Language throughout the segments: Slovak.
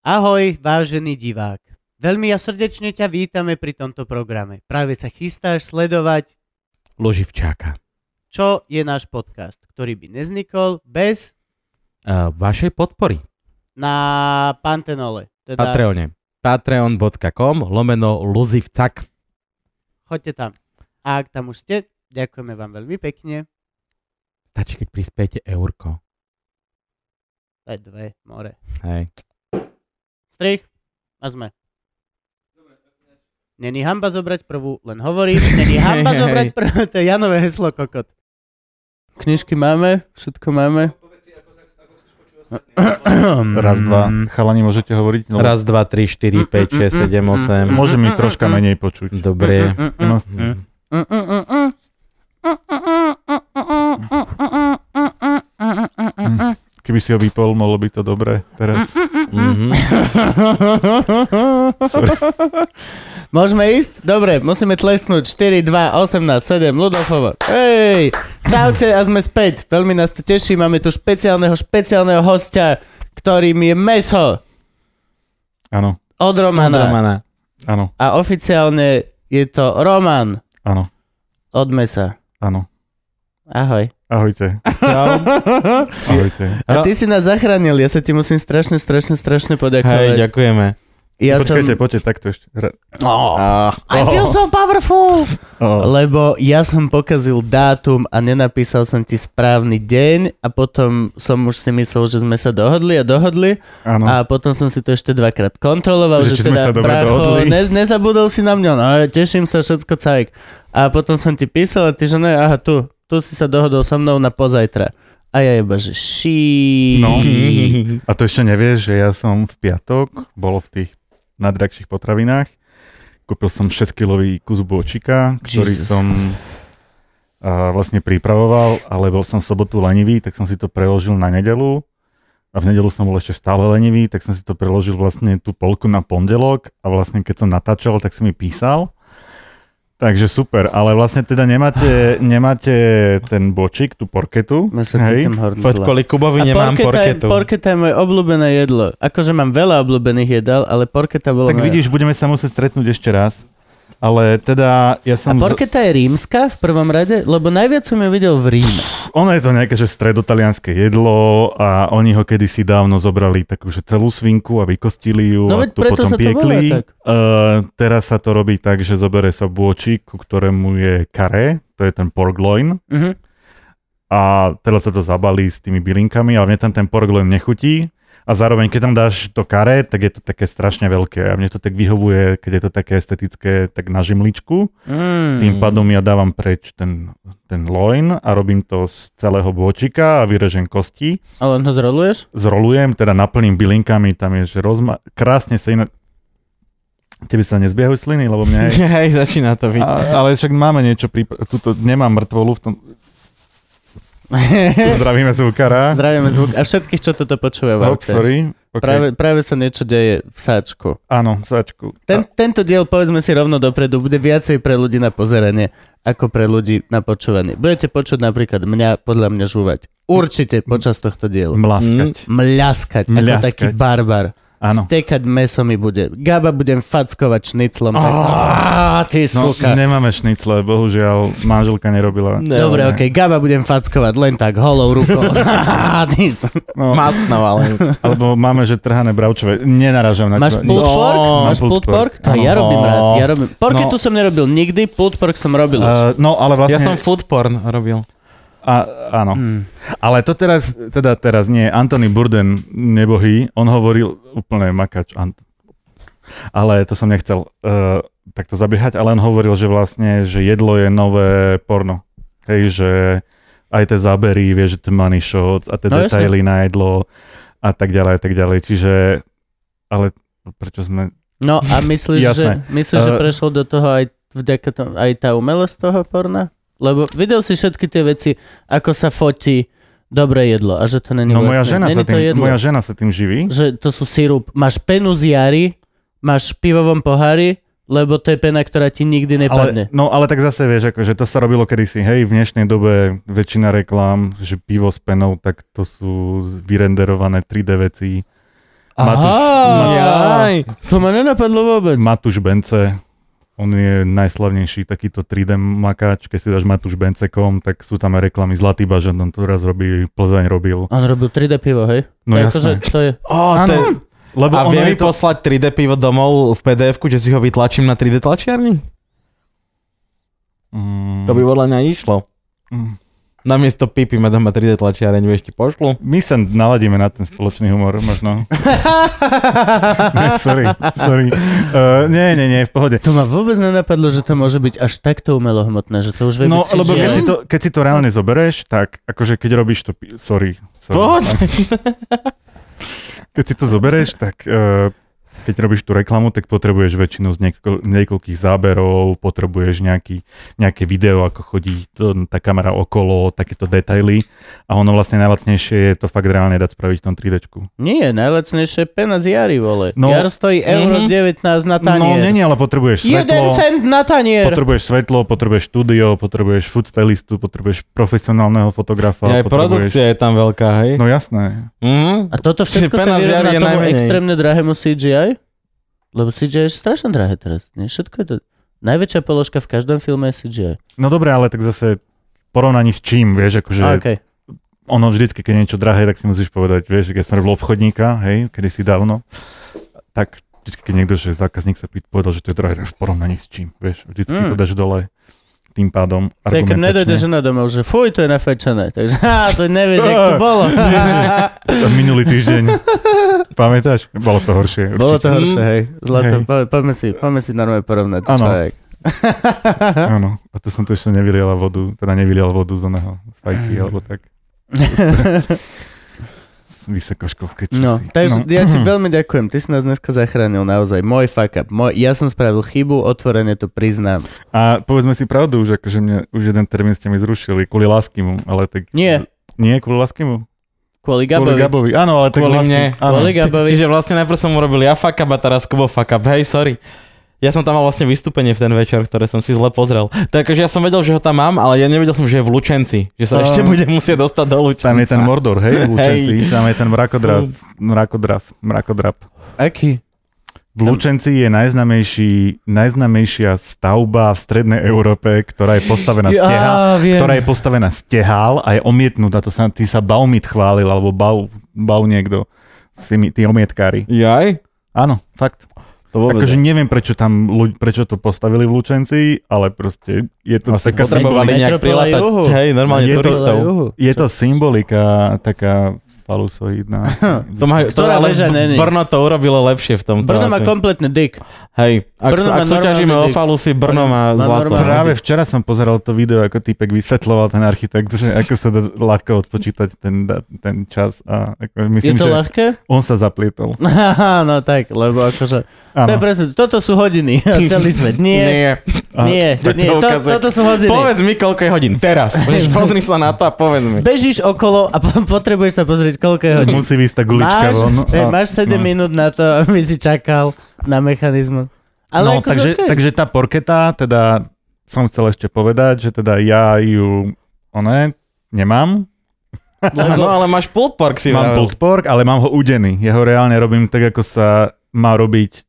Ahoj, vážený divák. Veľmi srdečne ťa vítame pri tomto programe. Práve sa chystáš sledovať Loživčáka. Čo je náš podcast, ktorý by neznikol bez Vašej podpory. Na Pantenole. Teda Patreone. patreon.com/Luzivcak. choďte tam. A ak tam už ste, ďakujeme vám veľmi pekne. Stačí, keď prispiete eurko. To je 2, more. Hej. Strich a sme. Není hamba zobrať prvú, len hovorím. Není hamba zobrať prvú, to je Janové heslo, kokot. Knižky máme, všetko máme. Raz, dva. Chalani, môžete hovoriť? No. Raz, 2, 3, 4, 5, 6, 7, 8. Môže mi troška menej počuť. Dobre. Keby si ho vypol, mohlo by to dobre teraz. Môžeme ísť? Dobre, musíme tlesknúť. 4, 2, 18, 7, Ludofovo. Hej, čaute a sme späť. Veľmi nás to teší, máme tu špeciálneho hostia, ktorým je Meso. Áno, Od Romana. áno, A oficiálne je to Roman áno, od Mesa. áno. Ahoj. Ahojte. Čau. Ahojte. A ty si nás zachránil, ja sa ti musím strašne poďakovať. Hej, ďakujeme. Počkajte, poďte takto ešte. I feel so powerful! Lebo ja som pokazil dátum a nenapísal som ti správny deň a potom som už si myslel, že sme sa dohodli. Áno. A potom som si to ešte 2-krát kontroloval, že či sme teda sa dobre bracho, dohodli. nezabudol si na mňa, no teším sa, všetko cajk. A potom som ti písal a ty, že ne, aha, tu si sa dohodol so mnou na pozajtra. A ja iba, že No. A to ešte nevieš, že ja som v piatok bol v tých najdrahších potravinách. Kúpil som 6-kilový kus bôčika, ktorý Jesus. som vlastne pripravoval, ale bol som v sobotu lenivý, tak som si to preložil na nedeľu. A v nedeľu som bol ešte stále lenivý, tak som si to preložil vlastne tú polku na pondelok a vlastne keď som natáčal, tak som mi písal. Takže super, ale vlastne teda nemáte ten bočik, tú porketu. Poď kvôli Kubovi nemám porketu. Porketa je moje obľúbené jedlo. Akože mám veľa obľúbených jedál, ale porketa bolo Tak vidíš, budeme sa musieť stretnúť ešte raz. Ale teda ja som... A porketa je rímska v prvom rade? Lebo najviac som ju videl v Ríme. Ono je to nejaké, že stredotalianské jedlo a oni ho kedysi dávno zobrali takú, že celú svinku a vykostili ju No a veď tu preto potom sa to volá piekli. tak. Teraz sa to robí tak, že zobere sa bôčik, ku ktorému je karé, to je ten pork loin. A teraz sa to zabalí s tými bylinkami, ale mne tam ten pork loin nechutí. A zároveň, keď tam dáš to karé, tak je to také strašne veľké. A mne to tak vyhovuje, keď je to také estetické, tak na žimličku. Tým pádom ja dávam preč ten loin a robím to z celého bôčika a vyrežem kosti. Ale ho zroluješ? Zrolujem, teda naplním bylinkami, tam je, že krásne sa inak... Tebe sa nezbiehajú sliny, lebo mne... Hej, začína to byť. Ale však máme niečo, tuto nemám mŕtvolu v tom... Zdravíme zvukára. Zdravíme zvuk a všetkých, čo toto počúvajú. Sorry. Okay. Práve sa niečo deje v sáčku. Áno, v sáčku. Tento diel, povedzme si rovno dopredu, bude viacej pre ľudí na pozeranie, ako pre ľudí na počúvanie. Budete počuť napríklad podľa mňa žúvať. Určite počas tohto dielu. Mľaskať. Ako taký barbar. Áno. Stekať meso mi bude. Gaba budem fackovať šniclom. Ty suka. No, nemáme šnicle, bohužiaľ, manželka nerobila. Dobre, okej, Gaba budem fackovať len tak, holou rukou. Mastná valenc. Alebo máme, že trhané bravčové. Nenarážam na Máš pulled pork? Máš pulled pork? To ja robím rád. Porketu som nerobil nikdy, pulled pork som robil už. No, ale vlastne... Ja som food porn robil. Áno. Ale to teraz nie. Anthony Bourdain, nebohý, on hovoril úplne makač. Ale to som nechcel takto zabiehať, ale on hovoril, že vlastne, že jedlo je nové porno. Hej, že aj tie zábery, vieš, že tie money shots a tie detaily na jedlo a tak ďalej. Čiže, ale prečo sme... No a myslíš, že prešiel do toho aj vďaka tomu, aj tá umelosť toho porna? Lebo videl si všetky tie veci, ako sa fotí dobré jedlo a že to není vlastne. Moja žena sa tým živí. Že to sú sirup. Máš penu z jary, máš v pivovom pohári, lebo to je pena, ktorá ti nikdy nepadne. Ale tak zase vieš, akože to sa robilo kedysi. Hej, v dnešnej dobe väčšina reklám, že pivo s penou, tak to sú vyrenderované 3D veci. To ma nenapadlo vôbec. Matúš Bence, on je najslavnejší takýto 3D makáč, keď si dáš matúšbence.com, tak sú tam aj reklamy. Zlatý bažant, on to raz robí, Plzeň robil. On robil 3D pivo, hej? No jasné. To je... Lebo a vie mi poslať 3D pivo domov v PDF-ku, že si ho vytlačím na 3D tlačiarni? To by podľa mňa išlo. Namiesto pipy ma doma 3D tlačiareň, vieš, ti pošlu? My sa naladíme na ten spoločný humor, možno. Sorry. Nie, v pohode. To ma vôbec nenapadlo, že to môže byť až takto umelohmotné, že to už vie byť CGI. Lebo keď si to reálne zoberieš, tak akože keď robíš to... Sorry. Keď si to zoberieš, tak... Keď robíš tú reklamu, tak potrebuješ väčšinu z niekoľkých záberov, potrebuješ nejaké video, ako chodí tá kamera okolo, takéto detaily. A ono vlastne najlacnejšie je to fakt reálne dať spraviť v tom 3Dčku. Nie, najlacnejšie pena z Jary, vole. Jar stojí €19 na tanier. No nie, ale potrebuješ svetlo. 1 cent na tanier. Potrebuješ svetlo, potrebuješ štúdio, potrebuješ food stylistu, potrebuješ profesionálneho fotografa. Aj produkcia je tam veľká, hej? No jasné. A toto všetko sa vyrovná tomu extrémne drahému CGI? Lebo CGI je strašne drahé teraz. Nie? Všetko je to... Najväčšia položka v každom filme je CGI. No dobre, ale tak zase v porovnaní s čím, vieš, akože... Okay. Ono vždycky, keď je niečo drahé, tak si musíš povedať, vieš, keď som robil obchodníka, hej, kedysi dávno, tak vždycky, keď niekto, že zákazník sa povedal, že to je drahé v porovnaní s čím, vieš, vždycky to dáš dole. Tým pádom argumentačne. Tak keď nedojde žena domov, že fuj, to je nafečené. Takže to nevieš, jak to bolo. Minulý týždeň. Pamätáš? Bolo to horšie. Určite. Bolo to horšie, hej. Zlato, poďme si normálne porovnať. Človek. Áno. A to som tu ešte nevylial vodu z oného, z fajky, alebo tak. Vysokoškolské časy. No, takže ja ti veľmi ďakujem. Ty si nás dneska zachránil naozaj. Môj fuck up. Ja som spravil chybu, otvorene to priznám. A povedzme si pravdu, že akože mne už jeden termín ste mi zrušili kvôli Láskimu, ale tak... Nie. Nie kvôli Láskimu? Kvôli Gabovi. Áno, ale tak kvôli mne. Kvôli Gabovi. Čiže vlastne najprv som urobil ja fuck up a teraz Kubo fuck up. Hej, sorry. Ja som tam mal vlastne vystúpenie v ten večer, ktoré som si zle pozrel. Takže ja som vedel, že ho tam mám, ale ja nevedel som, že je v Lučenci. Že sa ešte bude musieť dostať do Lučenca. Tam je ten Mordor, hej, v Lučenci. Hej. Tam je ten mrakodrap. Aký? V Lučenci je najznámejšia stavba v strednej Európe, ktorá je postavená z tehál a je omietnutá. Ty sa Baumit chválil, alebo Bau niekto. Tí omietkári. Jaj? Áno, fakt. Akože neviem, prečo to postavili v Lučenci, ale proste je to taká symbolika. Hej, normálne turistov. Je to symbolika taká falusoidná. Brno to urobilo lepšie v tomto. Brno má kompletný dick. Hej, ak súťažíme o falusy, Brno má zlato. Práve včera som pozeral to video, ako týpek vysvetľoval ten architekt, že ako sa dá ľahko odpočítať ten čas. A ako myslím, je to ľahké? On sa zaplietol. No tak, lebo akože to je presne, toto sú hodiny a celý svet. Nie. Toto sú hodiny. Povedz mi, koľko je hodín. Teraz. Pozri sa na to a povedz mi. Bežíš okolo a potrebuješ sa pozrieť, koľko je hodín. Musí výsť tá gulička von. Máš 7 minút na to, aby si čakal na mechanizmus. Ale takže tá porketa, teda som chcel ešte povedať, že teda ja ju nemám. No ale máš pulled pork si. Mám pulled pork, ale mám ho udený. Ja ho reálne robím tak, ako sa má robiť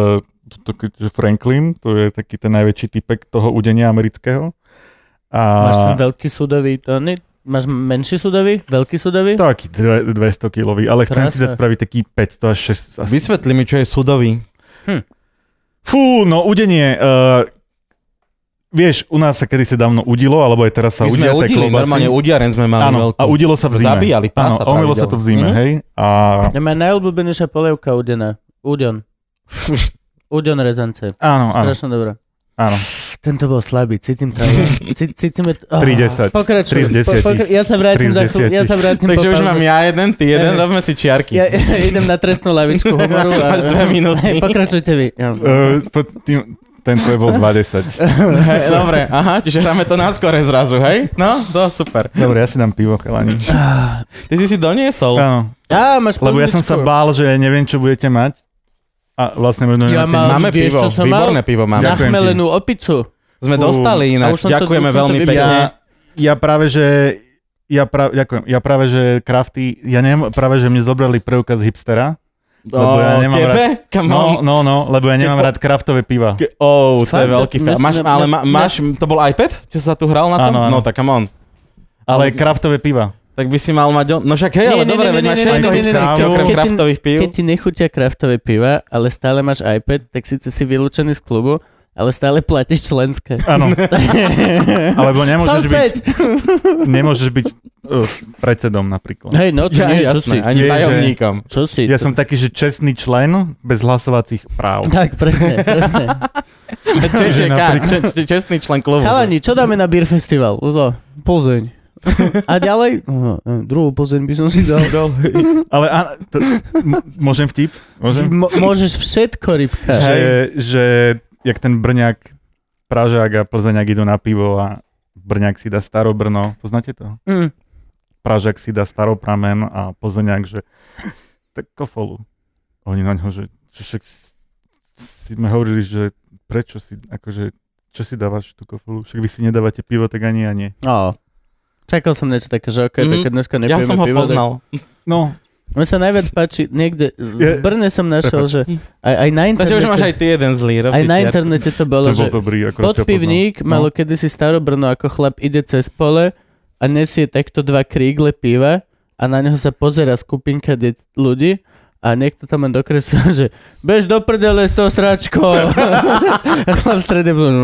Franklin, to je taký ten najväčší typek toho udenia amerického. Máš ten veľký súdový, máš menší súdový, veľký súdový? Taký 200 kilový, ale chcem si dať spraviť taký 500 až 600. Vysvetli mi, čo je súdový. Fú, no udenie... Vieš, u nás sa kedysi dávno udilo, alebo aj teraz sa udia tie klobasy. Normálne udiaren sme mali veľkú. A udilo sa v zime. Zabíjali pása. Áno, umilo sa to v zime, hej. Ja mám najobľúbenejšia polievka udená. Udion rezance. Áno. Strašne dobré. Áno. Tento bol slabý, cítim to. 3:10. Pokračuj. Ja sa vrátim Takže už mám ja jeden, ty jeden, robíme si čiarky. Ja idem na trestnú lavičku humoru. Máš 2 minúty. Pokračujte vy. Ten tvoj bol 20. Dobre, čiže hráme to náskore zrazu, hej? No, to super. Dobre, ja si dám pivo, chalani. Ty si doniesol. Áno. Máš pozničku. Lebo ja som sa bál, že neviem, čo budete mať. A vlastne máme pivo, výborné pivo máme. Nachmelenú opicu. Sme dostali inak, ďakujeme veľmi pekne. Ja práve, že Crafty, ja neviem, práve, že mne zobrali preukaz hipstera Lebo ja nemám lebo ja nemám rád kraftové piva. To je veľký fail. Máš, to bol iPad, čo sa tu hral na tom? Áno. No tak come on. Ale kraftové piva. Tak by si mal mať... No však hej, ale dobre, veď máš všetko hipsterské okrem kraftových pív. Keď ti nechutia kraftové piva, ale stále máš iPad, tak síce si vylúčený z klubu, ale stále platíš členské. Áno. Alebo nemôžeš byť predsedom napríklad. Hej, no to nie, čo si? Ani tajomníkom. Čo si? Ja som taký, že čestný člen bez hlasovacích práv. Tak, presne. Čestný člen klubu. Chalani, čo dáme na Beer Festival? Plzeň. A ďalej? Druhú Plzeň by som si dal. Ale môžem vtip? Môžeš všetko, rybka. Že jak ten Brňák, Pražák a Plzeňák idú na pivo a Brňák si dá Starobrno. Poznáte to? Pražák si dá Staropramen a Plzeňák, že tak kofolu. Oni na ňo, že však sme hovorili, že prečo si, akože, čo si dávaš tú kofolu? Však vy si nedávate pivo, tak ani ja nie. Čakal som niečo také, že tak dneska nepijeme pivo. Ja som ho poznal. No. Mne sa najviac páči, niekde v Brne som našiel, že aj na internete... Takže už máš aj ty jeden zlý. Aj na internete to bolo, že podpivník malo kedysi Starobrno, ako chlap ide cez pole a nesie takto 2 krígle piva a na neho sa pozerá skupinka ľudí a niekto tam len dokreslil, že bež do prdele s tou sračkou. A chlap v strede bol...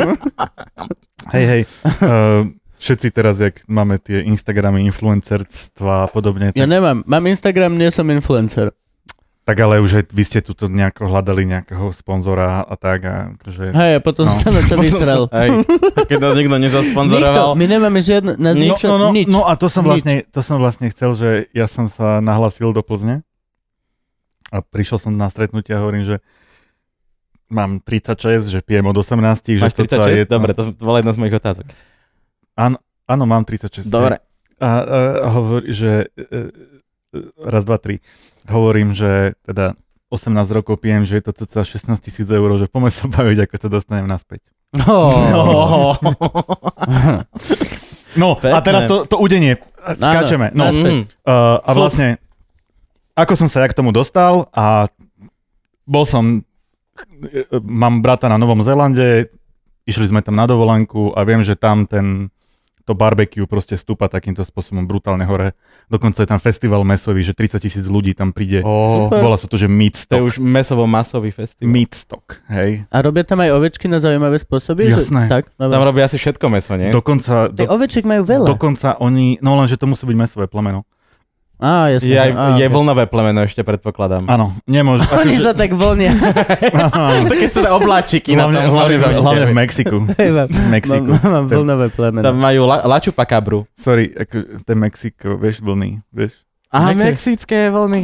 Hej. Všetci teraz, jak máme tie Instagramy influencerstva a podobne. Ja nemám. Mám Instagram, nie som influencer. Tak ale už aj vy ste tuto nejako hľadali nejakého sponzora a tak. Hej, a potom sa na to vysral. Hej, keď nás nikto nezasponzoroval. My nemáme žiadne... Nič. No a to som vlastne chcel, že ja som sa nahlasil do Plzne a prišiel som na stretnutie a hovorím, že mám 36, že pijem od 18. Máš 36? Dobre, to bola jedna z mojich otázok. Áno, mám 36. Dobre. A hovorí, že raz, dva, tri. Hovorím, že teda 18 rokov pijem, že je to cca 16 000 eur, že poďme sa baviť, ako to dostanem naspäť. No, a teraz to udenie. Skáčeme. No. A vlastne, ako som sa ja k tomu dostal a mám brata na Novom Zélande, išli sme tam na dovolenku a viem, že tam to barbecue proste stúpa takýmto spôsobom brutálne hore. Dokonca je tam festival mesový, že 30 000 ľudí tam príde. Volá sa to, že Meatstock. To je už mesovo-masový festival. Meatstock, hej. A robia tam aj ovečky na zaujímavé spôsoby? Jasné. Tak, tam robia asi všetko meso, nie? Dokonca... Oveček majú veľa. Dokonca oni... No len, že to musí byť mesové plemeno. Jasne. Je vlnové plemeno ešte, predpokladám. Áno, nemôže. Oni sa tak voľnia. Také teda obláčiky na tom. Hlavne v Mexiku. Mám vlnové plemeno. Tam majú lachupacabru. Sorry, ten Mexiko, vieš, vlny, vieš? Aha, mexické vlny.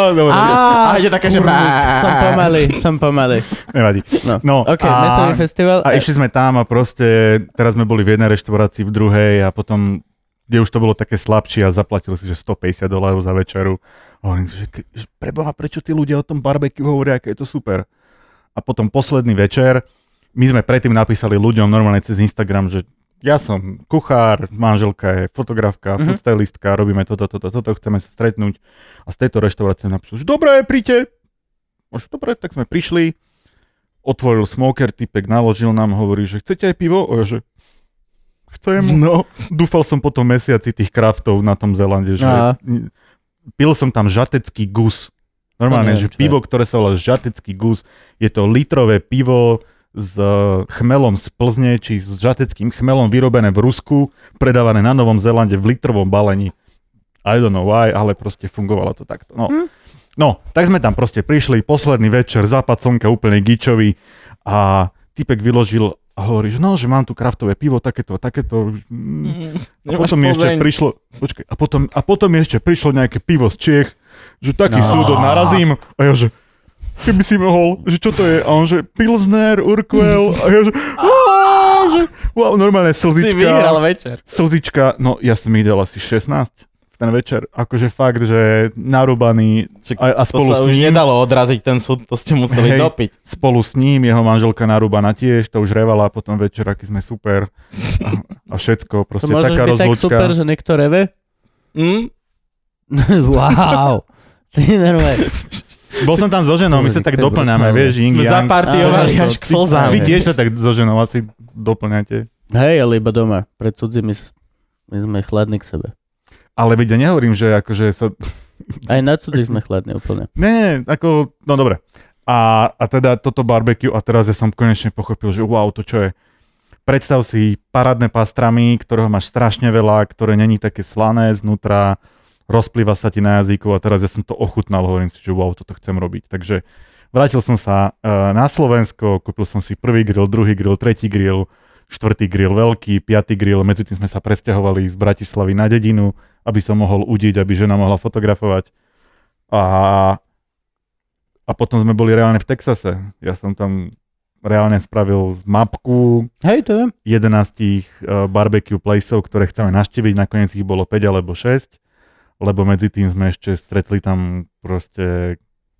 Je také, že... Som pomalý. Nevadí. No. OK, mesový festival. A išli sme tam a proste, teraz sme boli v jednej reštaurácii, v druhej a potom kde už to bolo také slabšie a zaplatili si, že $150 za večeru. Hovorím, že preboha, prečo tí ľudia o tom barbecue hovoria, aké je to super. A potom posledný večer, my sme predtým napísali ľuďom normálne cez Instagram, že ja som kuchár, manželka je fotografka, foodstylistka, robíme toto, chceme sa stretnúť. A z tejto reštaurácie napísali, že dobre, príďte. Dobre, tak sme prišli, otvoril smoker, typek naložil nám, hovorí, že chcete aj pivo? Že chcem. No, dúfal som po tom mesiaci tých kraftov na tom Zélande, že pil som tam žatecký gus. Normálne, že pivo, ktoré sa volá žatecký gus, je to litrové pivo s chmelom z Plzne, či s žateckým chmelom vyrobené v Rusku, predávané na Novom Zélande v litrovom balení. I don't know why, ale proste fungovalo to takto. No, tak sme tam proste prišli, posledný večer, západ slnka úplne gičový a typek vyložil a hovorí, že mám tu kraftové pivo, takéto. A potom mi ešte prišlo, a potom mi ešte prišlo nejaké pivo z Čiech, že taký súdok narazím a ja, že keby si mohol, že čo to je? A on, že Pilsner, Urquell a ja, že wow, normálne slzička. Si vyhral večer. Slzička, no ja som ich dal asi 16 ten večer, akože fakt, že narúbaný a spolu s ním... To sa už nedalo odraziť ten súd, to ste museli dopiť. Spolu s ním, jeho manželka narúbaná tiež, to už revala, a potom večer, aký sme super a všetko, proste taká rozlúčka. To môžeš byť tak super, že niekto reve? Wow, ty normálne. Bol som tam so ženou, my sa tak doplňame, vieš, yin, sme yang. zapartiovali až k slzám. Vy tiež sa tak so ženou asi doplňate. Hej, ale iba doma. Pred cudzími my sme chladní k sebe. Ale veď ja nehovorím, že akože sa... Aj na cudzích sme chladní úplne. Nie, ako, no dobre. A teda toto barbecue, a teraz ja som konečne pochopil, že wow, to čo je. Predstav si parádne pastrami, ktorého máš strašne veľa, ktoré není také slané znútra, rozplýva sa ti na jazyku a teraz ja som to ochutnal, hovorím si, že wow, toto chcem robiť. Takže vrátil som sa na Slovensko, kúpil som si prvý grill, druhý grill, tretí grill, štvrtý grill veľký, piatý grill, medzi tým sme sa presťahovali z Bratislavy na dedinu, aby som mohol udiť, aby žena mohla fotografovať. A potom sme boli reálne v Texase. Ja som tam reálne spravil mapku 11 barbecue placeov, ktoré chceme navštíviť. Nakoniec ich bolo 5 alebo 6, lebo medzi tým sme ešte stretli tam proste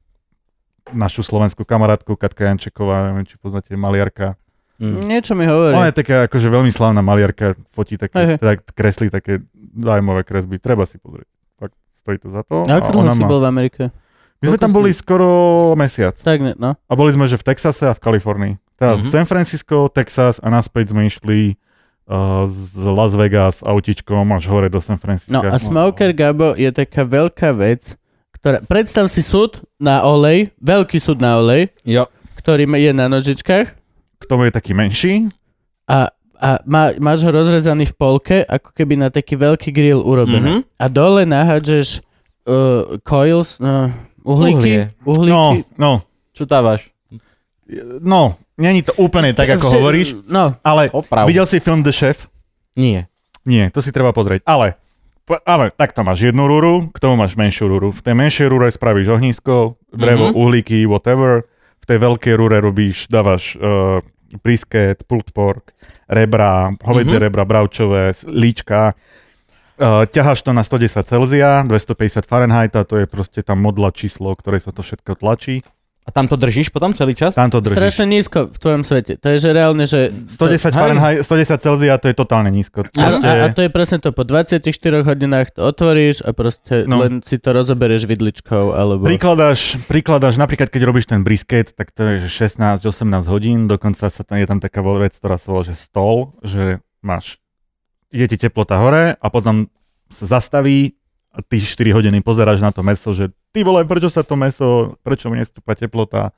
našu slovenskú kamarátku Katka Jančeková, neviem, či poznáte, maliarka. Niečo mi hovorí. Ona je taká akože veľmi slávna maliarka, fotí také, teda kreslí také zájmové kresby. Treba si pozrieť. Fakt stojí to za to. A ako dlho si bol v Amerike? My sme tam boli skoro mesiac. Tak ne, no. A boli sme, že v Texase a v Kalifornii. Teda v San Francisco, Texas a naspäť sme išli z Las Vegas autičkom až hore do San Francisca. No a Smoker Gabo je taká veľká vec, ktorá... Predstav si súd na olej, veľký súd na olej, ktorý je na nožičkách. K tomu je taký menší. A máš ho rozrezaný v polke, ako keby na taký veľký grill urobený. A dole nahádžeš coils, uhlíky. No. Čo dávaš? No, není to úplne tak, ako hovoríš, ale videl si film The Chef? Nie, to si treba pozrieť. Ale tak tam máš jednu rúru, k tomu máš menšiu rúru. V tej menšej rúre spravíš ohnisko, drevo, uhlíky, whatever. V tej veľkej rúre dávaš brisket, pulled pork, rebra, hovädzie rebra, bravčové, líčka. Ťaháš to na 110 Celzia, 250 Fahrenheita, to je proste tam modla číslo, ktoré sa to všetko tlačí. A tam to držíš potom celý čas? Tam to držíš. Strašne nízko v tvojom svete. To je, že reálne, že... 110 Fahrenheit, 110 Celzia, to je totálne nízko. A to je presne to, po 24 hodinách to otvoríš a proste len si to rozoberieš vidličkou, alebo... Prikladáš, napríklad keď robíš ten brisket, tak to je 16-18 hodín, dokonca je tam taká vec, ktorá sa volá, že stol, že ide ti teplota hore a potom sa zastaví a ty 4 hodiny pozeráš na to mäso, že ty vole, prečo mi nestúpa teplota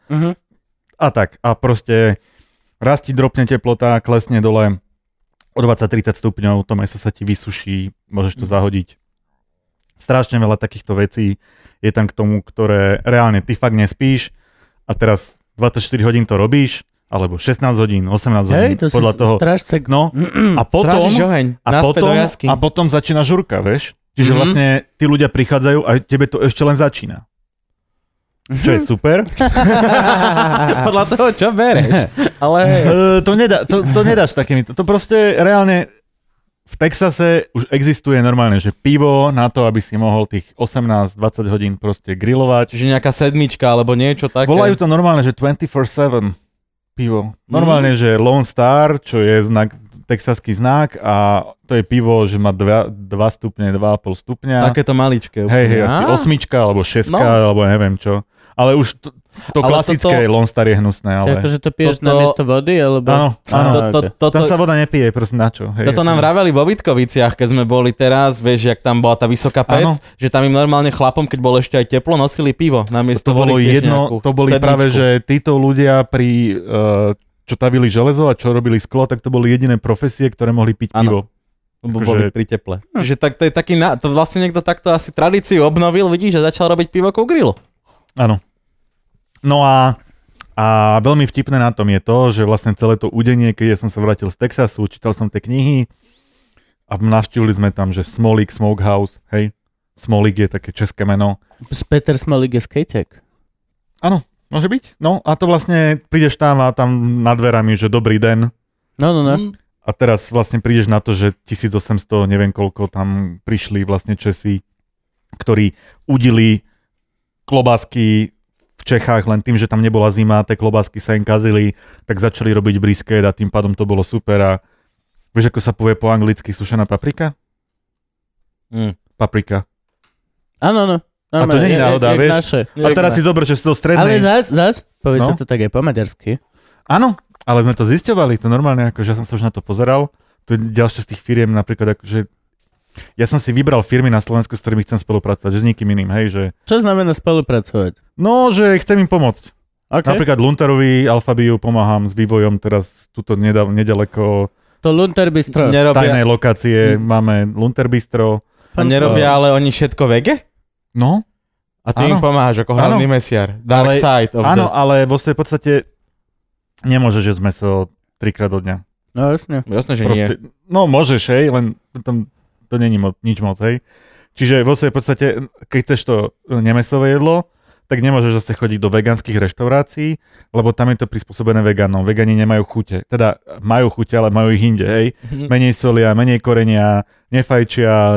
a tak. A proste raz ti dropne teplota, klesne dole o 20-30 stupňov, to mäso sa ti vysuší, môžeš to zahodiť. Strašne veľa takýchto vecí je tam k tomu, ktoré reálne ty fakt nespíš a teraz 24 hodín to robíš, alebo 16 hodín, 18 hodín, to podľa toho. Strážcek. No, a potom začína žurka, vieš? Čiže vlastne tí ľudia prichádzajú a tebe to ešte len začína. Čo je super. Podľa toho, čo bereš. Ale to nedáš takýmito. To proste reálne v Texase už existuje normálne, že pivo na to, aby si mohol tých 18-20 hodín proste grilovať. Čiže nejaká sedmička alebo niečo také. Volajú to normálne, že 24/7 pivo. Normálne, že Lone Star, čo je texaský znak a to je pivo, že má 2 stupne, 2,5 stupňa. Takéto maličké. Hej, asi 8 alebo 6, alebo neviem čo. Ale už to klasické Lone Star je hnusné. Ale... Akože to piješ na miesto vody? Alebo... Áno. Tam sa voda nepije, proste na čo. Hej, toto nám vraveli vo Vítkoviciach, keď sme boli teraz, vieš, jak tam bola tá vysoká pec, že tam im normálne chlapom, keď bolo ešte aj teplo, nosili pivo. To boli práve, že títo ľudia pri... čo tavili železo a čo robili sklo, tak to boli jediné profesie, ktoré mohli piť pivo. Boli pri teple. Čiže tak to je taký, to vlastne niekto takto asi tradíciu obnovil, vidíš, že začal robiť pivo ku grilu. Áno. No a veľmi vtipné na tom je to, že vlastne celé to udenie, keď som sa vrátil z Texasu, čítal som tie knihy a navštívili sme tam, že Smolik Smokehouse, hej. Smolik je také české meno. Peter Smolik je skejtek. Áno. Môže byť? No a to vlastne prídeš tam a tam nad dverami, že dobrý den. No. A teraz vlastne prídeš na to, že 1800, neviem koľko, tam prišli vlastne Česi, ktorí udili klobásky v Čechách len tým, že tam nebola zima, tie klobásky sa im kazili, tak začali robiť brisket a tým pádom to bolo super. A vieš, ako sa povie po anglicky sušená paprika? Paprika. Áno. A to nie je náhoda, vieš? Naše. A teraz si zober, že si to strednej. Ale zás, povie sa to tak aj po maďarsky. Áno, ale sme to zisťovali, to normálne, akože ja som sa už na to pozeral. To je ďalšie z tých firiem, napríklad, akože ja som si vybral firmy na Slovensku, s ktorými chcem spolupracovať, že s nikým iným, hej, že... Čo znamená spolupracovať? No, že chcem im pomôcť. Okay. Napríklad Lunterovi, Alfabiu pomáham s vývojom teraz tuto nedaleko to Lunterbistro. Tajnej lokácie máme Lunterbistro. A nerobia ale oni všetko vege? No. A ty im pomáhaš ako hlavný mesiar. Dark side of Áno, ale vo svojej podstate nemôžeš jesť meso 3-krát do dňa. No jasne. Jasne, že nie. No môžeš, hej, len to není nič moc, hej. Čiže vo svojej podstate, keď chceš to nemesové jedlo, tak nemôžeš zase chodiť do vegánskych reštaurácií, lebo tam je to prispôsobené vegánom. Vegáni nemajú chute. Teda majú chute, ale majú ich inde, hej. Menej solia, menej korenia, nefajčia.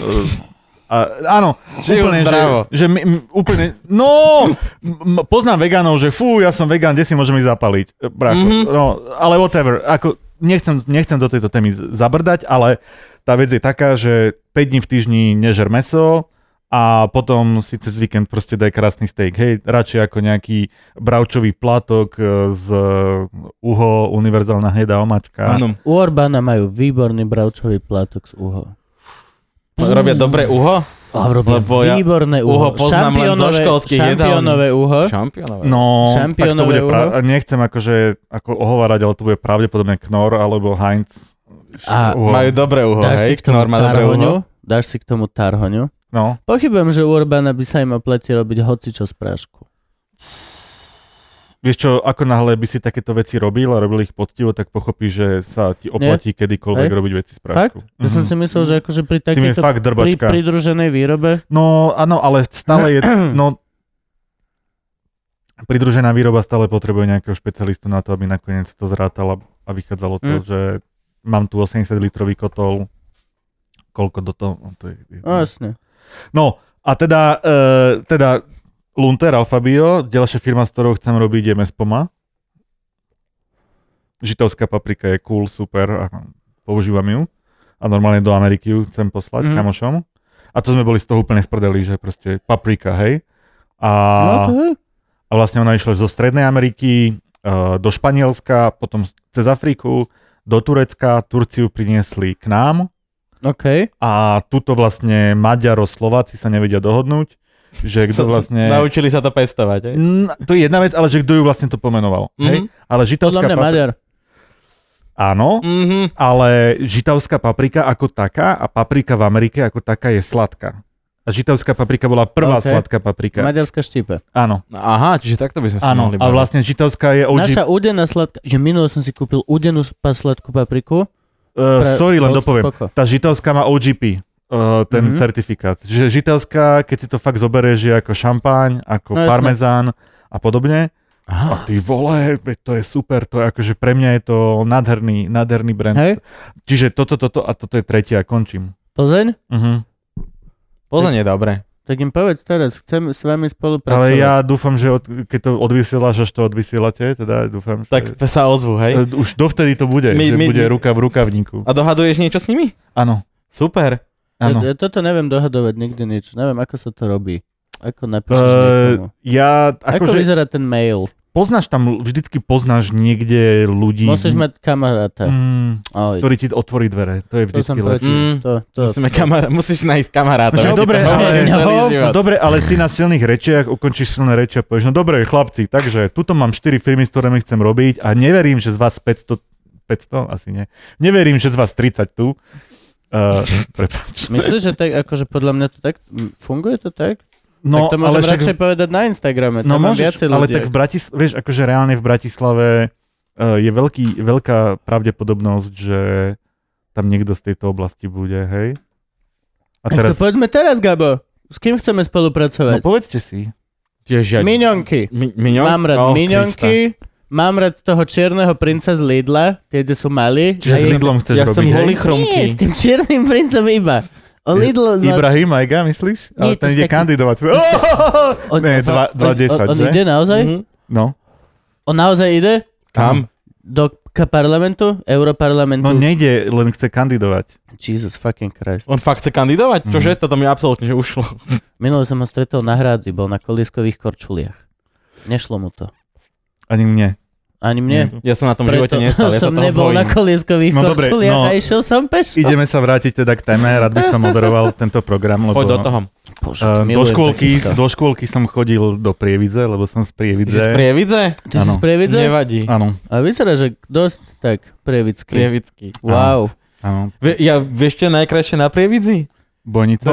Áno, úplne, že úplne, no, poznám vegánov, že ja som vegán, kde si môžem ich zapaliť, brácho. No, ale whatever, ako nechcem do tejto témy zabrdať, ale tá vec je taká, že 5 dní v týždni nežer meso a potom si cez víkend proste daj krásny steak, hej, radšej ako nejaký bravčový plátok z uho, univerzálna hnedá omáčka. Áno. U Orbána majú výborný bravčový plátok z uho. Robia dobré uho? Robia výborné uho. Poznám len zo školských jedální. Šampiónové uho. No, šampiónové tak to bude nechcem ako ohovárať, ale to bude pravdepodobne Knorr alebo Heinz. A majú dobré uho, hej? Knorr má dobré uho. Dáš si k tomu tarhoňu. No. Pochybujem, že u Orbána by sa im oplatí robiť hocičo z prášku. Vieš čo, ako náhle by si takéto veci robil a robil ich poctivo, tak pochopíš, že sa ti oplatí kedykoľvek robiť veci z prášku. Fakt? Ja som si myslel, že akože pri takéto pridruženej výrobe... No áno, ale stále je... No, pridružená výroba stále potrebuje nejakého špecialistu na to, aby nakoniec to zrátala a vychádzalo to, že mám tu 80 litrový kotol, koľko do toho... To je... Jasne. No, a teda Lunter, Alfabio, ďalšia firma, s ktorou chcem robiť, je Mespoma. Žitavská paprika je cool, super a používam ju. A normálne do Ameriky ju chcem poslať kamošom. A to sme boli z toho úplne v prdeli, že proste paprika, hej. A vlastne ona išla zo Strednej Ameriky do Španielska, potom cez Afriku, do Turecka, Turciu priniesli k nám. Okay. A tuto vlastne Maďaro-Slováci sa nevedia dohodnúť, že kto vlastne... Naučili sa to pestovať, hej? To je jedna vec, ale že kto ju vlastne to pomenoval, hej? Ale žitavská Maďar. Áno, ale žitavská paprika ako taká a paprika v Amerike ako taká je sladká. A žitavská paprika bola prvá sladká paprika. Maďarská štípe. Áno. Aha, čiže takto by sme sa mohli baviť. A vlastne žitavská je OG... Naša údená sladká... Že minule som si kúpil údenú sladkú papriku. Sorry, len dopoviem. Tá žitavská má OGP, ten certifikát. Že žitavská, keď si to fakt zoberieš, je ako šampáň, ako parmezán a podobne. A ty vole, to je super, to je akože pre mňa je to nádherný brand. Hej. Čiže toto a toto je tretie a končím. Plzeň? Plzeň je dobre. Tak im povedz teraz, chcem s vami spolupracovať. Ale ja dúfam, že keď to odvysielaš, až to odvysielate, teda dúfam, že... Tak sa ozvu, hej? Už dovtedy to bude, bude ruka v rukavníku. A dohaduješ niečo s nimi? Áno. Super. Áno. Ja toto neviem dohadovať nikdy nič. Neviem, ako sa to robí. Ako napíšeš niekomu. Ako vyzerá ten mail? Vždycky poznáš niekde ľudí. Musíš mať kamaráta. Ktorý ti otvorí dvere. To je vždycky lepšie. Musíš nájsť kamaráta. Dobre, ale si na silných rečiach, ukončíš silné reči a povieš, no dobre, chlapci, takže tuto mám 4 firmy, s ktorými chcem robiť a neverím, že z vás 500 asi nie. Neverím, že z vás 30 tu. Prepáč. Myslíš, že tak, akože podľa mňa to tak, funguje to tak? No, tak to môžem radšej povedať na Instagrame, tam mám viacej ľudia. Ale tak vieš, akože reálne v Bratislave je veľká pravdepodobnosť, že tam niekto z tejto oblasti bude, hej? A teraz... to povedzme teraz, Gabo. S kým chceme spolupracovať? No povedzte si. Miňonky. Mám rád miňonky. Mám rád toho čierneho princa z Lidla, tie, kde sú malí. Čiže s Lidlom chceš robiť, ja chcem polychromky. Nie, s tým čiernym princom iba. Ibrahim Ajga, myslíš? Ale ten ide kandidovať. Ne, 2.10, že? On ide naozaj? No. On naozaj ide? Kam? Do parlamentu? Europarlamentu? No nejde, len chce kandidovať. Jesus fucking Christ. On fakt chce kandidovať? Čože? Toto mi absolútne že ušlo. Minule som ho stretol na Hrádzi, bol na kolískových korčuliach. Nešlo mu to. Ani mne. Ani mne. Ja som na tom živote nestal, ja sa som toho nebol bojím. na kolieskových korčuliach a išiel som pešo. Ideme sa vrátiť teda k téme, rád by som moderoval tento program, lebo Poď do toho. do škôlky som chodil do Prievidze, lebo som z Prievidze. Ty si z Prievidze? Ty si z Prievidze? Nevadí. Áno. A vyzerá, že dosť tak prievidsky. Prievidsky. Wow. Áno. Vieš čo najkrajšie na Prievidzi? Bojnice?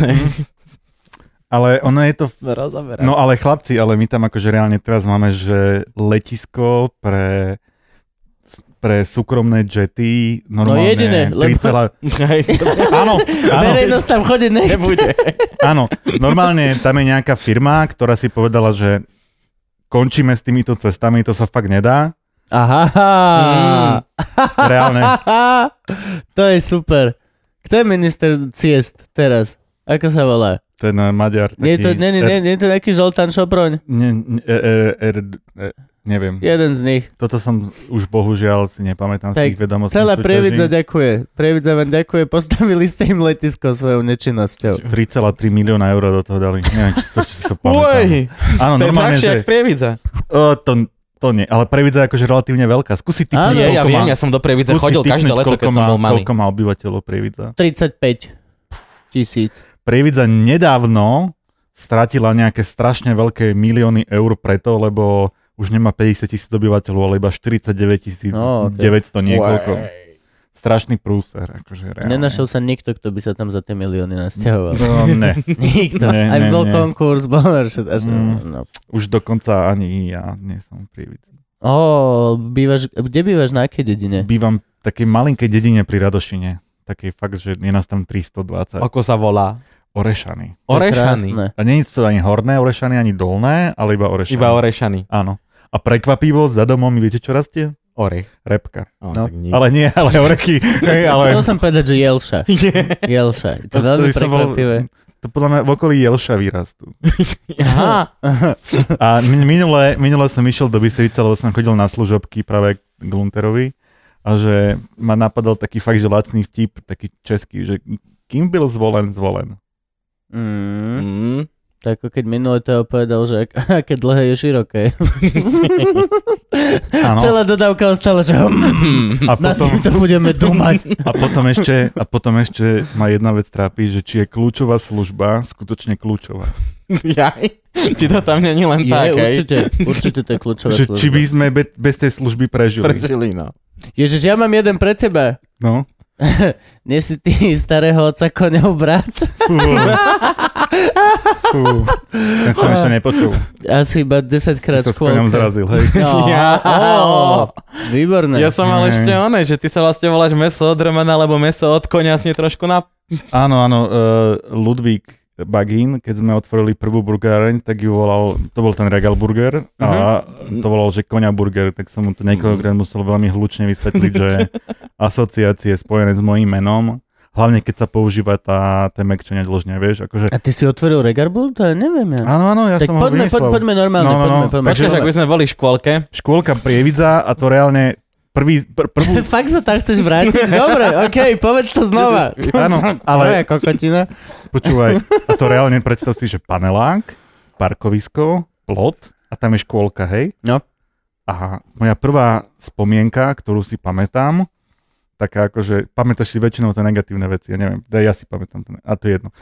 Ale ono je to... No ale chlapci, ale my tam akože reálne teraz máme, že letisko pre súkromné jety, normálne... No jediné, lebo... Áno. Verejnosť tam chodiť nechce. Áno, normálne tam je nejaká firma, ktorá si povedala, že končíme s týmito cestami, to sa fakt nedá. Aha. Reálne. To je super. Kto je minister ciest teraz? Ako sa volá? Ten Maďar. Nie je to nejaký Zoltán Šoproň? Neviem. Jeden z nich. Toto som už bohužiaľ si nepamätám z tých vedomostných celá súťaží. Prievidza ďakuje. Prievidza vám ďakuje. Postavili ste im letisko svojou nečinnosťou. 3,3 milióna eur do toho dali. Neviem, či si to pamätám. Áno, to normálne, je drahšie jak Prievidza. To nie, ale Prievidza je akože relatívne veľká. Skúsi typnúť, ja viem, ja som do Prievidze chodil každé leto, keď som bol malý. Koľko má obyvateľov Prievidza? 35 000. Prievidza nedávno stratila nejaké strašne veľké milióny eur preto, lebo už nemá 50 000 obyvateľov, ale iba 49 900 niekoľko. Strašný prúser, akože reálne. Nenašiel sa nikto, kto by sa tam za tie milióny nasťahoval. No, ne. Nikto. Aj bol konkurs, bol no. Už dokonca ani ja nie som v Prievidzi. Kde bývaš, na akej dedine? Bývam v takej malinkej dedine pri Radošine. Takej fakt, že je nás tam 320. Ako sa volá? Orešany. Orešany. A nie sú ani horné Orešany, ani dolné, ale iba Orešany. Iba Orešany. Áno. A prekvapivo za domom, viete čo rastie? Orech. Repka. No. Ale nie, ale orechy. Chcel som povedať, že jelša. Jelša. To je veľmi prekvapivé. To podľa mňa v okolí jelša vyrastú. Aha. A minule som išiel do Bystrice, lebo som chodil na služobky práve k Lunterovi a že ma napadol taký fakt, že lacný vtip, taký český, že kým byl zvolen. Tak ako keď minule to povedal, že aké dlhé je široké. Celá dodávka ostala, že a potom, na týmto budeme dumať. A potom ešte ma jedna vec trápi, že či je kľúčová služba skutočne kľúčová. Jaj? Či to tam nie je len tak, určite to je kľúčová služba. Či by sme bez tej služby prežili. No. Ježiš, ja mám jeden pre teba. No. Nie si ty starého otca koňov brat? Fú. Ten som ešte nepočul. Asi iba 10 krát si sa s koňom zrazil, hej. Výborné. Ja som mal ešte že ty sa vlastne voláš meso od remena, alebo meso od koňa sne trošku na... Áno, Ludvík Bagín, keď sme otvorili prvú burgereň, tak ju volal, to bol ten Regal Burger a to volal, že koňa burger, tak som mu to niekoľkokrát musel veľmi hlučne vysvetliť, že asociácie spojené s mojím menom, hlavne keď sa používa tá mäkčenia dĺžňa, vieš, akože... A ty si otvoril Regal Burger? To neviem ja. Áno, ja tak som ho vymyslel. Poďme normálne, poďme. Počkaj, ak by sme boli v škôlke. Škôlka Prievidza a to reálne prvú... Fakt sa tak chceš vrátiť? Dobre, okej, povedz to znova. Áno, ale... kokotina. Počúvaj, a to reálne predstav si, že panelák, parkovisko, plot a tam je škôlka, hej? No. A moja prvá spomienka, ktorú si pamätám, taká akože, pamätáš si väčšinou tie negatívne veci, ja neviem, ja si pamätám to, a to je jedno.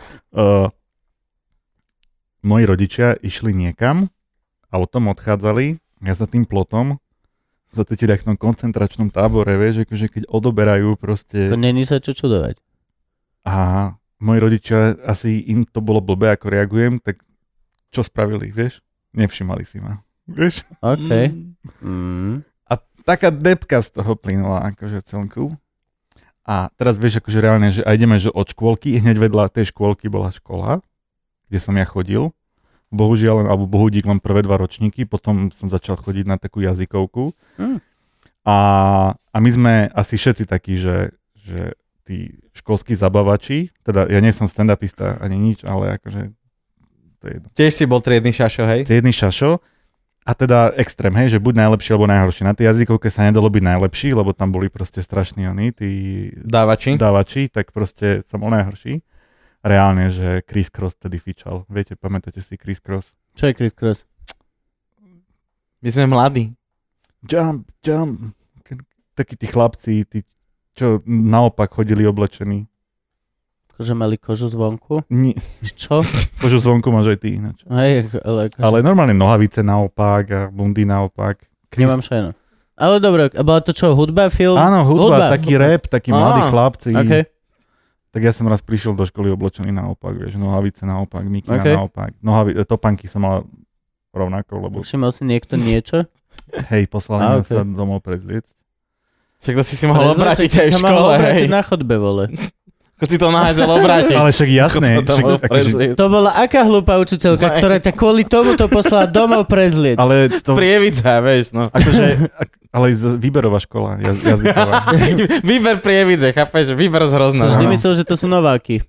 Moji rodičia išli niekam, autom odchádzali, ja za tým plotom, sa cítiť v tom koncentračnom tábore, vieš, akože keď odoberajú proste... To není sa čo čudovať. A moji rodičia, asi im to bolo blbé, ako reagujem, tak čo spravili, vieš? Nevšimali si ma, vieš? OK. A taká depka z toho plynula, akože celku. A teraz vieš, akože reálne, že ideme že od škôlky, hneď vedľa tej škôlky bola škola, kde som ja chodil. Bohužiaľ, alebo bohudík len prvé 2 ročníky, potom som začal chodiť na takú jazykovku. A my sme asi všetci takí, že tí školskí zabavači, teda ja nie som stand-upista ani nič, ale akože to je jedno. Tiež si bol triedny šašo, hej? Triedny šašo. A teda extrém, hej, že buď najlepší, alebo najhorší. Na tej jazykovke sa nedalo byť najlepší, lebo tam boli proste strašní oni, tí dávači, tak proste som bol najhorší. Reálne, že Chris Cross tedy fičal. Viete, pamätáte si Chris Cross? Čo je Chris Cross? My sme mladí. Jump. Takí tí chlapci, tí, čo naopak chodili oblečení. Že mali kožu zvonku? Čo? Kožu zvonku máš aj ty ináč. Hej, ale normálne nohavice naopak a bundy naopak. Nemám šajno. Ale dobre, a bola to čo, hudba, film? Áno, hudba. Taký rap, takí mladí chlapci. Okay. Tak ja som raz prišiel do školy oblečený naopak, vieš, nohavice naopak, mikina naopak. Topanky som mal rovnako, lebo... Všimol si niekto niečo? Hej, poslali sa domov prezliecť. Však to si mohol obrátiť aj v škole, hej. Na chodbe, vole. Keď si to nahádzal obrátiť. Ale však jasné. To bola aká hlúpa učiteľka, ktorá ťa kvôli tomu to poslala domov prezliecť. Ale to... Prievidza, vieš, no. Ale výberová škola, jazyková. Výber Prievidze, chápeš? Výber z Hrozna. Som vždy myslel, že to sú Nováky.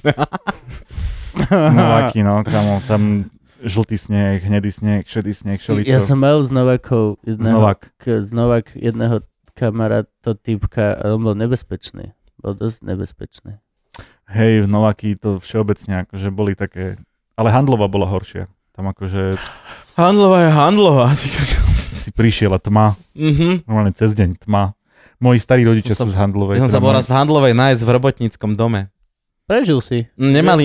Nováky, no, kamo, tam žltý sneh, hnedý sneh, šedý sneh, šeličo. Ja som mal z Novákov Novák jedného kamaráta typka, a on bol nebezpečný. Bol dosť nebezpečný. Hej, v Nováky to všeobecne akože boli také... Ale Handlova bola horšia. Tam akože... Handlova je Handlova. Si prišiel a tma. Normálne cez deň tma. Moji starí rodičia sú z Handlovej. Ja som sa bol raz v Handlovej nájsť v robotníckom dome. Prežil si. Nemali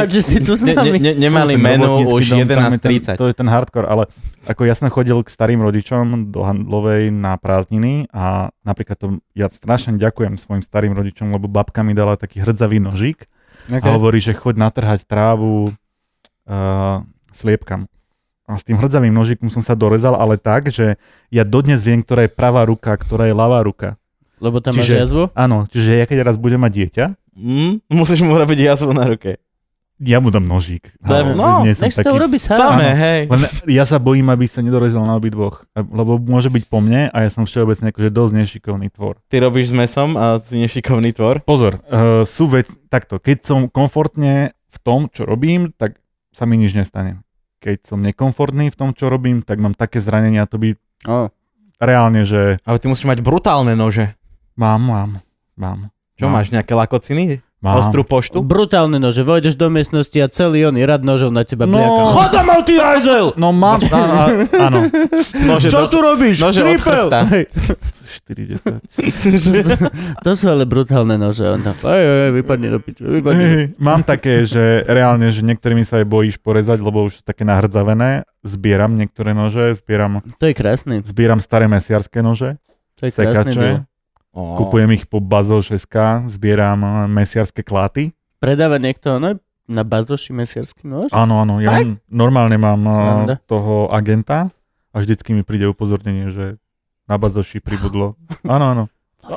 menu už 11:30. To je ten hardcore, ale ako ja som chodil k starým rodičom do Handlovej na prázdniny a napríklad to ja strašne ďakujem svojim starým rodičom, lebo babka mi dala taký hrdzavý nožík a hovorí, že choď natrhať trávu sliepkam. A s tým hrdzavým nožíkom som sa dorezal, ale tak, že ja dodnes viem, ktorá je pravá ruka, ktorá je ľavá ruka. Lebo tam máš jazvu? Áno, čiže ja keď raz budem mať dieťa, musíš mu robiť jazvu na ruke. Ja mu dám nožík. Nech si to urobí sám. Hej. Ja sa bojím, aby sa nedorezal na obidvoch, lebo môže byť po mne a ja som všeobecne akože dosť nešikovný tvor. Ty robíš s mesom a si nešikovný tvor? Pozor, sú takto, keď som komfortne v tom, čo robím, tak sa mi nič nestane. Keď som nekomfortný v tom, čo robím, tak mám také zranenia, to by reálne, že... Ale ty musíš mať brutálne nože. Mám. Čo máš, nejaké lakociny? Mám. Ostrú poštu? Brutálne nože, vojdeš do miestnosti a celý on je rad nožov na teba bliaka. Chodom, ty hajzel! No mám, áno. Čo tu robíš? Nože od chrbta. 40. To sú ale brutálne nože. On tam, vypadni do piču, Mám také, že reálne, že niektorými sa aj bojíš porezať, lebo už sú také nahrdzavené. Zbieram niektoré nože, To je krásne. Zbieram staré mesiarské nože. To je krásne deal. Kupujem ich po Bazoš.sk, zbieram mesiarské kláty. Predáva niekto na Bazoši mesiarsky nož? Áno, ja normálne mám toho agenta a vždycky mi príde upozornenie, že na Bazoši pribudlo. Áno.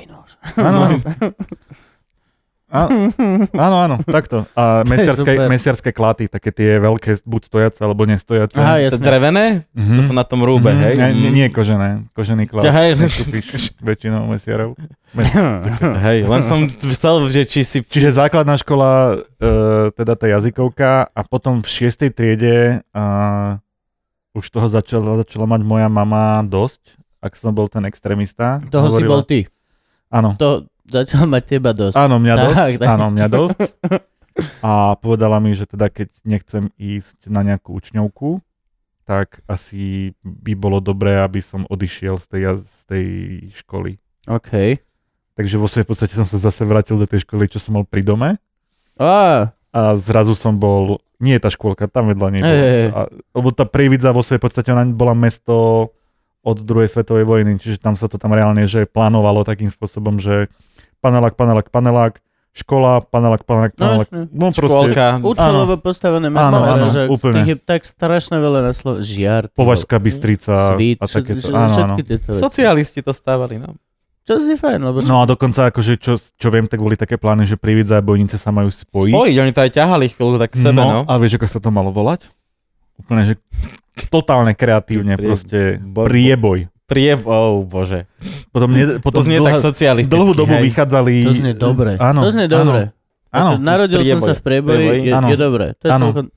Áno, takto. A mesiarské kláty, také tie veľké, buď stojace, alebo nestojace. Aha, jasne. Drevené? To sa na tom rúbe, hej? Nie kožené. Kožený klát. Nekúpiš väčšinou mesiarov. Hej, len som chcel, že či si... Čiže základná škola, teda tá jazykovka a potom v 6. triede už toho začala mať moja mama dosť, ak som bol ten extrémista. Toho si bol ty. Áno. Začal mať teba dosť. Áno, mňa dosť. A povedala mi, že teda keď nechcem ísť na nejakú učňovku, tak asi by bolo dobré, aby som odišiel z tej školy. OK. Takže vo svojej podstate som sa zase vrátil do tej školy, čo som mal pri dome. A zrazu som bol... Nie je tá škôlka, tam vedľa nie bola. Lebo tá Prievidza vo svojej podstate ona bola mesto od druhej svetovej vojny, čiže tam sa to tam reálne že plánovalo takým spôsobom, že panelák, škola, panelák. No proste. Škôlka. Účelovo postavené mesto. Áno, úplne. Je tak strašne veľa na slovo. Žiar. Považská Bystrica. Svit. A takéto. Áno. Socialisti to stávali, no. Čo si fajn, lebo... No a dokonca akože, čo viem, tak boli také plány, že Prievidza a Bojnice sa majú spojiť. Oni to aj ťahali chvíľu tak k sebe, no. A vieš, ako sa to malo volať? Úplne, že totálne kreatívne, proste prieboj. Bože. Potom to znie tak socialisticky. Dlhú dobu vychádzali... To znie dobre. Áno. To znie dobre. Áno. Narodil som sa v prieboji, je dobré. To je celkom...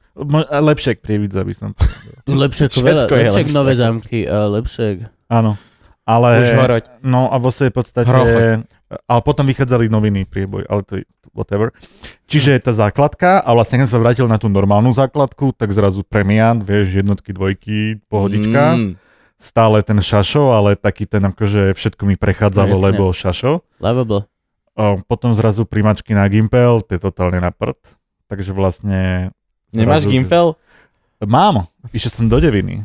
Lepšie k Prievidza by som povedal. Lepšie ako veľa, lepšie k Nové Zámky a lepšie. Áno. Ale, no a vo svojej podstate, ale potom vychádzali noviny Prieboj, ale to je whatever. Čiže je tá základka a vlastne keď sa vrátil na tú normálnu základku, tak zrazu premiant, vieš, jednotky, dvojky, pohodička. Stále ten šašo, ale taký ten akože všetko mi prechádzalo, no, lebo šašo. Lovable. Potom zrazu primačky na Gimpel, to je totálne na prd. Takže vlastne... Nemáš Gimpel? Mám, išiel som do Deviny.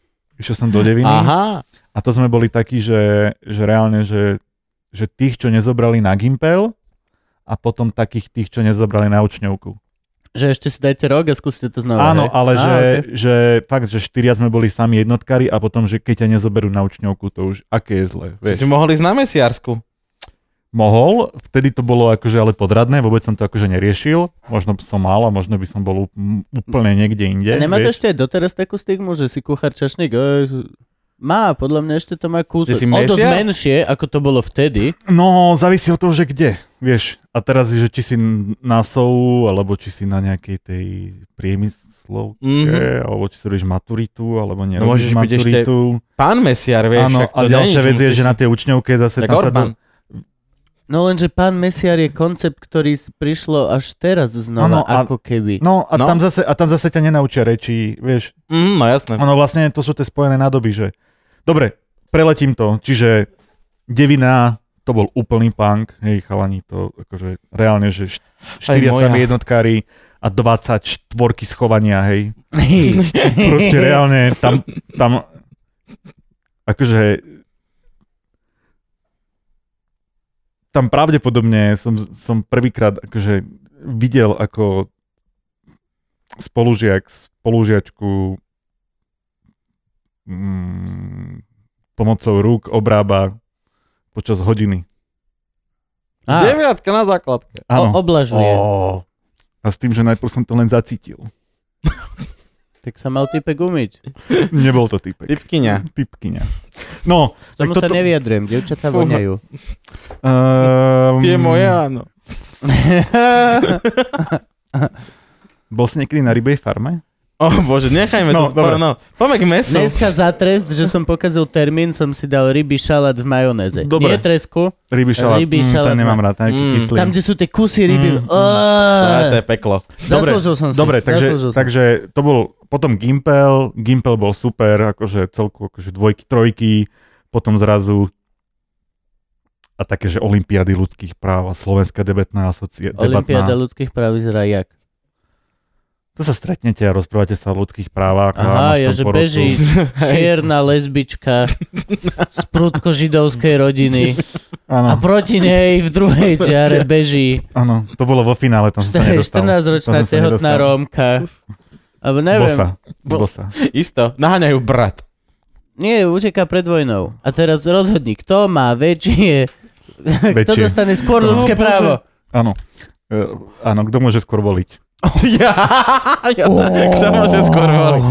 Aha. A to sme boli takí, že reálne, že tých, čo nezobrali na Gimpel a potom takých tých, čo nezobrali na učňovku. Že ešte si dajte rok a skúste to znova. Áno, ale že fakt, že 4 sme boli sami jednotkári a potom, že keď ťa nezoberú na učňovku, to už aké je zle. Si mohol ísť na Mesiarsku. Mohol, vtedy to bolo akože ale podradné, vôbec som to akože neriešil. Možno som mal a možno by som bol úplne niekde inde. A nemá to ešte aj doteraz takú stigmu, že si kuchár čašník? Má, podľa mňa ešte to má kúsok. O dosť menšie, ako to bolo vtedy. No, závisí od toho, že kde, vieš. A teraz, že či si na SOU, alebo či si na nejakej tej priemyslovke, alebo či si robíš maturitu, alebo nerobíš maturitu. Pán Mesiar, vieš. Áno, a ďalšia vec je, že na tej učňovke zase tam sa... No lenže pán Mesiar je koncept, ktorý prišlo až teraz znova, ako keby. No a tam zase ťa nenaučia reči, vieš. No jasné. Ono vlastne to sú tie spojené nádoby, že... Dobre, preletím to, čiže Devina, to bol úplný punk, hej, chalani, to akože reálne, že 4 sami jednotkári a 24 schovania, hej. Proste reálne tam akože tam pravdepodobne som prvýkrát akože videl, ako spolužiačku pomocou rúk obrába počas hodiny. 9 na základke. Oblažuje. A s tým, že najprv som to len zacítil. Tak sa mal typek umyť. Nebol to typek. Typkyňa. No. Tomu sa nevyjadrujem, dievčatá voňajú. Tie moje, áno. Bol si niekedy na rybej farme? Bože, nechajme to. No, poďme k mesu. Dneska za trest, že som pokazil termín, som si dal rybí šalát v majonéze. Dobre. Nie tresku. Rybí šalát, to nemám rád, taký kyslý. Tam, kde sú tie kusy ryby. To je peklo. Zaslúžil som si. Dobre, takže to bol potom Gimpel bol super, akože celku akože 2, 3, potom zrazu a také, že Olympiády ľudských práv a Slovenská debatná asociácia. Olympiáda ľudských práv vyzerá jak? To sa stretnete a rozprávate sa o ľudských právach. Aha, že beží čierna lesbička z prudko-židovskej rodiny. Ano. A proti nej v druhej čiare beží. Áno, to bolo vo finále, tam som sa nedostal. 14-ročná tehotná Rómka. Alebo neviem. Bosa. Isto, naháňajú brat. Nie, uteká pred vojnou. A teraz rozhodni, kto má väčšie... Kto dostane skôr ľudské právo? Áno, kto môže skôr voliť? Kto môže skôr voliť?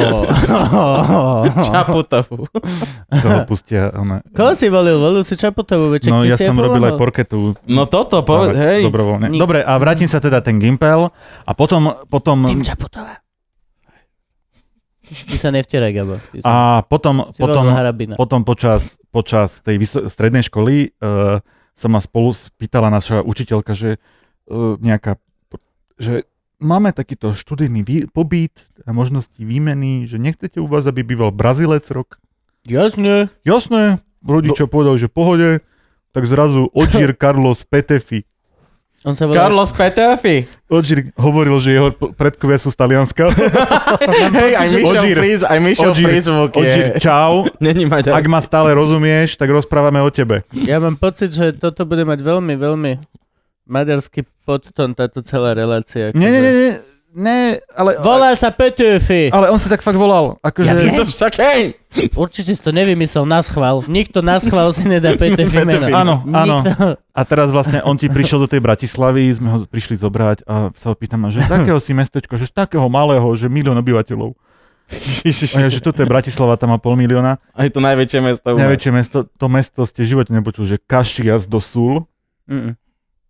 Čaputovu. Toho pustia. Koho si volil? Volil si Čaputovu? No ja som robil aj porketu. No toto, hej. Dobrovoľne. Dobre, a vrátim sa teda ten Gimpel a potom... Tým Čaputová. Ty sa nevtieraj, Gabo. A potom počas tej strednej školy sa ma spolu spýtala naša učiteľka, že nejaká... že máme takýto študijný pobyt a možnosti výmeny, že nechcete u vás, aby býval Brazílec rok? Jasné. Rodičia povedal, že pohode, tak zrazu Odžir Carlos Petefi. Carlos Petefi. Odžir hovoril, že jeho predkovia sú z Talianska. Hej, aj Michel prízvuk je. Odžir, čau. Ak ma stále rozumieš, tak rozprávame o tebe. Ja mám pocit, že toto bude mať veľmi, veľmi maďarský podtón, táto celá relácia. Nie, ale... Volá sa Petefi. Ale on sa tak fakt volal. Akože... Ja viem. Určite si to nevymyslel naschvál. Nikto naschvál si nedá Petefi meno. Áno. A teraz vlastne on ti prišiel do tej Bratislavy, sme ho prišli zobrať a sa ho pýtam, že z takého si mestečko, že z takého malého, že 1 000 000 obyvateľov. A že toto je Bratislava, tam má 500 000. A je to najväčšie mesto. Najväčšie mesto, to mesto ste v živote nepočuli, že Caxias do Sul.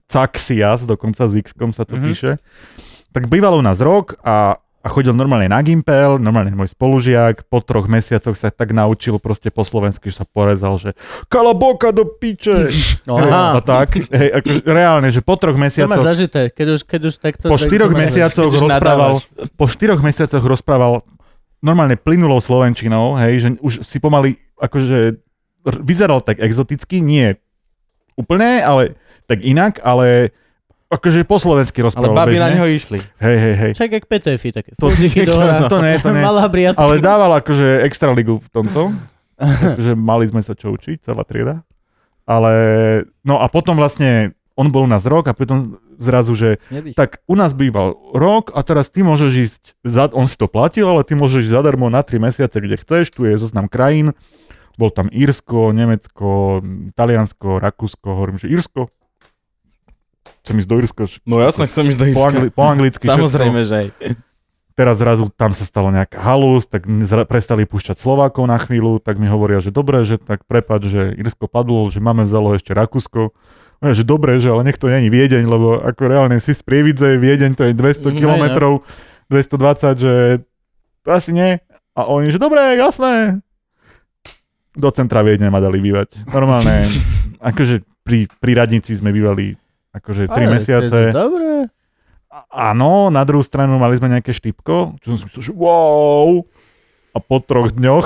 Caxias, dokonca s X-kom sa to píše. Tak býval u nás rok a chodil normálne na Gimpel, normálne môj spolužiak, po 3 mesiacoch sa tak naučil proste po slovensky, že sa porezal, že kalaboka do piče. A tak, hej, akože reálne, že po 3 mesiacoch... To má zažité, keď už takto... Po 4 mesiacoch rozprával normálne plynulou slovenčinou, hej, že už si pomaly, akože vyzeral tak exoticky, nie úplne, ale tak inak, ale... Akože po slovensky rozprával. Ale babi na neho išli. Hej. Čak jak PTFI také. To nie. Malá briadka. Ale dával akože extra ligu v tomto. Akože mali sme sa čo učiť, celá trieda. Ale, no a potom vlastne on bol u nás rok a potom zrazu, že tak u nás býval rok a teraz ty môžeš ísť, on si to platil, ale ty môžeš ísť zadarmo na 3 mesiace, kde chceš, tu je zoznam krajín. Bol tam Írsko, Nemecko, Taliansko, Rakúsko, hovorím, že Írsko. Chcem ísť do Írska. No jasne, chcem ísť do Írska. Po anglicky samozrejme, že aj. Teraz zrazu tam sa stalo nejaká halus, tak prestali púšťať Slovákov na chvíľu, tak mi hovoria, že dobre, že tak prepáč, že Írsko padlo, že máme vzalo ešte Rakúsko. Ja, že dobre, že ale nech to není Viedeň, lebo ako reálne si z Prievidze, Viedeň to je 200 kilometrov, 220, že to asi nie. A oni, že dobre, jasné. Do centra Viedne ma dali bývať. Normálne, akože pri radnici sme bývali akože 3 mesiace. Dobre. Áno, na druhú stranu mali sme nejaké štipko, čo som si myslel, že wow! A po 3 dňoch...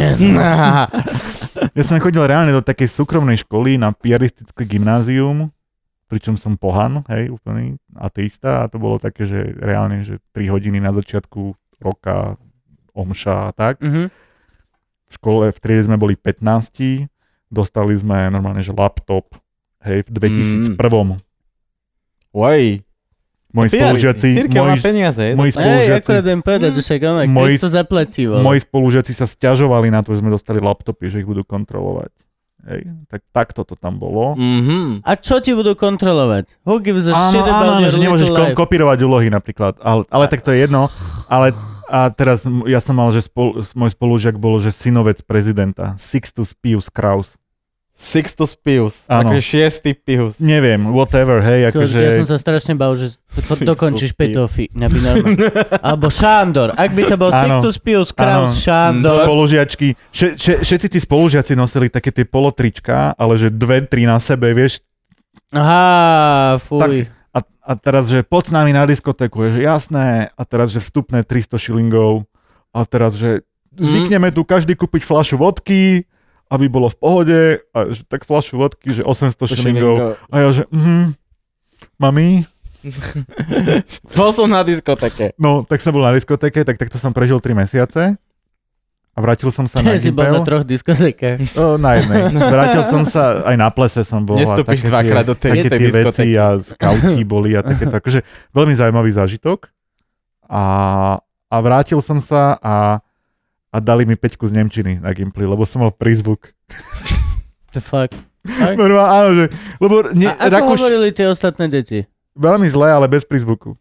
Ja som chodil reálne do takej súkromnej školy na piaristické gymnázium, pričom som pohan, hej, úplný ateista a to bolo také, že reálne, že 3 hodiny na začiatku roka, omša a tak. V škole v triede sme boli 15, dostali sme normálne, že laptop, hej, v 2001. Oj. Moji spolužiaci... akurát viem povedať, že však Kristo zaplatí. Moji spolužiaci sa sťažovali na to, že sme dostali laptopy, že ich budú kontrolovať. Hej, tak takto to tam bolo. A čo ti budú kontrolovať? Who gives a shit about your že nemôžeš kopírovať úlohy napríklad. Ale tak to je jedno. Ale a teraz ja som mal, že môj spolužiak bol, že synovec prezidenta. Sixtus Pius Kraus. Sixtus Pius, akože 6. Pius. Neviem, whatever, hej, akože... Ja som sa strašne bal, že dokončíš Petofi. Alebo Šándor. Ak by to bol Sixtus Pius Kraus, Šándor. Spolužiačky. Všetci tí spolužiaci nosili také tie polotrička, ale že 2-3 na sebe, vieš. Aha, fuj. Tak, a teraz, že poď s nami na diskotéku, je, že jasné. A teraz, že vstupné 300 šilingov. A teraz, že zvykneme tu každý kúpiť fľašu vodky, aby bolo v pohode, a že tak fľašu vodky, že 800 šilingov. A ja, že mami? Bol som na diskotéke. No, tak som bol na diskotéke, tak takto som prežil 3 mesiace. A vrátil som sa na si bol na 3 diskotékach. Na jednej. Vrátil som sa, aj na plese som bol. Nestúpiš dvakrát do tej diskotéky. Také tie veci a skauti boli a takéto. Akože veľmi zaujímavý zážitok. A vrátil som sa a dali mi 5 z nemčiny na Gimply, lebo som mal prízvuk. The fuck? Normálne, áno, že... Lebo ako hovorili tie ostatné deti? Veľmi zle, ale bez prízvuku.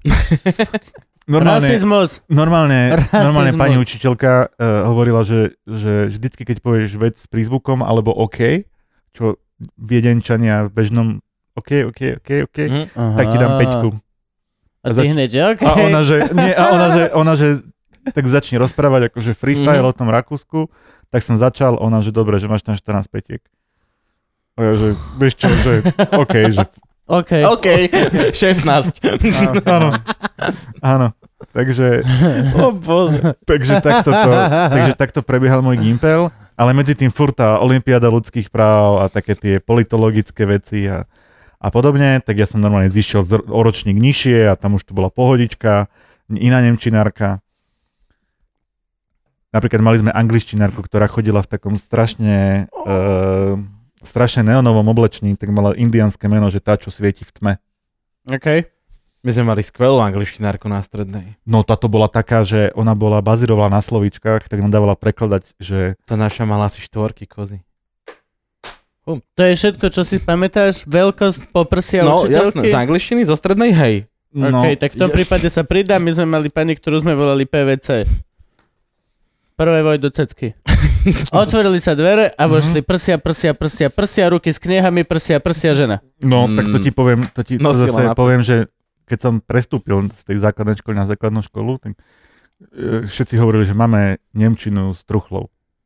Rasizmus. Normálne pani učiteľka hovorila, že vždycky, keď povieš vec s prízvukom alebo OK, čo viedenčania v bežnom OK, tak ti dám 5. A ty hneď, že OK. A ona, že tak začne rozprávať akože freestyle o tom Rakúsku, tak som začal, ona, že dobre, že máš tam 14 petiek. A ja, že vieš čo, že že... OK. 16. Áno. Takže... Bože. Takže takto prebiehal môj Gimpel, ale medzi tým furt tá olympiáda ľudských práv a také tie politologické veci a podobne, tak ja som normálne zišiel o ročník nižšie a tam už tu bola pohodička, iná nemčinárka. Napríklad mali sme angličtinárku, ktorá chodila v takom strašne neonovom oblečení, tak mala indiánske meno, že tá, čo svieti v tme. OK. My sme mali skvelú angličtinárku na strednej. No táto bola taká, že ona bola bazírovala na slovíčkach, tak nám dávala prekladať, že... Tá naša mala asi 4 kozy. To je všetko, čo si pamätáš? Veľkosť poprsia učiteľky? No jasné, z angličtiny, zo strednej, hej. OK, tak v tom prípade sa pridám, my sme mali pani, ktorú sme volali PVC. Prvé voj do cecky. Otvorili sa dvere a vošli prsia, ruky s knihami, prsia, žena. No, tak to ti poviem, to zase poviem, že keď som prestúpil z tej základnej školy na základnú školu, tak všetci hovorili, že máme nemčinu s truchlou.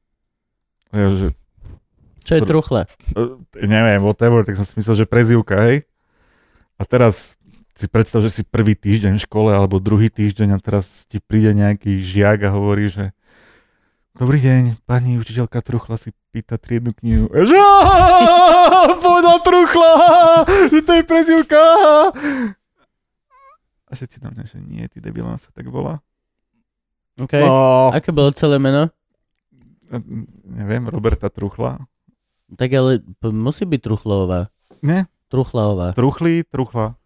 Čo je truchla? Neviem, whatever, tak som si myslel, že prezývka, hej. A teraz si predstav, že si prvý týždeň v škole alebo druhý týždeň a teraz ti príde nejaký žiak a hovorí, že dobrý deň, pani učiteľka Truchla si pýta triednu knihu. Povedal Truchla, že to je prezývka. A všetci tam že nie, ty debilná sa tak volá. OK, aké bolo celé meno? Neviem, Roberta Truchla. Tak ale musí byť Truchlová. Nie? Truchlová. Truchla.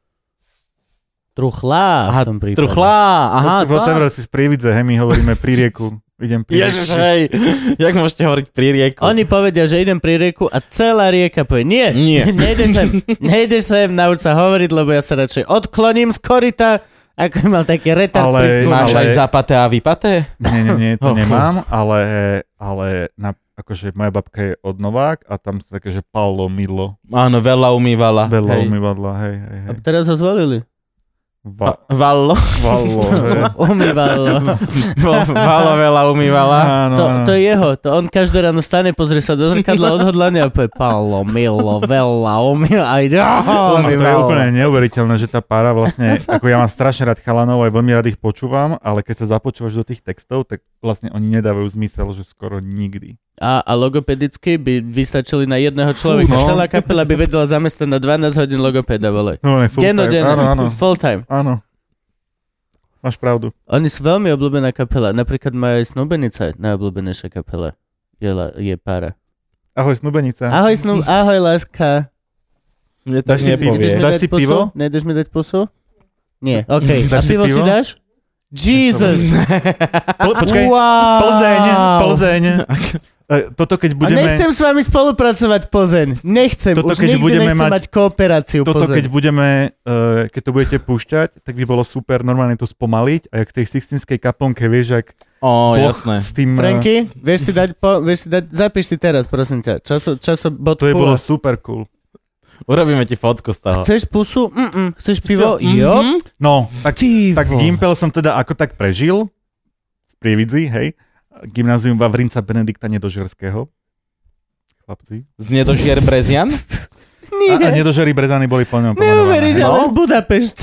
Truchlá v tom prípade. Truchlá, aha. Whatever si z Prievidze, hej, my hovoríme pri rieku. Idem pri rieku. Ježiš, hej, jak môžete hovoriť pri rieku? Oni povedia, že idem pri rieku a celá rieka povie, nie. Nejdeš sem, nauč sa hovoriť, lebo ja sa radšej odkloním z korita, ako mal taký retard pri skúmaní. Máš aj zapaté a vypaté? Nie, to nemám, ale akože moja babka je od Novák a tam sú také, že Paulo Milo. Áno, veľa umývala. Hej. A teraz ho zvolili. Vallo. Umývalo. Vallo veľa umývala. To je jeho. To on každé ráno stane, pozrie sa do zrkadla odhodlania a povie Paulo, Milo, veľa umývala. To je úplne neuveriteľné, že tá pára vlastne, ako ja mám strašne rád chalanov, aj veľmi rád ich počúvam, ale keď sa započúvaš do tých textov, tak vlastne oni nedávajú zmysel, že skoro nikdy. A logopedicky by vystačili na jedného človeka. No. Celá kapela by vedela zamestnať na 12 hodín logopeda, vole. No, dennodenne. Áno. Full time. Áno. Máš pravdu. Oni sú veľmi obľúbená kapela. Napríklad moja aj Snúbenica najobľúbenejšia kapela. Je pára. Ahoj Snúbenica. Ahoj láska. Mne tak nepovie. Dáš si pivo? Nedáš mi dať pusu? Nie, okej. A pivo si dáš? Jesus! Počkaj, wow. Plzeň. Toto keď budeme... A nechcem s vami spolupracovať Plzeň. Nechcem. Už nikdy nechcem mať kooperáciu Plzeň. Toto keď budeme, keď to budete púšťať, tak by bolo super normálne to spomaliť a jak v tej Sixtinskej kaplnke, vieš, jak jasné. S tým... Franky, vieš si dať, zapíš si teraz, prosím ťa. To je bolo super cool. Urobíme ti fotku z toho. Chceš pusu? Chceš pivo? Jo. No, tak Gimpel som teda ako tak prežil v Prievidzi, hej. Gymnázium Vavrinca Benedikta Nedožerského. Chlapci. Z Nedožier Brezian? Nie. A Nedožerí Brezany boli po ňom pomenované. Neuveríš, ale z Budapešti.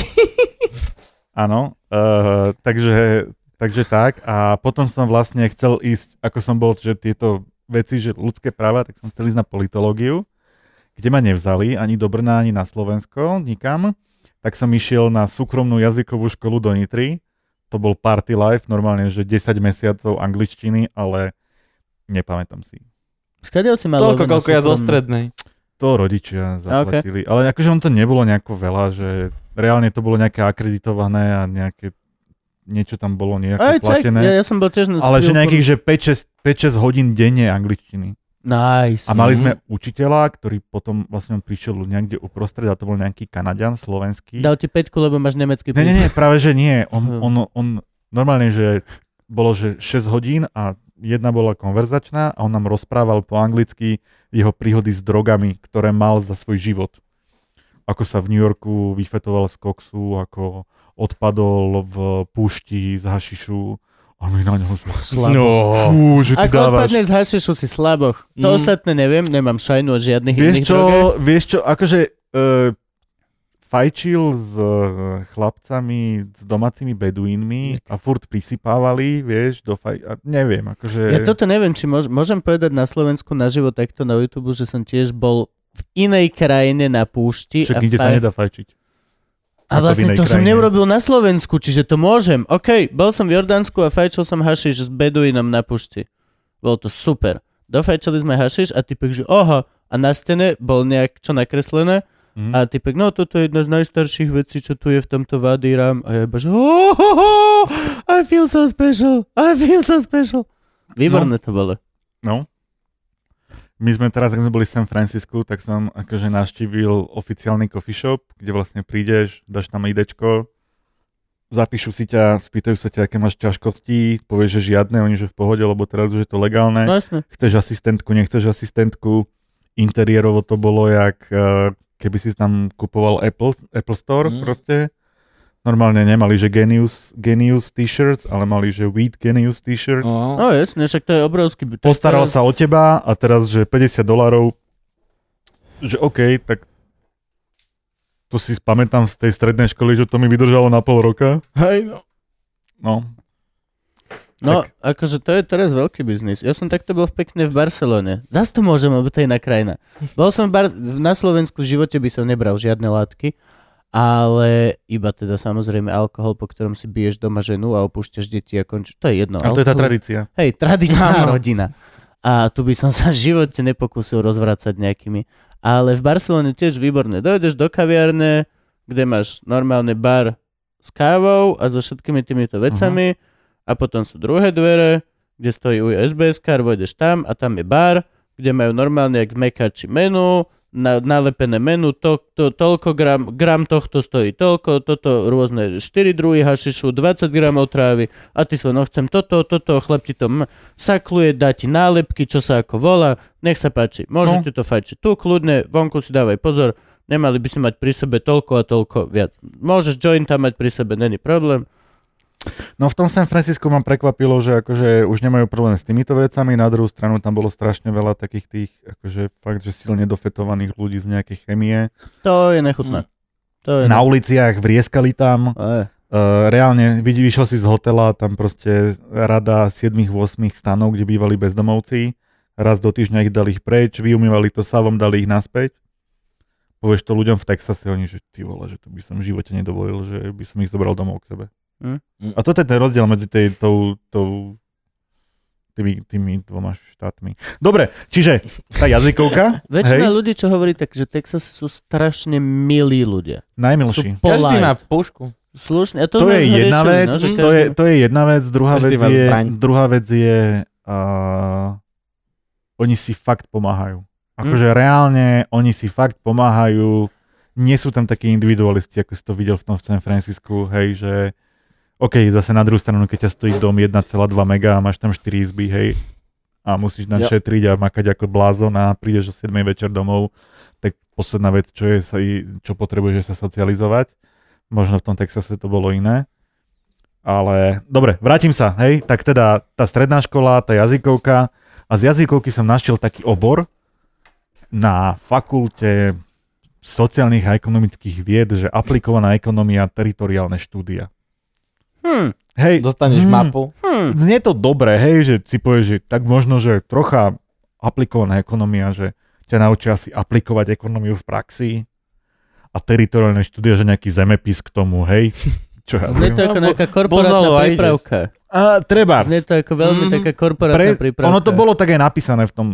Áno, takže tak. A potom som vlastne chcel ísť, ako som bol, že tieto veci, že ľudské práva, tak som chcel ísť na politológiu, kde ma nevzali ani do Brna, ani na Slovensko, nikam. Tak som išiel na súkromnú jazykovú školu do Nitry. To bol party life, normálne, že 10 mesiacov angličtiny, ale nepamätám si. Skadiaľ si mal toľko, koľko ja zo strednej. To rodičia zaplatili. Okay. Ale akože on to nebolo nejako veľa, že reálne to bolo nejaké akreditované a niečo tam bolo nejako platené. Ja som bol tiež ale že nejakých, že 5-6 hodín denne angličtiny. Nice. A mali sme učiteľa, ktorý potom vlastne on prišiel niekde uprostred a to bol nejaký Kanaďan, slovenský. Dal ti 5, lebo máš nemecký prístup. Nie, práve že nie. On normálne, že bolo, že 6 hodín a jedna bola konverzačná a on nám rozprával po anglicky jeho príhody s drogami, ktoré mal za svoj život. Ako sa v New Yorku vyfetoval z koksu, ako odpadol v púšti z hašišu. A my na ňoho slabo. Že ty ako dávaš. odpadneš z hašišu, si slaboch. To ostatné neviem, nemám šajnu od žiadnych iných drogách. Vieš čo, akože fajčil s chlapcami, s domácimi beduínmi a furt prisypávali, vieš, neviem, akože... Ja toto neviem, či môžem povedať na Slovensku naživo takto na YouTube, že som tiež bol v inej krajine na púšti. Však nikde sa nedá fajčiť. A vlastne to som neurobil na Slovensku, čiže to môžem. OK, bol som v Jordánsku a fajčil som hašiš s beduínom na púšti. Bolo to super. Dofajčili sme hašiš a typek, že oha, a na stene bol nejak čo nakreslené a typek, no toto je jedna z najstarších vecí, čo tu je v tomto Wadi Ram. A ja iba, že I feel so special. Výborné to bolo. No. My sme teraz, ak sme boli v San Francisku, tak som akože navštívil oficiálny coffee shop, kde vlastne prídeš, dáš tam idečko, zapíšu si ťa, spýtajú sa ťa, aké máš ťažkosti, povieš, že žiadne, oni že v pohode, lebo teraz už je to legálne. No, chceš asistentku, nechceš asistentku, interiérovo to bolo jak keby si tam kupoval Apple Store proste. Normálne nemali, že Genius t-shirts, ale mali, že Weed Genius t-shirts. No jasne, však to je obrovský. Postaral sa o teba a teraz, že $50, že OK, tak to si pamätám z tej strednej školy, že to mi vydržalo na pol roka. Hej, no. No, akože to je teraz veľký biznis. Ja som takto bol pekne v Barcelone. Zas to môžem, lebo to je iná krajina. Bol som na Slovensku, v živote by som nebral žiadne látky, ale iba teda samozrejme alkohol, po ktorom si biješ doma ženu a opúšťaš deti a končíš. To je jedno. A to je tá tradícia. Hej, tradičná rodina. A tu by som sa v živote nepokúsil rozvracať nejakými. Ale v Barcelone tiež výborné. Dojdeš do kaviarne, kde máš normálne bar s kávou a so všetkými týmito vecami a potom sú druhé dvere, kde stojí USB-skár, vojdeš tam a tam je bar, kde majú normálne jak v Mekači menu, nalepené menu, toľko gram tohto stojí toľko, toto rôzne 4 druhy hašišu, 20 gramov trávy a ty no chcem toto, chlap ti to sakluje, dá ti nálepky, čo sa ako volá, nech sa páči, môžete to fajčiť tu kľudne, vonku si dávaj pozor, nemali by si mať pri sebe toľko a toľko viac. Môžeš jointa mať pri sebe, není problém. No v tom San Francisco ma prekvapilo, že akože už nemajú problém s týmito vecami, na druhú stranu tam bolo strašne veľa takých tých, akože fakt, že silne dofetovaných ľudí z nejakej chemie. To je nechutné. Na uliciach vrieskali tam. Reálne, vyšiel si z hotela, tam proste rada 7-8 stanov, kde bývali bezdomovci. Raz do týždňa ich dali preč, vyumývali to savom, dali ich naspäť. Povieš to ľuďom v Texase, oni, že ty vole, že to by som v živote nedovolil, že by som ich zobral domov k sebe. A toto je ten rozdiel medzi tými dvoma štátmi. Dobre, čiže tá jazykovka. Väčšina ľudí, čo hovorí, tak, že Texas sú strašne milí ľudia. Najmilší. Každý má pušku. Slušne. To je jedna vec, to je jedna vec, druhá vec je oni si fakt pomáhajú. Akože reálne oni si fakt pomáhajú. Nie sú tam takí individualisti, ako si to videl v tom v San Francisku, hej, že OK, zase na druhú stranu, keď ťa stojí dom 1,2 mega a máš tam 4 izby, hej, a musíš nám šetriť a makať ako blázon a prídeš o 7 večer domov, tak posledná vec, čo potrebuješ, je sa socializovať. Možno v tom Texase to bolo iné. Ale dobre, vrátim sa, hej, tak teda tá stredná škola, tá jazykovka a z jazykovky som našiel taký obor na fakulte sociálnych a ekonomických vied, že aplikovaná ekonomia, teritoriálne štúdia. Hej, dostaneš mapu. Znie to dobre, hej, že si povieš, že tak možno, že trocha aplikovaná ekonomia, že ťa naučia si aplikovať ekonómiu v praxi a teritoriálne štúdia, že nejaký zemepis k tomu, hej. Čo ja Znie to ako nejaká korporátna prípravka. Treba. Znie to ako veľmi taká korporátna prípravka. Ono to bolo tak aj napísané v tom...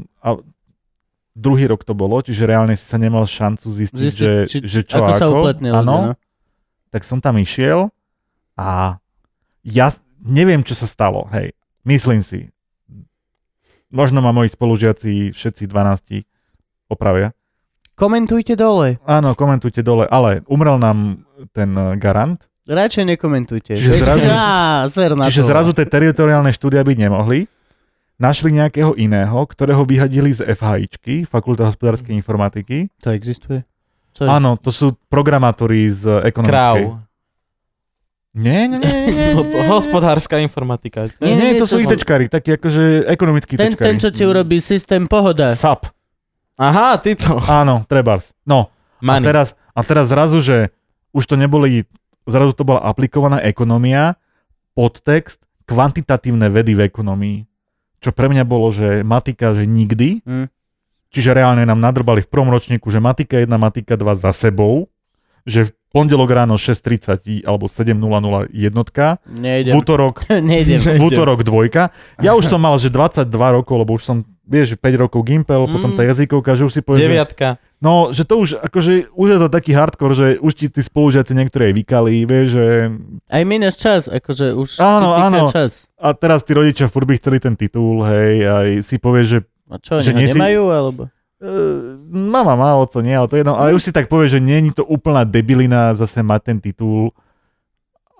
Druhý rok to bolo, čiže reálne si sa nemal šancu zistiť že čo ako. Sa upletnil. Áno, tak som tam išiel a ja neviem, čo sa stalo, hej. Myslím si. Možno ma moji spolužiaci všetci 12 opravia. Komentujte dole. Áno, komentujte dole, ale umrel nám ten garant. Radšej nekomentujte. Čiže zrazu tie teritoriálne štúdia byť nemohli. Našli nejakého iného, ktorého vyhadili z FHIčky, Fakulta hospodárskej informatiky. To existuje? Sorry. Áno, to sú programátori z ekonomickej. Nie. Hospodárska informatika. Nie, to sú ITčkári, takí akože ekonomickí ITčkári. Ten, čo ti urobí systém pohoda. SAP. Aha, títo. Áno, trebárs. No, a teraz zrazu, že už to neboli, zrazu to bola aplikovaná ekonomia, podtext, kvantitatívne vedy v ekonomii. Čo pre mňa bolo, že matika, že nikdy. Čiže reálne nám nadrbali v prvom ročníku, že matika 1, matika 2 za sebou, že v pondelok ráno 6:30 alebo 7:00 jednotka, Nejdem. v útorok dvojka. Ja už som mal, že 22 rokov, lebo už som, vieš, 5 rokov Gimpel, potom tá jazykovka, že už si povedal, deviatka. No, že to už, akože, už je to taký hardcore, že už ti tí spolužiaci niektoré vykali, vieš, že... Aj míňaš čas, akože už áno, ti týka čas. A teraz tí rodičia furt by chceli ten titul, hej, aj si povieš, že... A čo, že nemajú, alebo... Mama má, oco nie, ale to jedno. Ale už si tak povie, že nie je to úplná debilina zase mať ten titul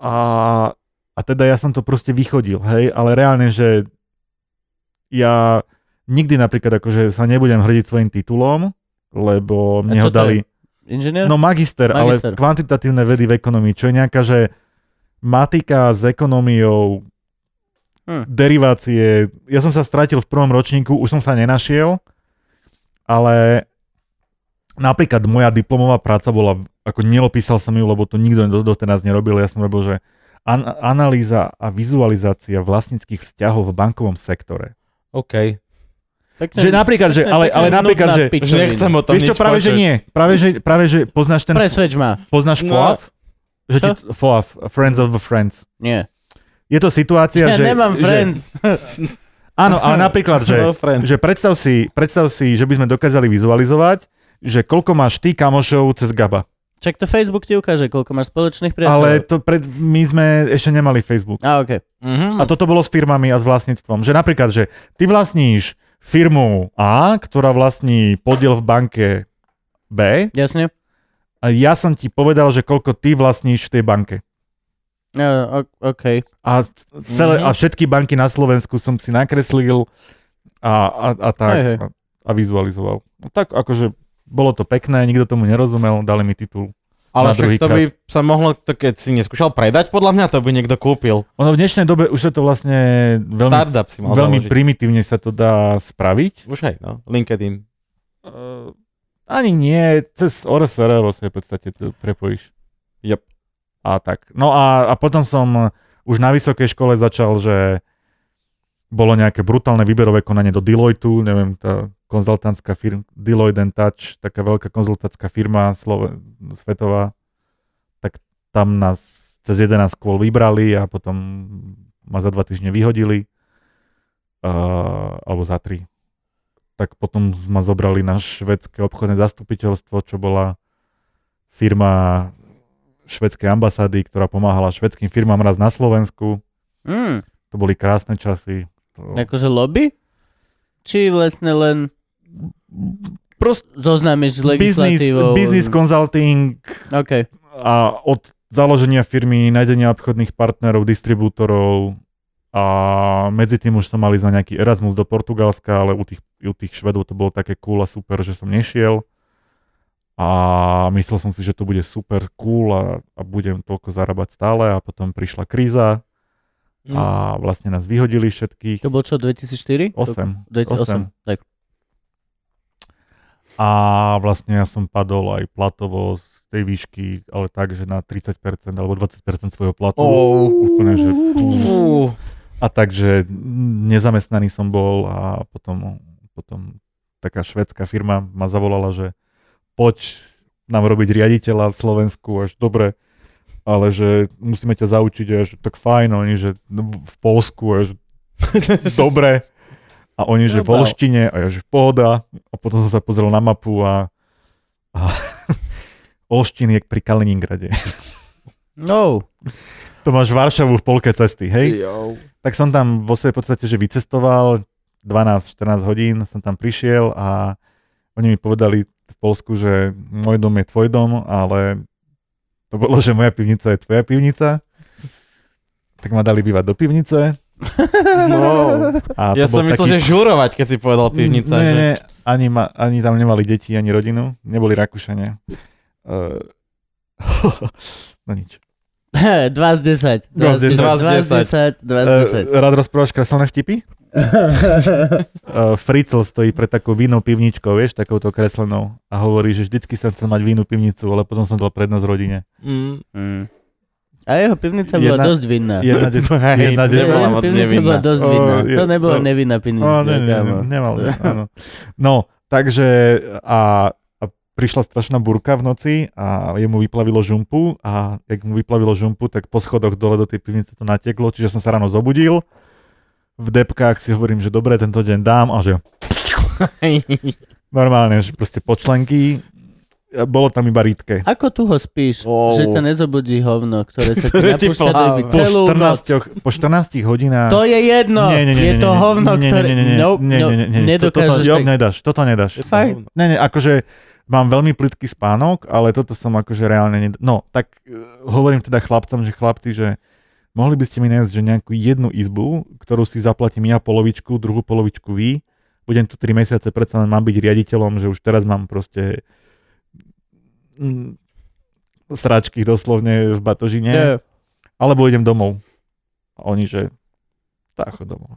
A teda ja som to proste vychodil, hej, ale reálne, že ja nikdy napríklad akože sa nebudem hrdiť svojim titulom, lebo mne ho dali... Inžinier? No magister, ale kvantitatívne vedy v ekonomii, čo je nejaká, že matika s ekonomiou, derivácie. Ja som sa stratil v prvom ročníku, už som sa nenašiel, ale napríklad moja diplomová práca bola, ako neopísal som ju, lebo to nikto doteraz nerobil, ja som robil, že analýza a vizualizácia vlastníckych vzťahov v bankovom sektore. OK. Že napríklad, že, ale napríklad, že nechcem o tom vieš čo, práve, že nie. Práve, že poznáš ten... Presvedč ma. Poznáš FOAF? Že ti, FOAF, Friends of the Friends. Nie. Je to situácia, ja že... Ja nemám friends. Áno, ale napríklad, že predstav si, že by sme dokázali vizualizovať, že koľko máš ty kamošov cez Gaba. Čak to Facebook ti ukáže, koľko máš spoločných priateľov. Ale to my sme ešte nemali Facebook. OK. A toto bolo s firmami a s vlastníctvom. Že napríklad, že ty vlastníš firmu A, ktorá vlastní podiel v banke B. Jasne. A ja som ti povedal, že koľko ty vlastníš v tej banke. OK. A všetky banky na Slovensku som si nakreslil a tak Hej. A vizualizoval. No tak akože bolo to pekné, nikto tomu nerozumel, dali mi titul. Ale však to by sa mohlo, keď si neskúšal predať, podľa mňa to by niekto kúpil. Ono v dnešnej dobe už sa to vlastne veľmi primitívne sa to dá spraviť. Už aj, no. LinkedIn. Ani nie, cez ORSR vo svojej podstate to prepojíš. Yep. A tak. No a potom som už na vysokej škole začal, že bolo nejaké brutálne výberové konanie do Deloitu, neviem, tá konzultantská firma, Deloitte & Touch, taká veľká konzultantská firma svetová, tak tam nás cez 11 škôl vybrali a potom ma za 2 týždne vyhodili, alebo za 3. Tak potom ma zobrali na švédske obchodné zastupiteľstvo, čo bola firma švédskej ambasády, ktorá pomáhala švédskym firmám raz na Slovensku. To boli krásne časy. Akože lobby? Či vlastne len zoznámiš s legislatívou? Business consulting. Okay. A od založenia firmy, nájdenia obchodných partnerov, distribútorov a medzi tým už som mali za nejaký Erasmus do Portugalska, ale u tých Švedov to bolo také cool a super, že som nešiel. A myslel som si, že to bude super cool a budem toľko zarábať stále a potom prišla kríza a vlastne nás vyhodili všetkých. To bolo čo, 2004? 2008. Tak. A vlastne ja som padol aj platovo z tej výšky, ale tak, že na 30% alebo 20% svojho platu. Úplne, že... A takže nezamestnaný som bol a potom taká švédská firma ma zavolala, že poď nám robiť riaditeľa v Slovensku, až dobre, ale že musíme ťa zaučiť, až tak fajn, oni, že v Poľsku, až dobre. A oni, že v olštine, a ja, že pohoda. A potom som sa pozrel na mapu a Olštín je pri Kaliningrade. No. To máš Varšavu v polke cesty, hej? Jo. Tak som tam vo svojej podstate, že vycestoval 12-14 hodín, som tam prišiel a oni mi povedali v Poľsku, že môj dom je tvoj dom, ale to bolo, že moja pivnica je tvoja pivnica. Tak ma dali bývať do pivnice. No. A ja som myslel, že žurovať, keď si povedal pivnica. Nie, ani tam nemali deti, ani rodinu. Neboli Rakúšania. No nič. 2 z 10. Rád rozprávaš kreslené vtipy? Fritzl stojí pred takou vínou pivničkou, vieš, takouto kreslenou a hovorí, že vždycky som chcel mať vínu pivnicu, ale potom som dal prednosť rodine. A jeho pivnica bola dosť vinná. Jedna nebola moc nevinná. Dosť vinná. To nebola nevinná pivnica. Nemal, áno. No, takže a prišla strašná búrka v noci a jemu vyplavilo žumpu a jak mu vyplavilo žumpu, tak po schodoch dole do tej pivnice to nateklo, čiže som sa ráno zobudil. V depkách si hovorím, že dobre, tento deň dám a že normálne, že proste počlenky. Bolo tam iba rýdke. Ako tu ho spíš, že ťa nezobudí hovno, ktoré sa ti napúšťa do iby celú noc? Po 14 hodinách... To je jedno, je to hovno, ktoré... Nedokážeš tak... Toto nedáš. Fakt? Nie, akože mám veľmi plytký spánok, ale toto som akože reálne... No, tak hovorím teda chlapcom, že mohli by ste mi nájsť, že nejakú jednu izbu, ktorú si zaplatím ja polovičku, druhú polovičku vy, budem tu 3 mesiace, predsa len mám byť riaditeľom, že už teraz mám proste sračky doslovne v batožine, alebo idem domov. A oni, že tak chod domov.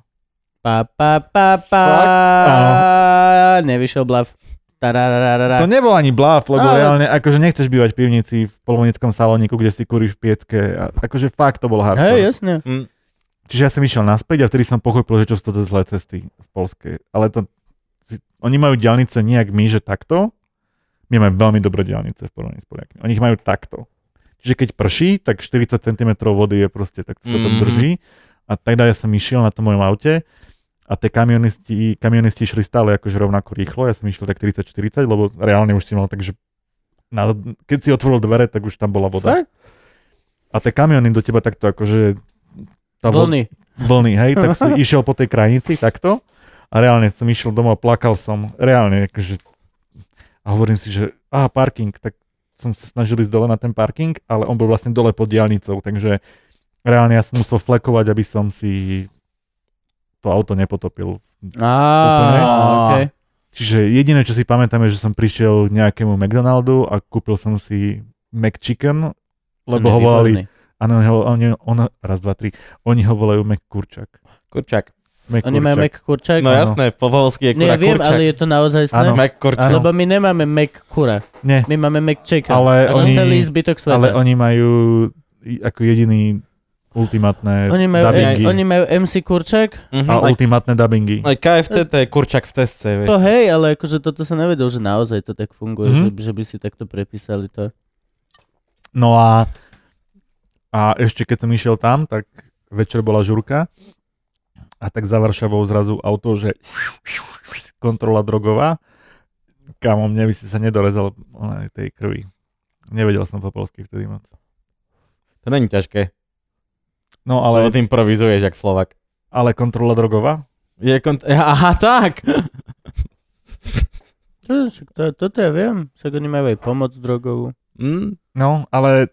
Nevyšiel blav. To nebol ani bláv, lebo reálne, akože nechceš bývať v pivnici v polovonickom salóniku, kde si kúriš v piecke. Akože fakt to bol hardcore. Hej, jasne. Čiže ja som išiel naspäť a vtedy som pochopil, že čo sú to zlé cesty v Polske. Ale to, oni majú diaľnice nejak my, že takto. My máme veľmi dobré diaľnice v porovnaní s Poliakmi. Oni ich majú takto. Čiže keď prší, tak 40 cm vody je proste, tak sa to drží. A teda ja som išiel na tom mojom aute a tie kamionisti išli stále akože rovnako rýchlo, ja som išiel tak 30-40, lebo reálne už si mal tak, že keď si otvoril dvere, tak už tam bola voda. A tie kamiony do teba takto akože... Vlny, hej, tak si išiel po tej krajnici takto a reálne som išiel domov a plakal som, reálne akože... A hovorím si, že parking, tak som sa snažil ísť dole na ten parking, ale on bol vlastne dole pod diaľnicou, takže reálne ja som musel flekovať, aby som si to auto nepotopil. Okay. Čiže jediné, čo si pamätám, je, že som prišiel k nejakému McDonaldu a kúpil som si McChicken, lebo ho volali... Áno, raz, dva, tri. Oni ho volajú McKurčak. Kurčak. Oni majú McKurčak? No jasné, po voľsky je kura. Ja viem, ale je to naozaj sné. McKurčak. Lebo my nemáme McKura. Nie. My máme McChicken. Ale celý zbytok sveta. Ale oni majú ako jediný ultimátne dubbingy. Oni majú MC Kurčak a ultimátne dubbingy. Aj KFC to je Kurčak v testce. To hej, ale akože toto sa nevedel, že naozaj to tak funguje, že by si takto prepísali to. No a ešte keď som išiel tam, tak večer bola žurka a tak za Varšavou zrazu auto, že kontrola drogová. Kámo, mne by si sa nedorezal tej krvi. Nevedel som po polsky vtedy moc. To není ťažké. No ale... Lebo tým improvizuješ, jak Slovak. Ale kontrola drogová? Aha, tak! Toto ja viem. Však oni majú aj pomoc drogovú. No, ale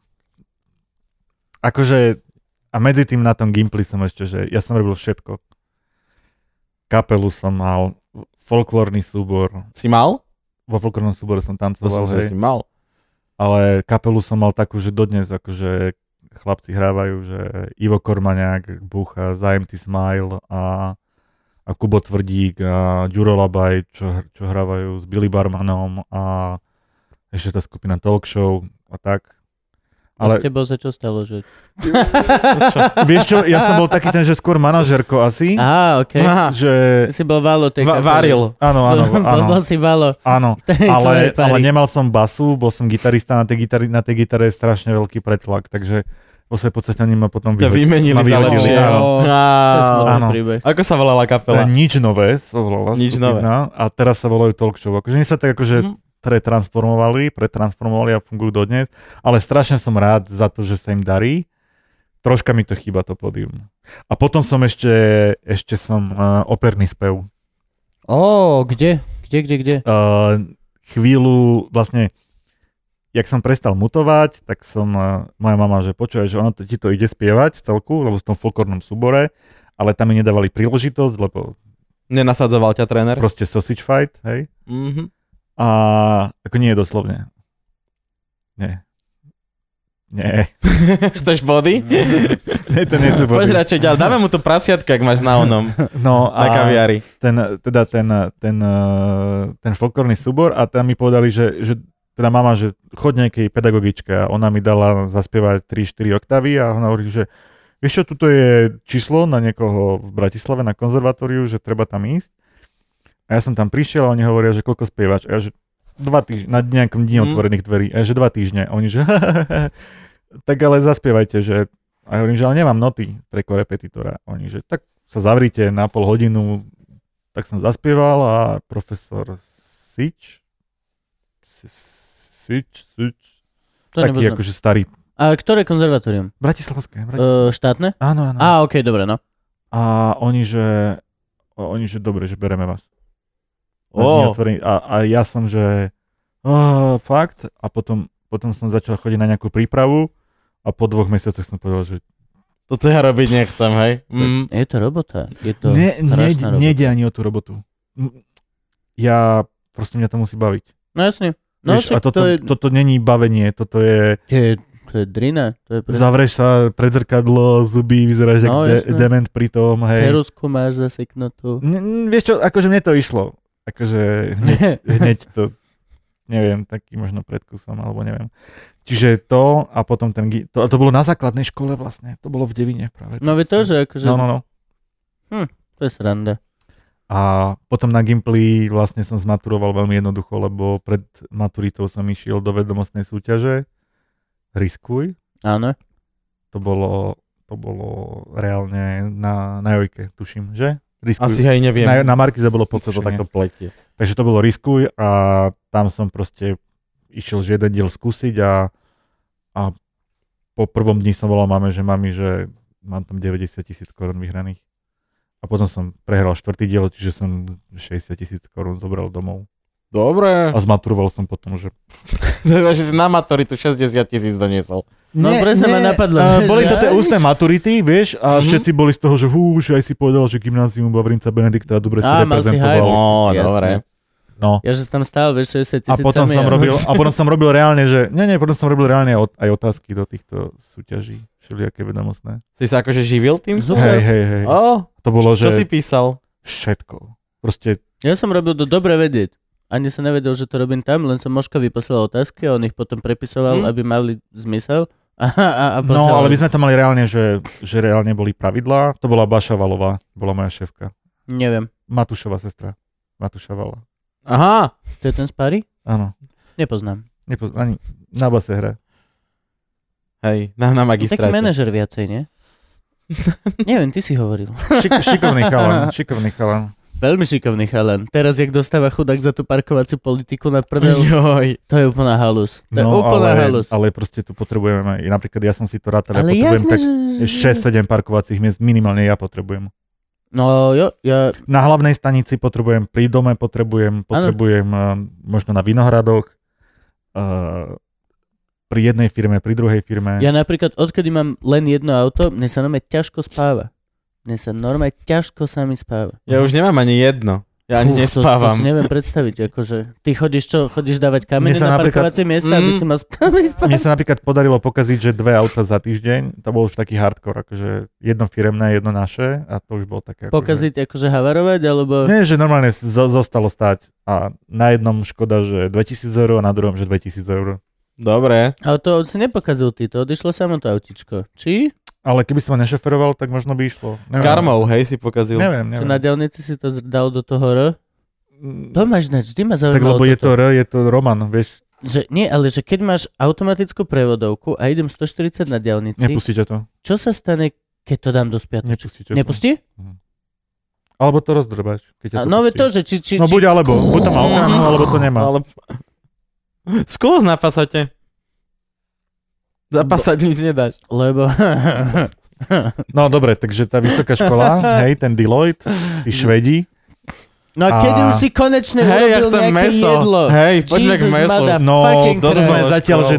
akože a medzi tým na tom Gimply som ešte, že ja som robil všetko. Kapelu som mal, folklórny súbor. Si mal? Vo folklórnom súbore som tancoval. To som, že si mal. Ale kapelu som mal takú, že dodnes akože chlapci hrávajú, že Ivo Kormaňák, Bucha, Zajem Ty Smile a Kubo Tvrdík a Ďuro Labaj, čo hrávajú s Billy Barmanom a ešte tá skupina Talk Show a tak. Ale... S tebou sa čo stalo? Že... Vieš čo, ja som bol taký ten, že skôr manažerko asi. Aha, okej. Že... Ty si bol Valo. Varil. Áno. Bol si Valo. Áno, ale nemal som basu, bol som gitarista, na tej gitare je strašne veľký pretlak, takže vo svojej podstate oni ma potom vymenili za lepšie. Áno. Ako sa volala kapela? Nič nové sa volala. Nič nové. A teraz sa volajú Talk Show. Akože oni sa tak akože pretransformovali a fungujú dodnes, ale strašne som rád za to, že sa im darí. Troška mi to chýba, to pódium. A potom som ešte som operný spev. Kde? Chvíľu, vlastne, jak som prestal mutovať, tak som, moja mama, že počuje, že ono ti to ide spievať v celku, lebo v tom folklórnom súbore, ale tam mi nedávali príležitosť, lebo... Nenasadzoval ťa tréner? Proste sausage fight, hej? Mhm. A ako nie je doslovne. Nie. Chceš body? Nie, to nie sú body. Poď radšej ďalej, dáme mu to prasiatko, ak máš na onom. No na kaviári. Ten folklórny súbor a tam mi povedali, že teda mama, že chod nejakej pedagogičke a ona mi dala zaspievať 3-4 oktavy a ona hovorí, že vieš čo, tuto je číslo na niekoho v Bratislave na konzervatóriu, že treba tam ísť. A ja som tam prišiel a oni hovoria, že koľko spievaš. A ja, že 2 týždne, na nejakom dni otvorených dverí. A ja, že 2 týždne. A oni, že tak ale zaspievajte, že... A ja hovorím, že ale nemám noty pre korepetitora. A oni, že tak sa zavrite na pol hodinu. Tak som zaspieval a profesor Sič, taký akože starý. A ktoré konzervatórium? Bratislavské. Štátne? Áno. Okej, dobre, no. A oni, že dobre, že bereme vás. A ja som, že Fakt. A potom som začal chodiť na nejakú prípravu a po 2 mesiacoch som povedal, že toto ja robiť nechcem, hej? Je to robota. Je to strašná robota. Nejde ani o tú robotu. Ja, proste mňa to musí baviť. No jasne. No, Víš, a toto není bavenie, toto je... To je drina. Zavrieš sa pred zrkadlo, zuby, vyzeráš jak dement pri tom, hej. Ceruzku máš zaseknutú. Vieš čo, akože mne to išlo. Akože hneď to, neviem, taký možno predkusom, alebo neviem. Čiže to a potom to bolo na základnej škole vlastne, to bolo v Devine práve. No to, že akože... No. To je sranda. A potom na Gimply vlastne som zmaturoval veľmi jednoducho, lebo pred maturitou som išiel do vedomostnej súťaže. Riskuj. Áno. To bolo reálne na Jojke, tuším, že? Riskuj. Asi hej, neviem. Na Markize bolo to takto pletie. Takže to bolo Riskuj a tam som proste išiel že jeden diel skúsiť a po prvom dni som volal mame, že mám tam 90,000 korún vyhraných. A potom som prehral 4. diel, čiže som 60,000 korún zobral domov. Dobre. A zmaturoval som potom, že... Takže si na maturitu 60,000 doniesol. No presne ma napadlo. Boli to tie ústne maturity, vieš, a všetci boli z toho, že že aj si povedal, že gymnázium Vavrinca Benedikta dobre si reprezentoval. Dobre. No. Ja, že tam stál, vieš, 60,000. A potom som robil reálne, že... potom som robil reálne aj otázky do týchto súťaží. Všelijaké vedomostné. Si sa akože živil tým? Hej. To bolo, že... Čo si písal? Všetko. Proste... Ja som robil to dobre vedieť. Ani som nevedel, že to robím tam, len som Moškovi poslal otázky a on ich potom prepisoval, aby mali zmysel. A no, ale my sme tam mali reálne, že reálne boli pravidlá. To bola Baša Valová, bola moja šéfka. Neviem. Matúšova sestra. Matúša Vala. Aha. To je ten z Páry? Áno. Nepoznám. Ani na base hra. Hej, na magistráte. Taký manažer viacej, nie? Neviem, ty si hovoril. Šikovný chalan. Veľmi šikovný chalan. Teraz, jak dostáva chudák za tú parkovaciu politiku na prdel, to je úplná halus. Ale proste tu potrebujeme, napríklad ja som si to rátal, ja potrebujem tak 6-7 parkovacích miest, minimálne ja potrebujem. No jo, ja... Na hlavnej stanici potrebujem, pri dome potrebujem možno na Vinohradoch, pri jednej firme, pri druhej firme. Ja napríklad, odkedy mám len jedno auto, mne sa normálne ťažko spáva. Ja už nemám ani jedno. Ja ani nespávam. To si neviem predstaviť, akože ty chodíš dávať kamene na parkovacie miesta, aby si ma spáliť. Mne sa napríklad podarilo pokaziť, že 2 auta za týždeň, to bol už taký hardcore, akože jedno firemné, jedno naše a to už bolo také. Pokaziť akože havarovať, alebo... Nie, že normálne zostalo stáť a na jednom škoda, že 2,000 eur a na druhom, že 2,000 eur. Dobre. Ale to si nepokazil ty, to odišlo samo to autičko. Či? Ale keby som ho nešoferoval, tak možno by išlo. Karmou, hej, si pokazil. Neviem. Čo na diaľnici si to dal do toho R? To máš vždy ma zaujímalo. Tak lebo je to R, je to Roman, vieš. Že, nie, ale že keď máš automatickú prevodovku a idem 140 na diaľnici. Nepustíte to. Čo sa stane, keď to dám do spiatočky? Nepustí? Alebo to rozdrbáš. No to, že či... No buď alebo, buď to má ochranu, alebo to nemá. Skús na Passate. Zapasať nič nedáš. Lebo... No dobre, takže tá vysoká škola, hej, ten Deloitte, tí Švedi. No a kedy už si konečne urobil nejaké meso. jedlo? Hej, poďme k mesu. No, to sme zatiaľ, že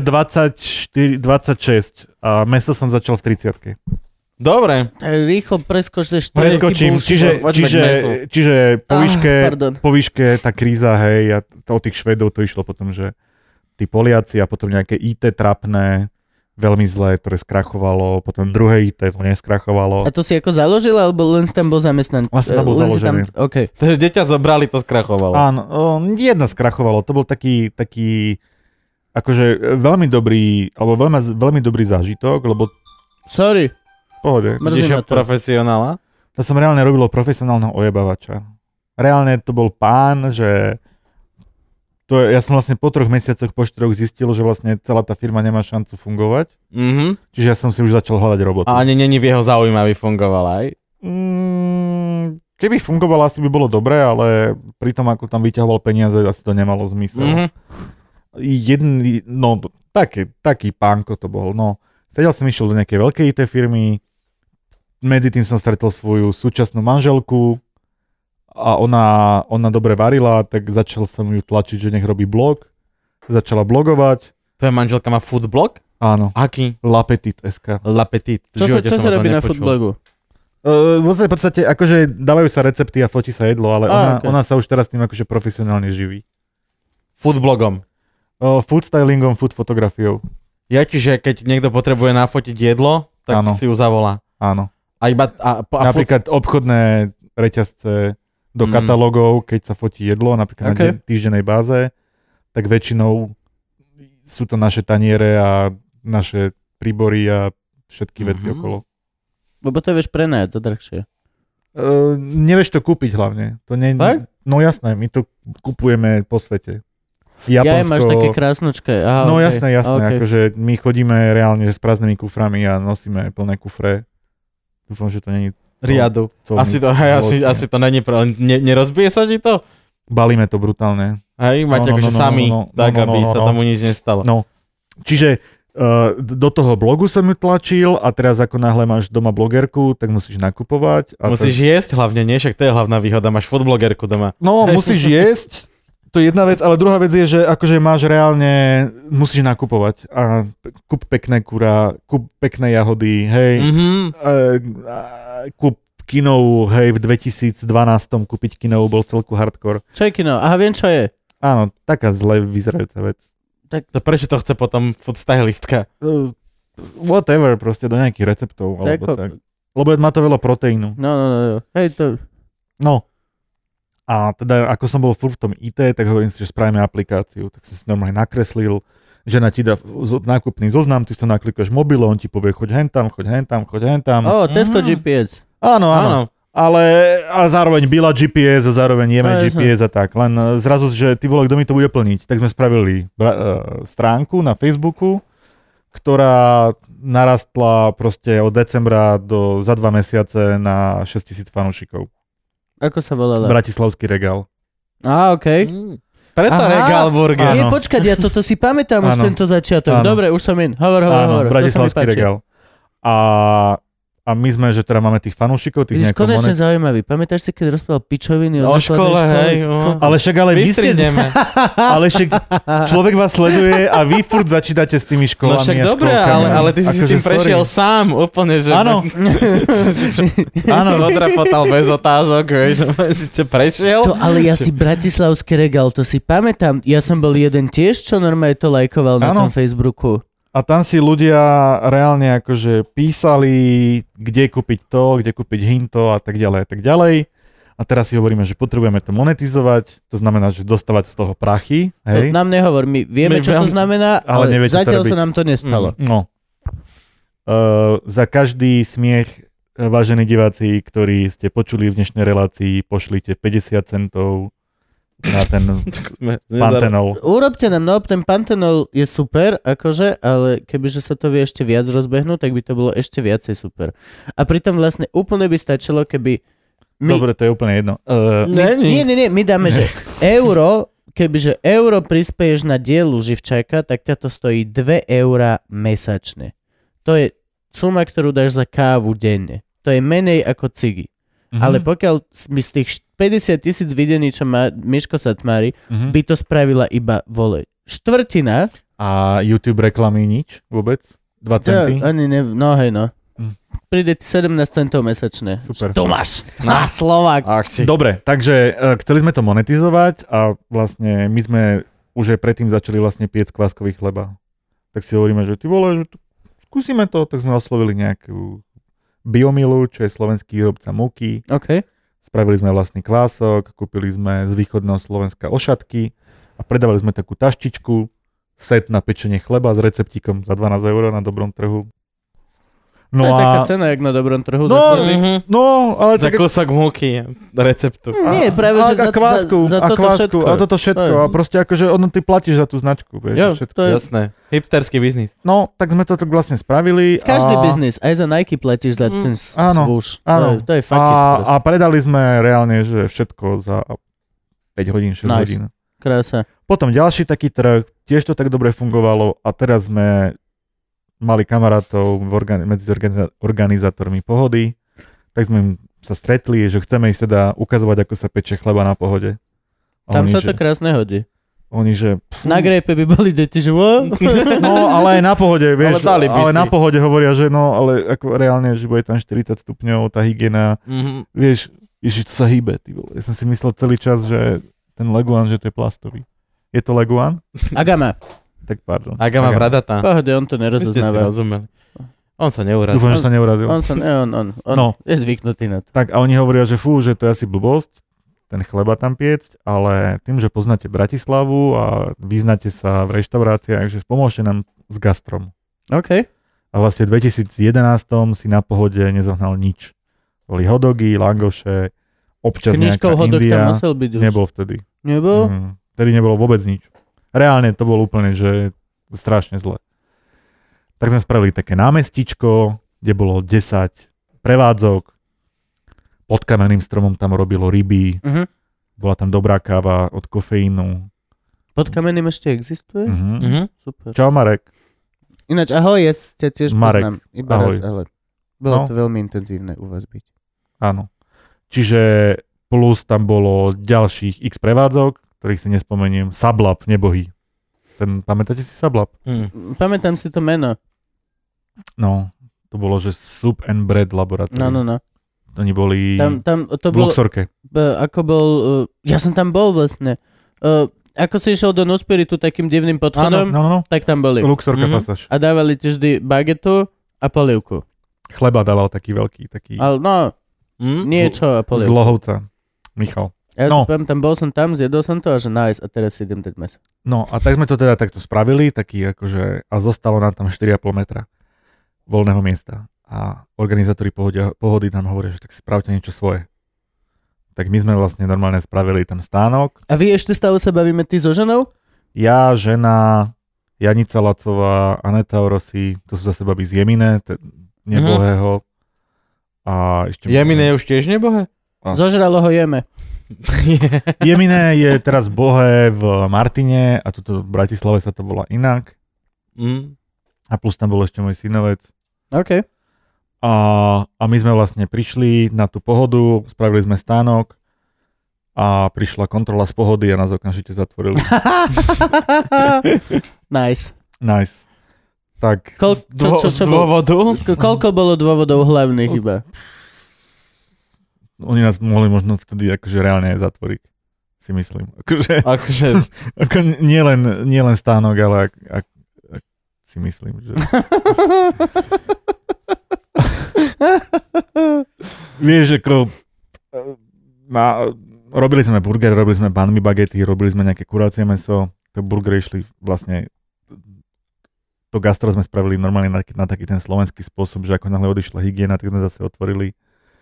26 a meso som začal v 30-ke. Dobre. Rýchlo preskočíš Preskočím, čiže po výške tá kríza, hej, a od tých Švedov to išlo potom, že tí Poliaci a potom nejaké IT trapné, veľmi zlé, ktoré skrachovalo, potom druhé IT to neskrachovalo. A to si ako založil, alebo len si tam bol zamestnaný? Vlastne tam bol založený. Okay. Takže deťa zobrali, to skrachovalo. Áno, jedna skrachovalo, to bol taký akože veľmi dobrý, alebo veľmi dobrý zážitok, lebo... Sorry. Pohode. Ideš profesionála? To som reálne robil profesionálneho ojebavača. Reálne to bol pán, že... Ja som vlastne po 3 mesiacoch, po 4 zistil, že vlastne celá tá firma nemá šancu fungovať. Čiže ja som si už začal hľadať robotu. A ani není v jeho záujme, aby fungovala, aj? Keby fungovala, asi by bolo dobré, ale pri tom, ako tam vyťahoval peniaze, asi to nemalo zmysel. Taký pánko to bol. No, sedel som išiel do nejakej veľkej IT firmy, medzi tým som stretol svoju súčasnú manželku, a ona dobre varila, tak začal som ju tlačiť, že nech robí blog. začala blogovať. Tvoja manželka má foodblog? Áno. Aký? L'Appetit.sk. L'Appetit. Čo sa robí na foodblogu? V podstate, akože dávajú sa recepty a fotí sa jedlo, ale ona sa už teraz tým akože profesionálne živí. Foodblogom? Food stylingom, food fotografiou. Čiže keď niekto potrebuje nafotiť jedlo, tak si ju zavolá. Áno. Napríklad obchodné reťazce do katalógov, keď sa fotí jedlo, napríklad na týždennej báze, tak väčšinou sú to naše taniere a naše príbory a všetky veci okolo. Lebo to vieš prenajať za drahšie. Nevieš to kúpiť hlavne. To no jasné, my to kupujeme po svete. Ja Japonsko. máš také krásnočké. Aha, no jasné. Akože my chodíme reálne s prázdnymi kuframi a nosíme plné kufre. Dúfam, že to není riadu. Asi to není nerozbije sa ti to? Balíme to brutálne. Hej, máte akože sami, aby sa tomu nič nestalo. No, čiže do toho blogu som ju tlačil a teraz ako náhle máš doma blogerku, tak musíš nakupovať. Musíš jesť hlavne, nie? Však to je hlavná výhoda, máš foodblogerku doma. No, musíš jesť. To je jedna vec, ale druhá vec je, že akože máš reálne, musíš nakupovať a kúp pekné kura, kúp pekné jahody, hej, kúp kinovú, hej, v 2012 kúpiť kinovú bol celku hardcore. Čo je kino? Aha, viem, čo je. Áno, taká zle vyzerajúca vec. Tak to prečo to chce potom food stylistka? Whatever, proste do nejakých receptov, alebo tak. Lebo má to veľa proteínu. No. Hej, to... No. A teda, ako som bol furt v tom IT, tak hovorím si, že spravíme aplikáciu. Tak som si normálne nakreslil, žena ti dá nákupný zoznam, ty si to naklikuješ mobilom, on ti povie, choď hentam. Tesco GPS. Áno. Ale a zároveň byla GPS a zároveň jeme GPS a tak. Len zrazu, že ty vole, kto mi to bude plniť. Tak sme spravili stránku na Facebooku, ktorá narastla proste od decembra za 2 mesiace na 6,000 fanúšikov. Ako sa volala? Bratislavský regál. Okej. Preto regál burger. Nie, počkať, ja toto si pamätám už tento začiatok. Dobre, už som in. Hovor. Bratislavský regál. A my sme, že teda máme tých fanúšikov, tých nejako konečne zaujímavý. Pamätáš si, keď rozprával pičoviny o škole, hej. Ale však vy ste... Ale však človek vás sleduje a vy furt začínate s tými školami. No však dobre, ale ty si s tým prešiel sám úplne, že... Áno. Áno. Odrapotal bez otázok, vieš, si to prešiel. Ale ja si bratislavský regál, to si pamätám. Ja som bol jeden tiež, čo normálne to lajkoval na tom Facebooku. A tam si ľudia reálne akože písali, kde kúpiť to, kde kúpiť hinto a tak ďalej. A teraz si hovoríme, že potrebujeme to monetizovať, to znamená, že dostávať z toho prachy. Hej? No, nám nehovor, my vieme, čo to znamená, ale zatiaľ sa nám to nestalo. Za každý smiech, vážení diváci, ktorí ste počuli v dnešnej relácii, pošlite 50 centov na ten Pantenol. Urobte nám, ten Pantenol je super, akože, ale kebyže sa to vie ešte viac rozbehnúť, tak by to bolo ešte viacej super. A pritom vlastne úplne by stačilo, keby... Dobre, to je úplne jedno. Nie, my dáme, že kebyže euro prispieješ na dielu Živčáka, tak ťa to stojí 2 eurá mesačne. To je suma, ktorú dáš za kávu denne. To je menej ako cigy. Ale pokiaľ by z tých 50,000 videní, čo má Miško Satmári, by to spravila iba štvrtina. A YouTube reklamy nič vôbec? 2 centy? Ani Príde ti 17 centov mesačne. Super. To máš na Slovák. Dobre, takže chceli sme to monetizovať a vlastne my sme už aj predtým začali vlastne piec kváskový chleba. Tak si hovoríme, že ty vole, že skúsime to, tak sme oslovili nejakú Biomilu, čo je slovenský výrobca múky. Okay. Spravili sme vlastný kvások, kúpili sme z východného Slovenska ošatky a predávali sme takú taštičku, set na pečenie chleba s receptíkom za 12 € na dobrom trhu. No to je taká cena, jak na dobrom trhu. Ale za kúsok múky receptu. Nie, práve, že za toto všetko. A toto všetko. A proste akože ty platíš za tú značku. Vieš, všetko. To je... Jasné. Hipsterský biznis. No, tak sme to tak vlastne spravili. Každý biznis. Aj za Nike platíš za ten svúš. Áno. To je fakt. A predali sme reálne, že všetko za 5 hodín, 6 hodín. Krása. Potom ďalší taký trh. Tiež to tak dobre fungovalo. A teraz sme mali kamarátov medzi organizátormi Pohody, tak sme im sa stretli, že chceme ísť teda ukazovať, ako sa pečie chleba na Pohode. Tam sa to krásne hodí. Oni, že... Na grejpe by boli deti, že No, ale aj na pohode, vieš, ale na pohode hovoria, že no, ale ako reálne, že bude tam 40 stupňov, tá hygiena, vieš, Ježiš, to sa hýbe, ty vole. Ja som si myslel celý čas, že ten Leguan, že to je plastový. Je to Leguan? Agama. Tak pardon. Agama vradatá. Pohode, on to nerozoznáva. On sa neurazil. Dúfam, že sa neurazil. On je zvyknutý na to. Tak a oni hovoria, že fú, že to je asi blbosť, ten chleba tam piecť, ale tým, že poznáte Bratislavu a vyznáte sa v reštauráciách, že pomôžte nám s gastrom. OK. A vlastne v 2011 si na pohode nezohnal nič. Boli hodogy, langoše, občas Knižkou nejaká hodok India. tam musel byť už. Nebol vtedy. Nebol? Vtedy nebolo vôbec nič. Reálne to bolo úplne, že strašne zle. Tak sme spravili také námestičko, kde bolo 10 prevádzok. Pod kamenným stromom tam robilo ryby. Bola tam dobrá káva od kofeínu. Pod kamenným ešte existuje? Super. Čau Marek. Ináč ahoj, ja ťa tiež Marek. poznám. Iba Ahoj. raz, ale bolo to veľmi intenzívne u vás byť. Áno. Čiže plus tam bolo ďalších x prevádzok, ktorých si nespomeniem. Sablab, nebohý. Pamätáte si Sablab? Pamätám si to meno. No, to bolo, že Soup and Bread laboratórium. No. Oni boli Tam to v bolo, Luxorke. ako bol, ja som tam bol vlastne. Ako si išiel do Nuspiritu takým divným podchodom, No. tak tam boli. Luxorka pasáž. A dávali ti vždy bagetu a polievku. Chleba dával taký veľký, taký Ale no, niečo a z polievku. Lohovca. Michal. Ja si pamätám, bol som tam, zjedol som to a že nice, a teraz si idem dať meso. No a tak sme to teda takto spravili, taký akože, a zostalo nám tam 4,5 metra voľného miesta. A organizátori pohody nám hovoria, že tak spravte niečo svoje. Tak my sme vlastne normálne spravili tam stánok. A vy ešte stále sa bavíme ty so ženou? Ja, žena, Janica Lacová, Aneta Orosi, to sú zase baby z Jemine, nebohého. A ešte... Jemine je už tiež nebohé? Zožralo ho jeme. Jemine je teraz bohé v Martine a tuto v Bratislave sa to volá inak. A plus tam bol ešte môj synovec. OK. A my sme vlastne prišli na tú pohodu, spravili sme stánok a prišla kontrola z pohody a nás okamžite zatvorili. Nice. Tak z dôvodu? Koľko bolo dôvodov hlavných iba? Oni nás mohli možno vtedy akože reálne aj zatvoriť, si myslím. Ako nie len stánok, ale si myslím, že... Vieš, ako robili sme burgery, robili sme banmi bagety, robili sme nejaké kurácie mäso, to burgery išli vlastne, to gastro sme spravili normálne na taký ten slovenský spôsob, že ako náhle odišla hygiena, tak sme zase otvorili.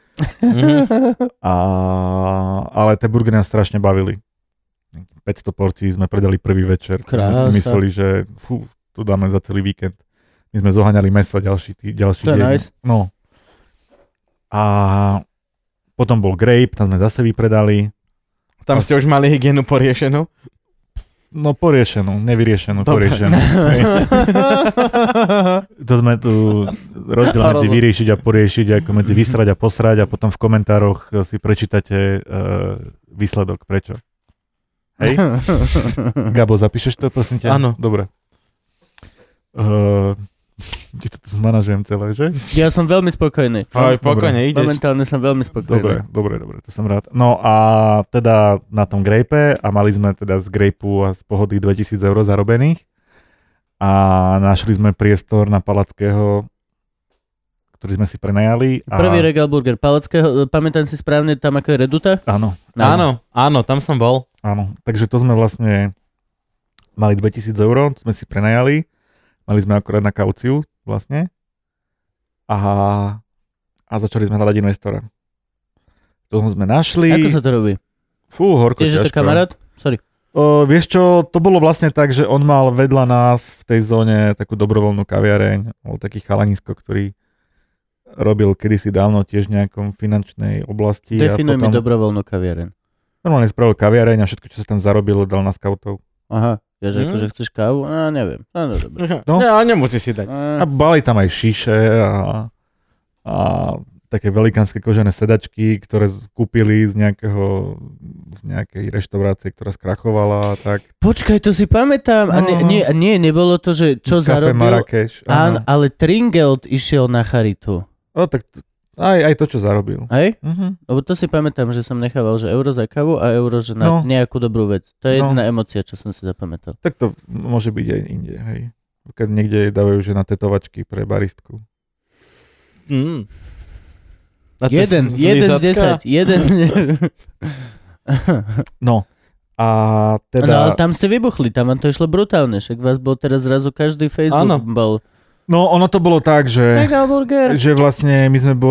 Ale tie burgery nás strašne bavili. 500 porcií sme predali prvý večer. Krása. Si mysleli, že to dáme za celý víkend. My sme zoháňali mäso ďalší to deň. Nice. No. A potom bol Grape, tam sme zase vypredali. Tam ste už mali hygienu poriešenú? No poriešenú, nevyriešenú, poriešenú. To sme tu rozdiel medzi vyriešiť a poriešiť, ako medzi vysrať a posrať a potom v komentároch si prečítate výsledok, prečo. Hej? Gabo, zapíšeš to, prosím ťa? Áno. Dobre. Ti to zmanažujem celé, že? Ja som veľmi spokojný. Aj, spokojne, ideš. Momentálne som veľmi spokojný. Dobre, to som rád. No a teda na tom Grape a mali sme teda z Grapeu a z pohody 2000 eur zarobených a našli sme priestor na Palackého, ktorý sme si prenajali. Prvý regál burger Palackého, pamätám si správne tam ako je Reduta? Áno. Áno, tam som bol. Áno, takže to sme vlastne mali 2000 eur, sme si prenajali. Mali sme akorát na kauciu vlastne a začali sme hľadať investora. To sme našli. Ako sa to robí? Horko Tiež je to kamarát? Sorry. Vieš čo, to bolo vlastne tak, že on mal vedľa nás v tej zóne takú dobrovoľnú kaviareň. Bol taký chalanisko, ktorý robil kedysi dávno tiež v nejakom finančnej oblasti. Definuj mi dobrovoľnú kaviareň. Normálne spravil kaviareň a všetko, čo sa tam zarobil, dal na skautov. Aha. Že akože chceš kávu? No, neviem. No, dobre. No, nemusíš si dať. A bali tam aj šiše a také velikánske kožené sedačky, ktoré kúpili z nejakej reštaurácie, ktorá skrachovala a tak. Počkaj, to si pamätám. A nie, nebolo to, že čo Café zarobil. Marrakeš. Áno, ale Tringelt išiel na charitu. Tak aj to, čo zarobil. Hej? Lebo to si pamätám, že som nechával, že euro za kávu a euro, že na nejakú dobrú vec. To je jedna emócia, čo som si zapamätal. Tak to môže byť aj inde, hej. Keď niekde dávajú, že na tetovačky pre baristku. Jeden z 10. No. A teda... No ale tam ste vybuchli, tam vám to išlo brutálne, však vás bol teraz zrazu každý Facebook bol. No ono to bolo tak, že vlastne my sme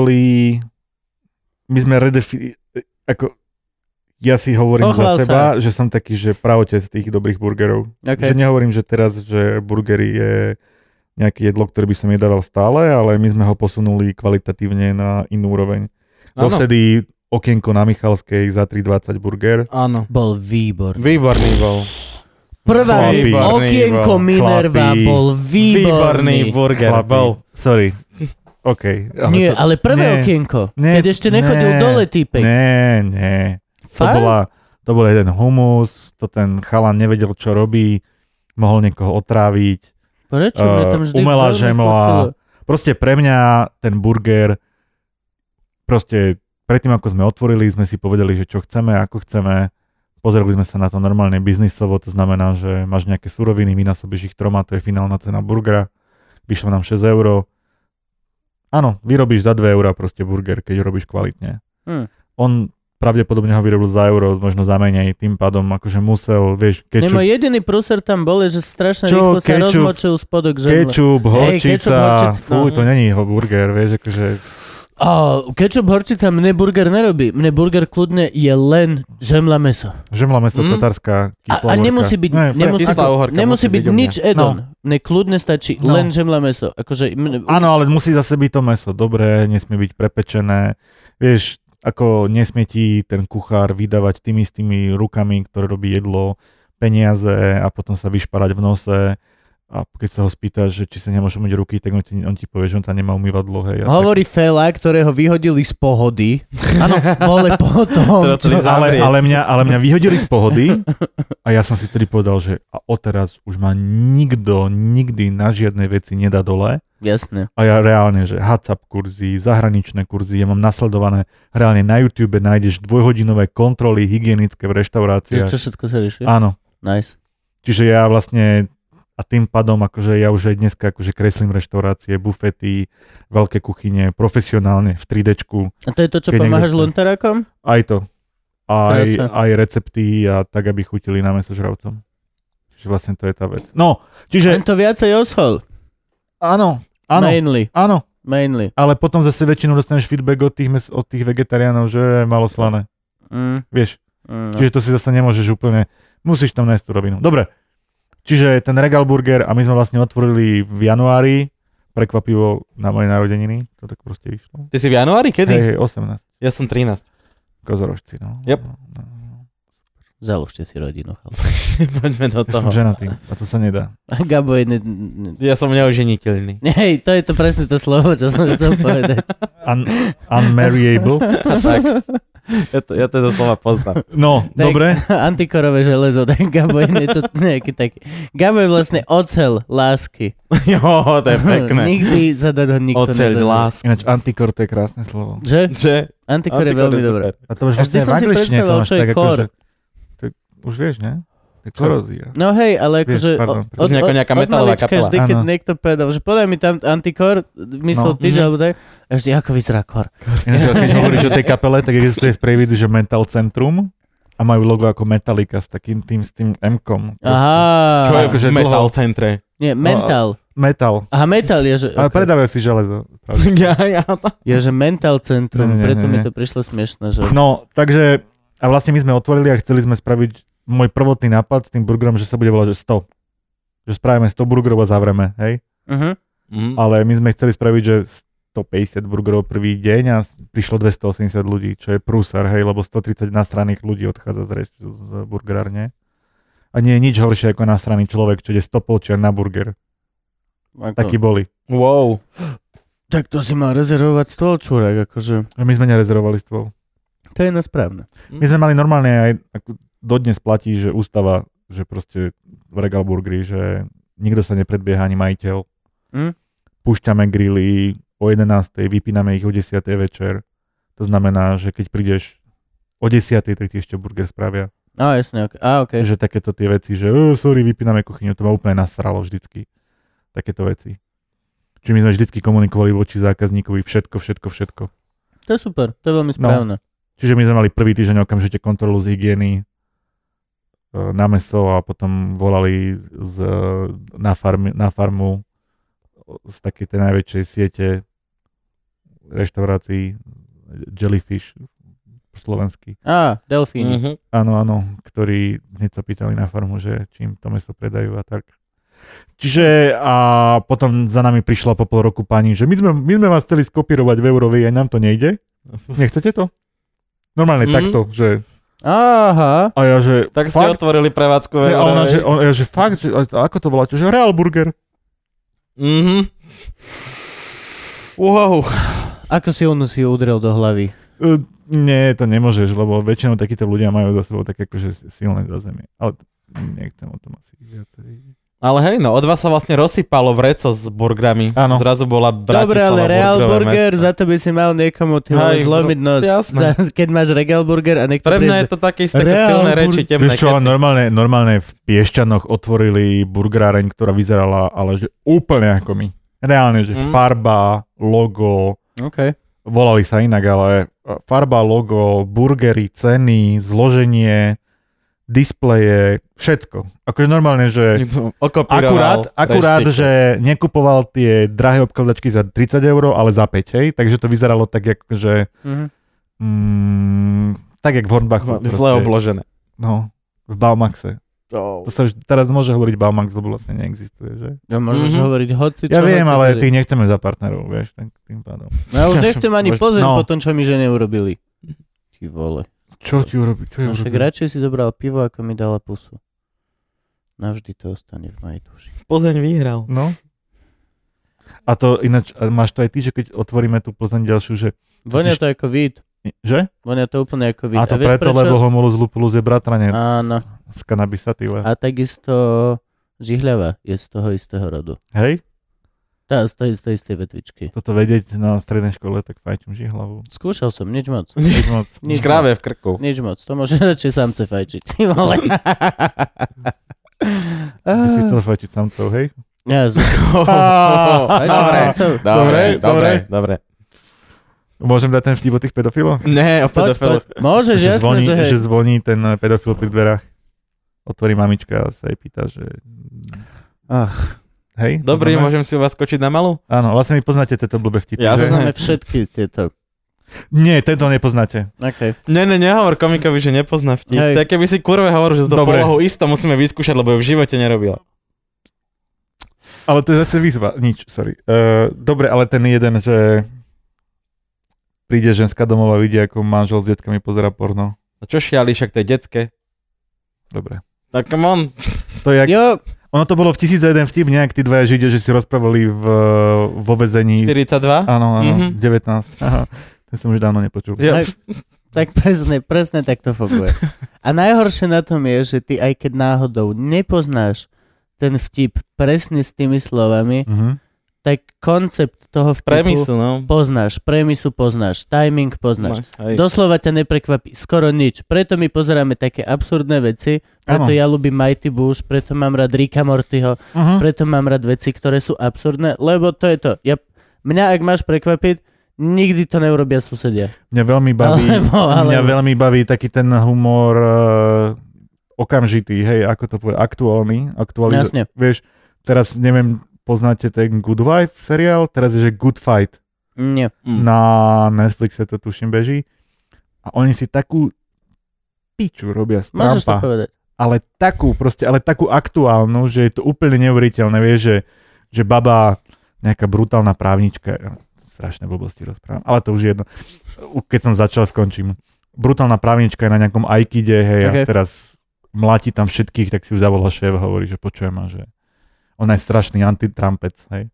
ako ja si hovorím za seba, že som taký, že pravotec tých dobrých burgerov. Okay. Že nehovorím, že teraz, že burgery je nejaké jedlo, ktoré by som jedával stále, ale my sme ho posunuli kvalitatívne na inú úroveň. Vtedy okienko na Michalskej za 3,20 burger. Áno. Bol výborný. Výborný bol. Prvá okienko Minerva bol výborný burger. Sorry. OK. Nie, ale prvé okienko. Keď ešte nechodil dole týpek. Nie. To bol jeden humus, to ten chalan nevedel, čo robí, mohol niekoho otráviť. Prečo? Umelá žemla. Proste pre mňa ten burger, proste predtým, ako sme otvorili, sme si povedali, že čo chceme, ako chceme. Pozerali sme sa na to normálne biznisovo, to znamená, že máš nejaké suroviny, vynásobíš ich 3, to je finálna cena burgera. Vyšlo nám 6 €. Áno, vyrobíš za 2 € proste burger, keď ho robíš kvalitne. On pravdepodobne ho vyrobil za euro, možno za menej, tým pádom akože musel, vieš, kečup. Jediný prúser tam bol, že strašne rýchlo sa rozmočil spodok žemle. Kečup, horčica, to není jeho burger, vieš, akože... Kečup, horčica, mne burger nerobí. Mne burger kľudne je len žemla meso. Žemla meso, tatárska, kyslá a nemusí byť, nemusí byť nič edon. Mne kľudne stačí len žemla meso. Akože, áno, ale musí zase byť to meso dobré, nesmie byť prepečené. Vieš, ako nesmie ti ten kuchár vydávať tými istými rukami, ktoré robí jedlo, peniaze a potom sa vyšparať v nose. A keď sa ho spýtaš, že či sa nemôže myť ruky, tak on ti povie, že on tam nemá umývadlo. Hej, hovorí tak... Fela, ktorého vyhodili z pohody. Áno, vole potom. Ale mňa vyhodili z pohody a ja som si vtedy povedal, že a odteraz už ma nikto nikdy na žiadnej veci nedá dole. Jasne. A ja reálne, že HACCP kurzy, zahraničné kurzy, ja mám nasledované, reálne na YouTube nájdeš 2-hodinové kontroly hygienické v reštauráciách. Čo všetko sa rieši? Áno. Nice. Čiže ja vlastne... A tým pádom, akože ja už aj dneska akože kreslím reštaurácie, bufety, veľké kuchyne, profesionálne, v 3Dčku. A to je to, čo pomáhaš luntarákom? Aj to. Aj recepty a tak, aby chutili na mäsožravcom. Čiže vlastne to je tá vec. No, čiže... Len to viacej oshol. Áno. Mainly. Áno. Mainly. Ale potom zase väčšinou dostaneš feedback od tých vegetariánov, že je malo slané. Vieš? Čiže to si zase nemôžeš úplne... Musíš tam nájsť tú rovinu. Dobre. Čiže ten Regal Burger a my sme vlastne otvorili v januári, prekvapivo na moje narodeniny, to tak proste vyšlo. Ty si v januári? Kedy? Hej, 18. Ja som 13. Kozorožci, no. Yep. Založte si rodinu. Poďme do toho. Ja som ženatý a to sa nedá. Gabo je... Ja som neoženiteľný. Hej, to je to presne to slovo, čo som chcel povedať. Unmarriable. Tak. Ja to doslova poznám. No, tak, dobre. Antikorové železo, tak Gabo je niečo nejaký taký. Gabo je vlastne ocel lásky. Jo, to je pekné. Nikdy sa do toho nikto oceľ lásky. Ináč antikor, to je krásne slovo. Že? Antikor je veľmi dobré. A to už vlastne v angličtine to máš tak akože... Už vieš, ne? To je korózia. No hej, ale akože od malička vždy, keď niekto povedal, že podaj mi tam antikor, myslel ty, že alebo tak, a vždy, ako vyzerá kor. Keď hovoríš o tej kapele, tak existuje v Prievidzi, že Mental Centrum a majú logo ako Metallica s takým tým M-kom. Aha. Čo je v Metal Centre? Nie, Mental. Metal. Aha, Metal je, že... Ale predávajú si železo. Je, že Mental Centrum, preto mi to prišlo smiešné, že... No, takže, a vlastne my sme otvorili a chceli sme spraviť môj prvotný nápad s tým burgerom, že sa bude volať, že 100. Že spravíme 100 burgerov a zavreme, hej? Ale my sme chceli spraviť, že 150 burgerov prvý deň a prišlo 280 ľudí, čo je prúsar, hej, lebo 130 nasraných ľudí odchádza z burgerárne. A nie je nič horšie ako nasraný človek, čo ide 100 polčiar na burger. Takí boli. Wow. Tak to si mal rezervovať stôl, čurák, akože. My sme nerezervovali stôl. To je nesprávne. My sme mali normálne aj, ako dodnes platí, že ústava, že proste v Regal Burgeri, že nikto sa nepredbieha, ani majiteľ. Púšťame grily o 11:00, vypíname ich o 10:00 večer. To znamená, že keď prídeš o 10:00, tak ti ešte burger spravia. Jasne, okay. Že takéto tie veci, že sorry, vypíname kuchyňu, to ma úplne nasralo vždycky. Takéto veci. Čiže my sme vždycky komunikovali voči zákazníkovi všetko. To je super, to je veľmi správne. Čiže my sme mali prvý týždeň okamžite kontrolu z hygieny na mäso a potom volali na farmu z takej tej najväčšej siete reštaurácií Jellyfish slovenský. Delfíny. Áno, ktorí hneď sa pýtali na farmu, že čím to mäso predajú a tak. Čiže a potom za nami prišla po pol roku pani, že my sme vás chceli skopírovať v Eurovii a nám to nejde. Nechcete to? Normálne takto, že... Aha. A ja, že... Tak ste otvorili prevádzku v Eurovii. A ja, že fakt, že, ako to voláte? Že Real Burger. Wow. Ako si on si udrel do hlavy? Nie, to nemôžeš, lebo väčšinou takíto ľudia majú za sebou také akože silné zázemie. Ale nechcem o tom asi viacej. Ale hej, od vás sa vlastne rozsypalo vreco s burgerami. Áno. Zrazu bola Bratislava. Dobre, ale Real Burger, mesto. za to by si mal niekomu zlomiť nos. Keď máš Regal Burger a niekto Pre mňa je to také silné reči, temné keci. Vieš čo, normálne v Piešťanoch otvorili burgeráreň, ktorá vyzerala, ale že úplne ako my. Reálne, že farba, logo. Okay. Volali sa inak, ale farba, logo, burgery, ceny, zloženie, displeje, všetko. Akože normálne, že akurát že nekupoval tie drahé obkladačky za 30 €, ale za 5, hej? Takže to vyzeralo tak, akože tak, jak v Hornbachu. Zle obložené. No, v Baumaxe. To sa už teraz môže hovoriť Baumax, lebo vlastne neexistuje, že? Ja môžeš hovoriť hoci čo. Ja viem, ale tých nechceme za partnerov, vieš, tým pádom. Ja už nechcem ani pozrieť po tom, čo mi žene urobili. Ty vole. Čo ti urobí? No však radšej si zobral pivo, ako mi dala pusu. Navždy to ostane v mojej duši. Plzeň vyhral. No. A to ináč, máš to aj ty, že keď otvoríme tú Plzeň ďalšiu, že... Vonia to ako vít. Že? Vonia to úplne ako vít. A to preto, lebo homolus lupulus je bratranec z cannabisatile. A takisto žihľava je z toho istého rodu. Hej? Tá, z tej istej vetvičky. Toto vedieť na strednej škole, tak fajčím žihlavu. Skúšal som, nič moc. Nič kráve v krku. Nič moc, to môže radšej samce fajčiť. Ty vole. Ty si chcel fajčiť samcov, hej? Ja fajčiť samcov. Dobre. Môžem dať ten vtip o tých pedofiloch? Nie, o pedofiloch. Môžeš, jasne, že hej. Že zvoní ten pedofil pri dverách. Otvorí mamička a sa jej pýta, že... Hej? Dobrý, môžem si u vás skočiť na malú? Áno, vlastne my poznáte tieto blbé vtipy. Ja poznáme všetky tieto. Nie, tento nepoznáte. Okay. Nehovor komikovi, že nepozná vtip. Tak keby si kurve hovoril, že to polohu isto musíme vyskúšať, lebo ju v živote nerobila. Ale to je zase výzva. Nič, sorry. Dobre, ale ten jeden, že príde ženská domov a vidí, ako manžel s deckami pozerá porno. A čo šiali, však to je detské. Dobre. Tak come on. To je ono to bolo v 1001 vtip, nejak tí dvaja Židia, že si rozprávali vo väzení. 42? Áno, 19. Aha, ten som už dávno nepočul. Tak presne tak to funguje. A najhoršie na tom je, že ty aj keď náhodou nepoznáš ten vtip presne s tými slovami, tak koncept toho vtipu premisu poznáš, timing poznáš. Doslova ťa neprekvapí skoro nič. Preto my pozeráme také absurdné veci, preto ja ľúbim Mighty Boosh, preto mám rád Ricka Mortyho, preto mám rád veci, ktoré sú absurdné, lebo to je to. Mňa ak máš prekvapiť, nikdy to neurobia susedia. Mňa veľmi baví taký ten humor okamžitý, hej, ako to povedať, aktuálny. Jasne. Vieš, teraz neviem, poznáte ten Good Wife seriál? Teraz je, že Good Fight. Nie. Na Netflixe to tuším beží. A oni si takú piču robia z Trumpa. Môžeš to povedať. Ale takú aktuálnu, že je to úplne neuveriteľné. Vieš, že baba, nejaká brutálna právnička, strašné blbosti rozprávam, ale to už je jedno. Keď som začal, skončím. Brutálna právnička je na nejakom aikide, hej, a teraz mláti tam všetkých, tak si ju zavolá šéf a hovorí, že počujem ma, že ona je strašný antitrumpec, hej.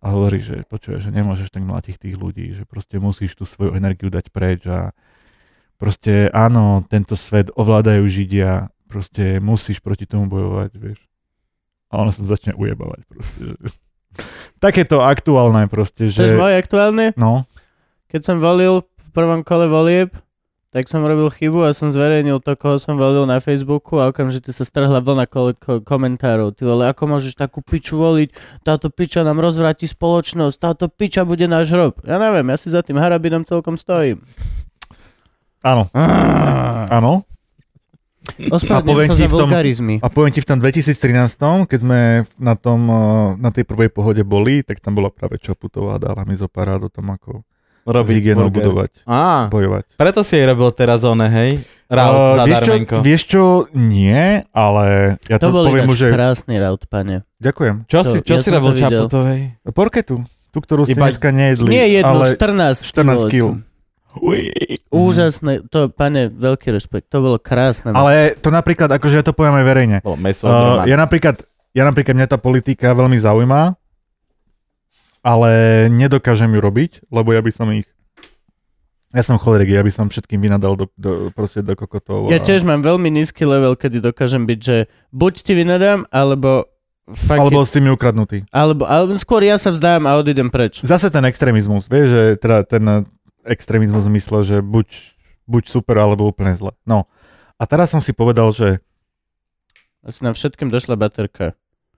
a hovorí, že počuješ, že nemôžeš tak mlátiť tých ľudí, že proste musíš tú svoju energiu dať preč a proste áno, tento svet ovládajú Židia, proste musíš proti tomu bojovať, vieš. A ono sa začne ujebávať proste. Že... Takéto aktuálne proste, že... Chceš moje aktuálne? No. Keď som volil v prvom kole volieb, tak som robil chybu a som zverejnil to, koho som volil na Facebooku a okamžite sa strhla vlna komentárov. Ty vole, ako môžeš takú piču voliť? Táto piča nám rozvráti spoločnosť, táto piča bude náš hrob. Ja neviem, ja si za tým Harabinom celkom stojím. Áno. Áno. Ospravedlňujem sa za vulgarizmy. A poviem ti v tom 2013, keď sme na tej prvej pohode boli, tak tam bola práve Čaputová, dala mi zo pár rád o tom, ako s hygienou budovať, bojovať. Preto si jej robil teraz hej? Raut za darmenko. Vieš čo, nie, ale ja to poviem už, že... To bol krásny raut, pane. Ďakujem. Čo si robil Čaputovej? Porketu. Tú, ktorú ste dneska nejedli. Nie jednu, 14 kg. Úžasné, to, pane, veľký rešpekt, to bolo krásne. Ale to napríklad, akože ja to poviem aj verejne. Ja napríklad mňa tá politika veľmi zaujíma, ale nedokážem ju robiť, lebo ja som cholerik, ja by som všetkým vynadal do kokotov. Ja tiež mám veľmi nízky level, kedy dokážem byť, že buď ti vynadám, alebo si mi ukradnutý. Alebo skôr ja sa vzdám a odídem preč. Zase ten extrémizmus, vieš, že teda ten extrémizmus v zmysle, že buď super, alebo úplne zle. No. A teraz som si povedal, že... Asi nám všetkým došla baterka.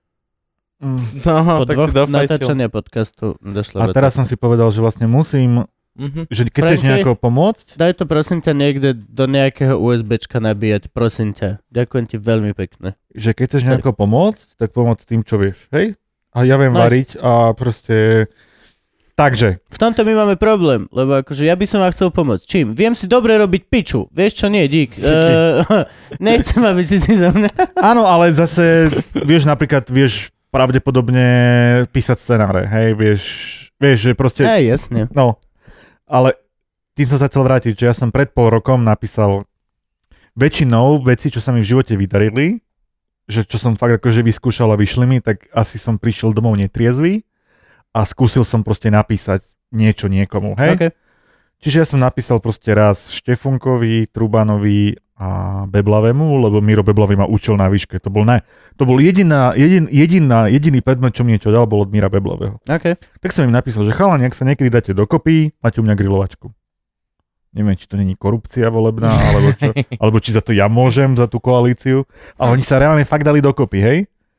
No, po dvoch natáčania podcastu došla baterka. A teraz som si povedal, že vlastne musím... Že keď chceš nejako pomôcť... Daj to prosím ťa niekde do nejakého USBčka nabíjať, prosím ťa. Ďakujem ti veľmi pekne. Že keď chceš nejako pomôcť, tak pomôcť tým, čo vieš, hej? A ja viem variť a proste... Takže. V tomto my máme problém, lebo akože ja by som vám chcel pomôcť. Čím? Viem si dobre robiť piču. Vieš čo, nie, dík. Nechcem, aby si za mňa... Áno, ale zase, vieš, napríklad, pravdepodobne písať scenáre, hej, vieš, že proste... Jasne. No, ale tým som sa chcel vrátiť, že ja som pred pol rokom napísal väčšinou veci, čo sa mi v živote vydarili, že čo som fakt akože vyskúšal a vyšli mi, tak asi som prišiel domov netriezvy a skúsil som proste napísať niečo niekomu, hej? Okay. Čiže ja som napísal proste raz Štefunkovi, Trubanovi a Beblavému, lebo Miro Beblavý ma učil na výške. To bol jediný predmet, čo mi niečo dal, bol od Mira Beblavého. Okay. Tak som im napísal, že chalani, ak sa niekedy dáte dokopy, máte u mňa grilovačku. Neviem, či to není korupcia volebná, alebo čo, alebo či za to ja môžem, za tú koalíciu. A oni sa reálne fakt dali dokopy, hej?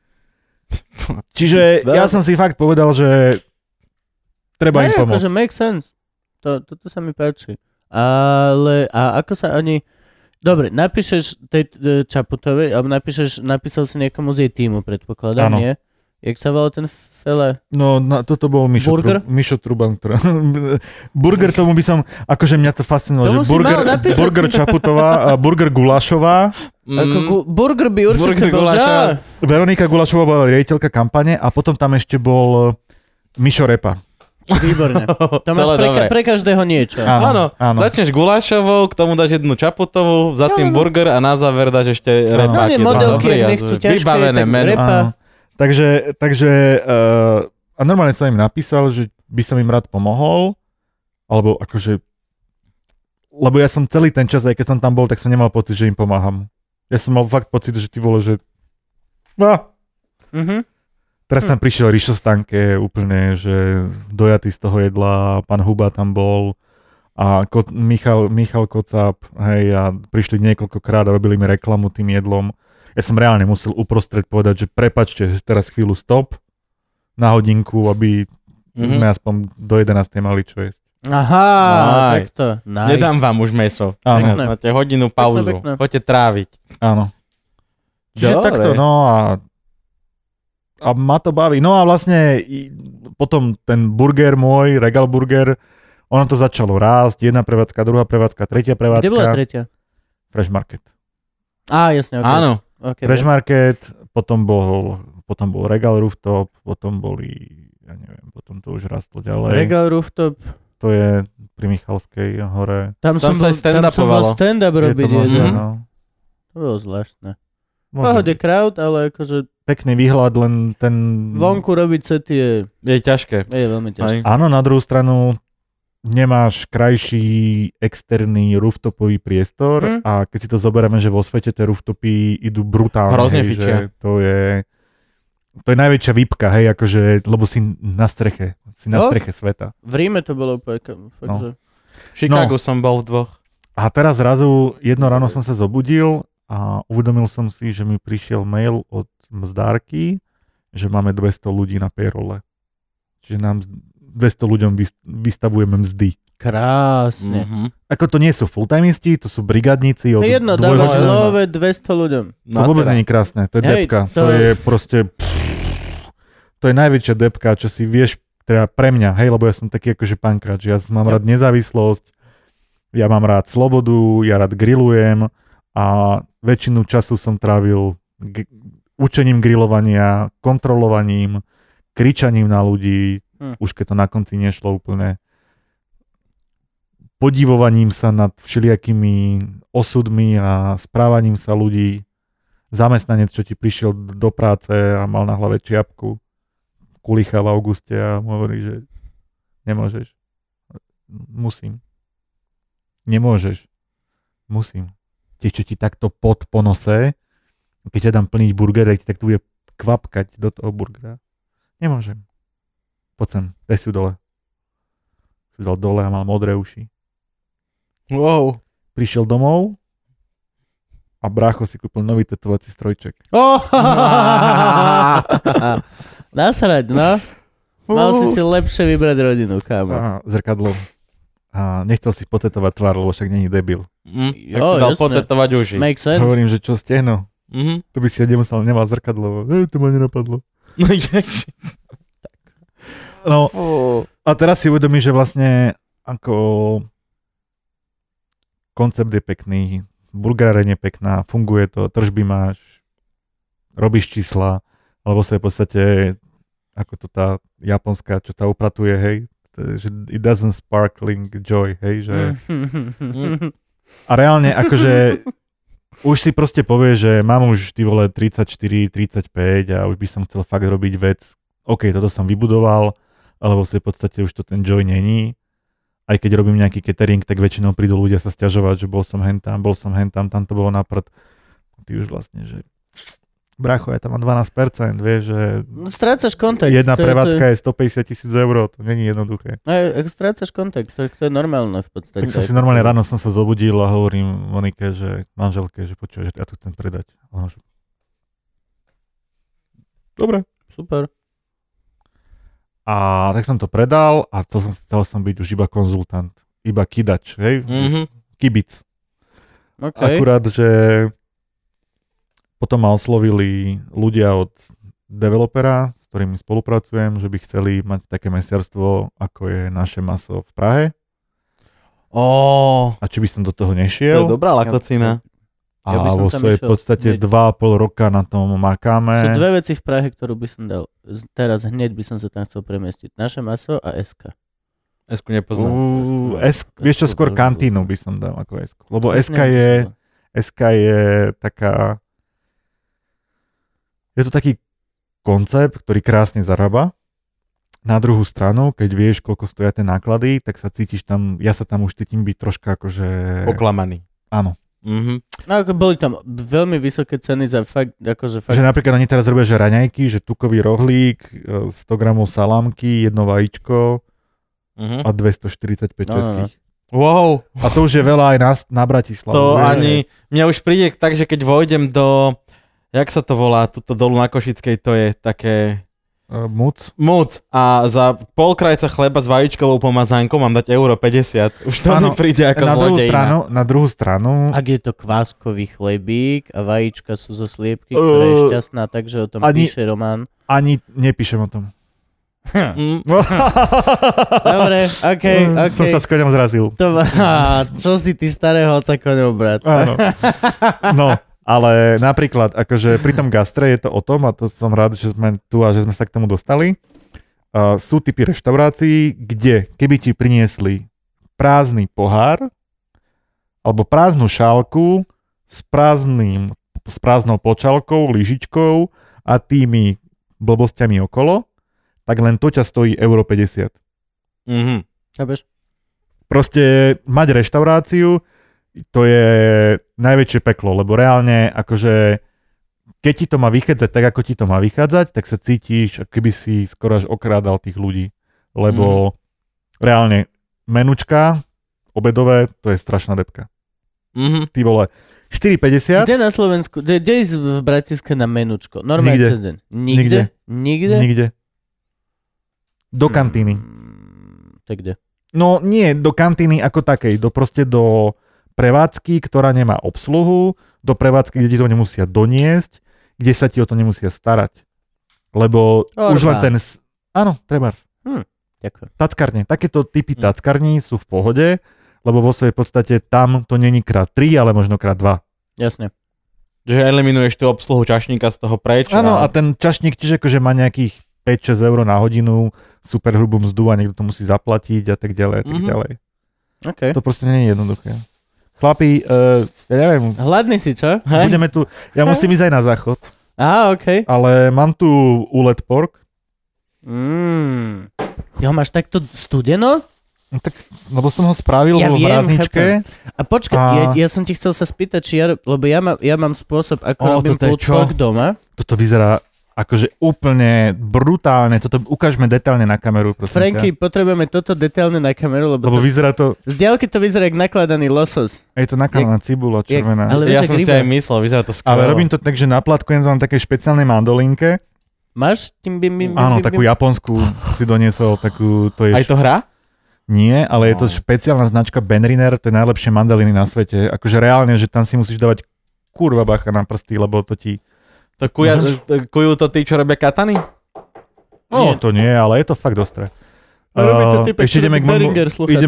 Čiže ja som si fakt povedal, že treba im pomôcť. Akože make sense. Toto sa mi páči. Ale ako sa oni... Dobre, napíšeš tej Čaputovej, alebo napísal si niekomu z jej týmu, predpokladám, nie? Jak sa volal ten fele? No, toto bol Mišo Truban. Burger, tomu by som... Akože mňa to fascinovalo, že Burger Čaputová, Burger Gulášová. Burger by určite bol žá. Veronika Gulášová bola riaditeľka kampane a potom tam ešte bol Mišo Repa. Výborne. To máš pre každého niečo. Áno. Začneš Gulášovou, k tomu dáš jednu Čaputovú, za tým Burger a na záver dáš ešte Repa. No, modelky, ak nechcú ťažké, tak Repa. Takže a normálne som im napísal, že by som im rád pomohol, alebo akože, lebo ja som celý ten čas, aj keď som tam bol, tak som nemal pocit, že im pomáham. Ja som mal fakt pocit, že ty vole, že Teraz tam prišiel Rišo Stanke úplne, že dojatý z toho jedla, pán Huba tam bol a Michal Kocáb, hej, a prišli niekoľkokrát a robili mi reklamu tým jedlom. Ja som reálne musel uprostred povedať, že prepáčte, že teraz chvíľu stop na hodinku, aby sme aspoň do 11. mali čo jesť. Aha, takto. Nice. Nedám vám už meso. Máte hodinu pauzu. Poďte tráviť. Áno. Čiže takto, no a ma to baví. No a vlastne potom ten burger môj, Regal Burger, ono to začalo rásť. Jedna prevádzka, druhá prevádzka, tretia prevádzka. Kde bola tretia? Fresh Market. Jasne, okay. Áno. Okay, Fresh Market, potom bol Regal Rooftop, potom boli, ja neviem, potom to už rastlo ďalej. Regal Rooftop. To je pri Michalskej hore. Tam som bol stand-up robiť. No. To bolo zvláštne. Pohode crowd, ale akože pekný výhľad, len ten... Vonku robiť sety je ťažké. Je veľmi ťažké. Áno, na druhú stranu nemáš krajší externý rooftopový priestor a keď si to zoberieme, že vo svete tie rooftopy idú brutálne. Hrozne hej, fičia. že to je najväčšia výpka, hej, akože, lebo si na streche sveta. V Ríme to bolo fakt, že... V Chicagu som bol v 2. A teraz zrazu jedno ráno som sa zobudil a uvedomil som si, že mi prišiel mail od mzdárky, že máme 200 ľudí na payrole. Čiže nám 200 ľuďom vystavujeme mzdy. Krásne. Ako to nie sú full-timeisti, to sú brigadníci. Jedno, dávaš love 200 ľuďom. To vôbec nie je krásne, to je depka. To je proste... To je najväčšia depka, čo si vieš, teda pre mňa, hej, lebo ja som taký akože pankrač, ja mám rád nezávislosť, ja mám rád slobodu, ja rád grillujem a väčšinu času som trávil učením grilovania, kontrolovaním, kričaním na ľudí, už keď to na konci nešlo úplne, podivovaním sa nad všelijakými osudmi a správaním sa ľudí, zamestnanec, čo ti prišiel do práce a mal na hlave čiapku, kulicha v auguste a hovorí, že nemôžeš. Musím. Nemôžeš. Musím. Čo ti takto pod po nose, keď ťa dám plniť burger, tak tu bude kvapkať do toho burgera. Nemôžem. Poď sem, daj si ju dole. Si dal dole a mal modré uši. Wow. Prišiel domov a brácho si kúpil nový tetovací strojček. Nasrať, no. Mal si lepšie vybrať rodinu, kámo. Zrkadlo. A nechcel si potetovať tvár, lebo však není debil. Tak si dal potetovať uši. Make sense. Hovorím, že čo stehno. To by si ja nemal zrkadlo. To ma nenapadlo. No, a teraz si uvedomíš, že vlastne ako koncept je pekný, bulgáreň je pekná, funguje to, tržby máš, robíš čísla, alebo sa je v podstate ako to tá japonská, čo tá upratuje, hej, že it doesn't sparkling joy, hej, že a reálne akože už si proste povie, že mám už ty vole 34, 35 a už by som chcel fakt robiť vec, OK, toto som vybudoval, alebo si v podstate už to ten joy není. Aj keď robím nejaký catering, tak väčšinou prídu ľudia sa sťažovať, že bol som hentam, tam to bolo na prd. Ty už vlastne, že bracho, ja tam mám 12%, vieš, že... Strácaš kontakt. Jedna prevádzka je 150 000 eur, to není jednoduché. Strácaš kontakt, to je normálne v podstate. Tak si normálne ráno som sa zobudil a hovorím Monike, že manželke, že počuj, ja tu chcem predať. Dobre. Super. A tak som to predal a chcel som byť už iba konzultant. Iba kidač, hej? Kibic. Okay. Akurát, že potom ma oslovili ľudia od developera, s ktorými spolupracujem, že by chceli mať také mesiarstvo, ako je Naše maso v Prahe. A či by som do toho nešiel. To je dobrá lakocina. A vo svojej podstate 2,5 roka na tom makáme. Sú dve veci v Prahe, ktorú by som dal. Teraz hneď by som sa tam chcel premiestiť. Naše maso a SK. SK nepoznám. Vieš čo, skôr kantínu by som dal ako SK. Lebo SK je taká... Je to taký koncept, ktorý krásne zarába. Na druhú stranu, keď vieš, koľko stoja tie náklady, tak sa cítiš tam, ja sa tam už cítim byť troška akože... Oklamaný. Áno. No ako boli tam veľmi vysoké ceny za fakt, akože fakt... Že napríklad oni teraz robia, že raňajky, že tukový rohlík, 100 gramov salámky, jedno vajíčko a 245 českých. Wow. A to už je veľa aj na Bratislavu. To ani, mňa už príde tak, že keď vojdem do, jak sa to volá, tuto dolu na Košickej, to je také... Muc. A za pol krajca chleba s vajíčkovou pomazánkou mám dať €50. Už to mi príde ako zlodejina. Na druhú stranu... Ak je to kváskový chlebík a vajíčka sú zo sliepky, ktorá je šťastná, takže o tom píše Román. Ani nepíšem o tom. Dobre, okej. Som sa s koňom zrazil. Čo si ty starého oca koňov, brat? Áno. No. Ale napríklad, akože pri tom gastre je to o tom, a to som rád, že sme tu a že sme sa k tomu dostali, sú typy reštaurácií, kde keby ti priniesli prázdny pohár alebo prázdnu šálku s prázdnou počalkou, lyžičkou a tými blbosťami okolo, tak len to ťa stojí €50. Proste mať reštauráciu, to je najväčšie peklo, lebo reálne akože keď ti to má vychádzať tak, ako ti to má vychádzať, tak sa cítiš, ako keby si skoro až okrádal tých ľudí. Lebo reálne menučka, obedové, to je strašná debka. Ty vole, 4,50. Kde na Slovensku? Kde ísť v Bratislave na menučko? Normálne cez deň. Nikde? Do kantíny. Tak kde? No nie, do kantíny ako takej, do prevádzky, ktorá nemá obsluhu, do prevádzky, kde ti to nemusia doniesť, kde sa ti o to nemusia starať. Lebo už len ten... Áno, trebárs. Ďakujem. Tackarne. Takéto typy tackarní sú v pohode, lebo vo svojej podstate tam to není krát 3, ale možno krát 2. Jasne. Že eliminuješ tú obsluhu čašníka z toho preč. Áno, a ten čašník tiež akože má nejakých 5-6 eur na hodinu, super hrubú mzdu a niekto to musí zaplatiť a tak ďalej a tak ďalej. Okay. To proste nie je jednoduché. Chlapi, ja neviem. Hladný si, čo? Budeme tu, ja musím ísť aj na záchod. Okay. Ale mám tu úlet pork. Ja ho máš takto studeno? No tak, lebo som ho spravil vo mrazničke. A počkaj, ja som ti chcel sa spýtať, či lebo ja mám spôsob, ako robím pulled pork doma. Toto vyzerá akože úplne brutálne. Toto ukážme detailne na kameru. Franky, potrebujeme toto detailne na kameru, lebo vyzerá to... Z diaľky to vyzerá jak nakladaný losos. Je to nakladaná cibula červená. Ja som si aj myslel, vyzerá to skoro. Ale robím to tak, že naplatkujem to na takej špeciálnej mandolinke. Máš? Áno, takú japonskú si doniesol, takú... To je aj to hra? Nie, ale je to špeciálna značka Benriner, to je najlepšie mandoliny na svete. Akože reálne, že tam si musíš dávať kurva bacha na prsty, lebo to ti... To kujú to tí, čo robia katany? No, to nie, ale je to fakt ostré. Ešte ideme k môjmu...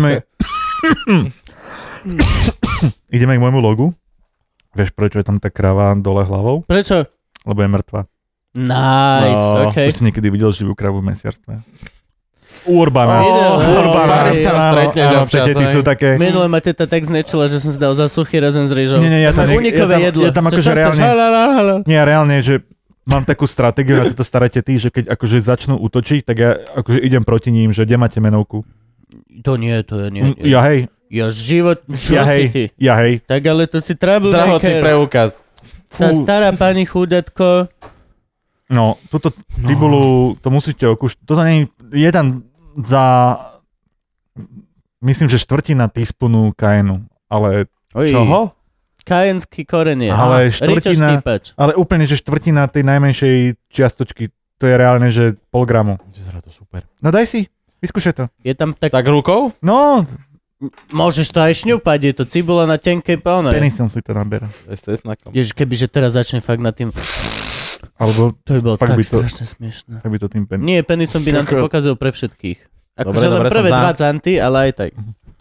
Ideme k môjmu logu. Vieš, prečo je tam tá kráva dole hlavou? Prečo? Lebo je mŕtva. Nice, okay. Už si niekedy videl živú kravu v mesiarstve? Urbana. Tam stretneš občas. Sú také... Minule ma teta tak znečila, že som si dal za suchý rezen s rýžou. Nie, ja tam akože reálne... Nie, reálne, že mám takú stratégiu, na to staráte ty, že keď akože začnú útočiť, tak ja akože idem proti ním, že kde máte menovku? To nie. Ja hej. Ja život... Ja hej. Tak ale to si troublemaker. Zdravotný preukaz. Tá stará pani chúdatko... No, túto cibulu, to musíte okúšať. Toto nie je tam za... Myslím, že štvrtina teaspoonu kajenu, ale... Čoho? Kajenský korenie. Ale štvrtina... Ale úplne, že štvrtina tej najmenšej čiastočky, to je reálne, že 0,5 gramu. Vyzerá to super. No daj si, vyskúšaj to. Je tam tak... Tak rukou? No... Môžeš to aj šňupať, je to cibula na tenkej pálne. Penisom si to naberá. Ježiš, kebyže teraz začne fakt na tým... Alebo to by bolo tak to, strašne smiešné. Tak by to tým Nie, penisom by nám to pokazil pre všetkých. Akože len prvé 2 centy, ale aj tak.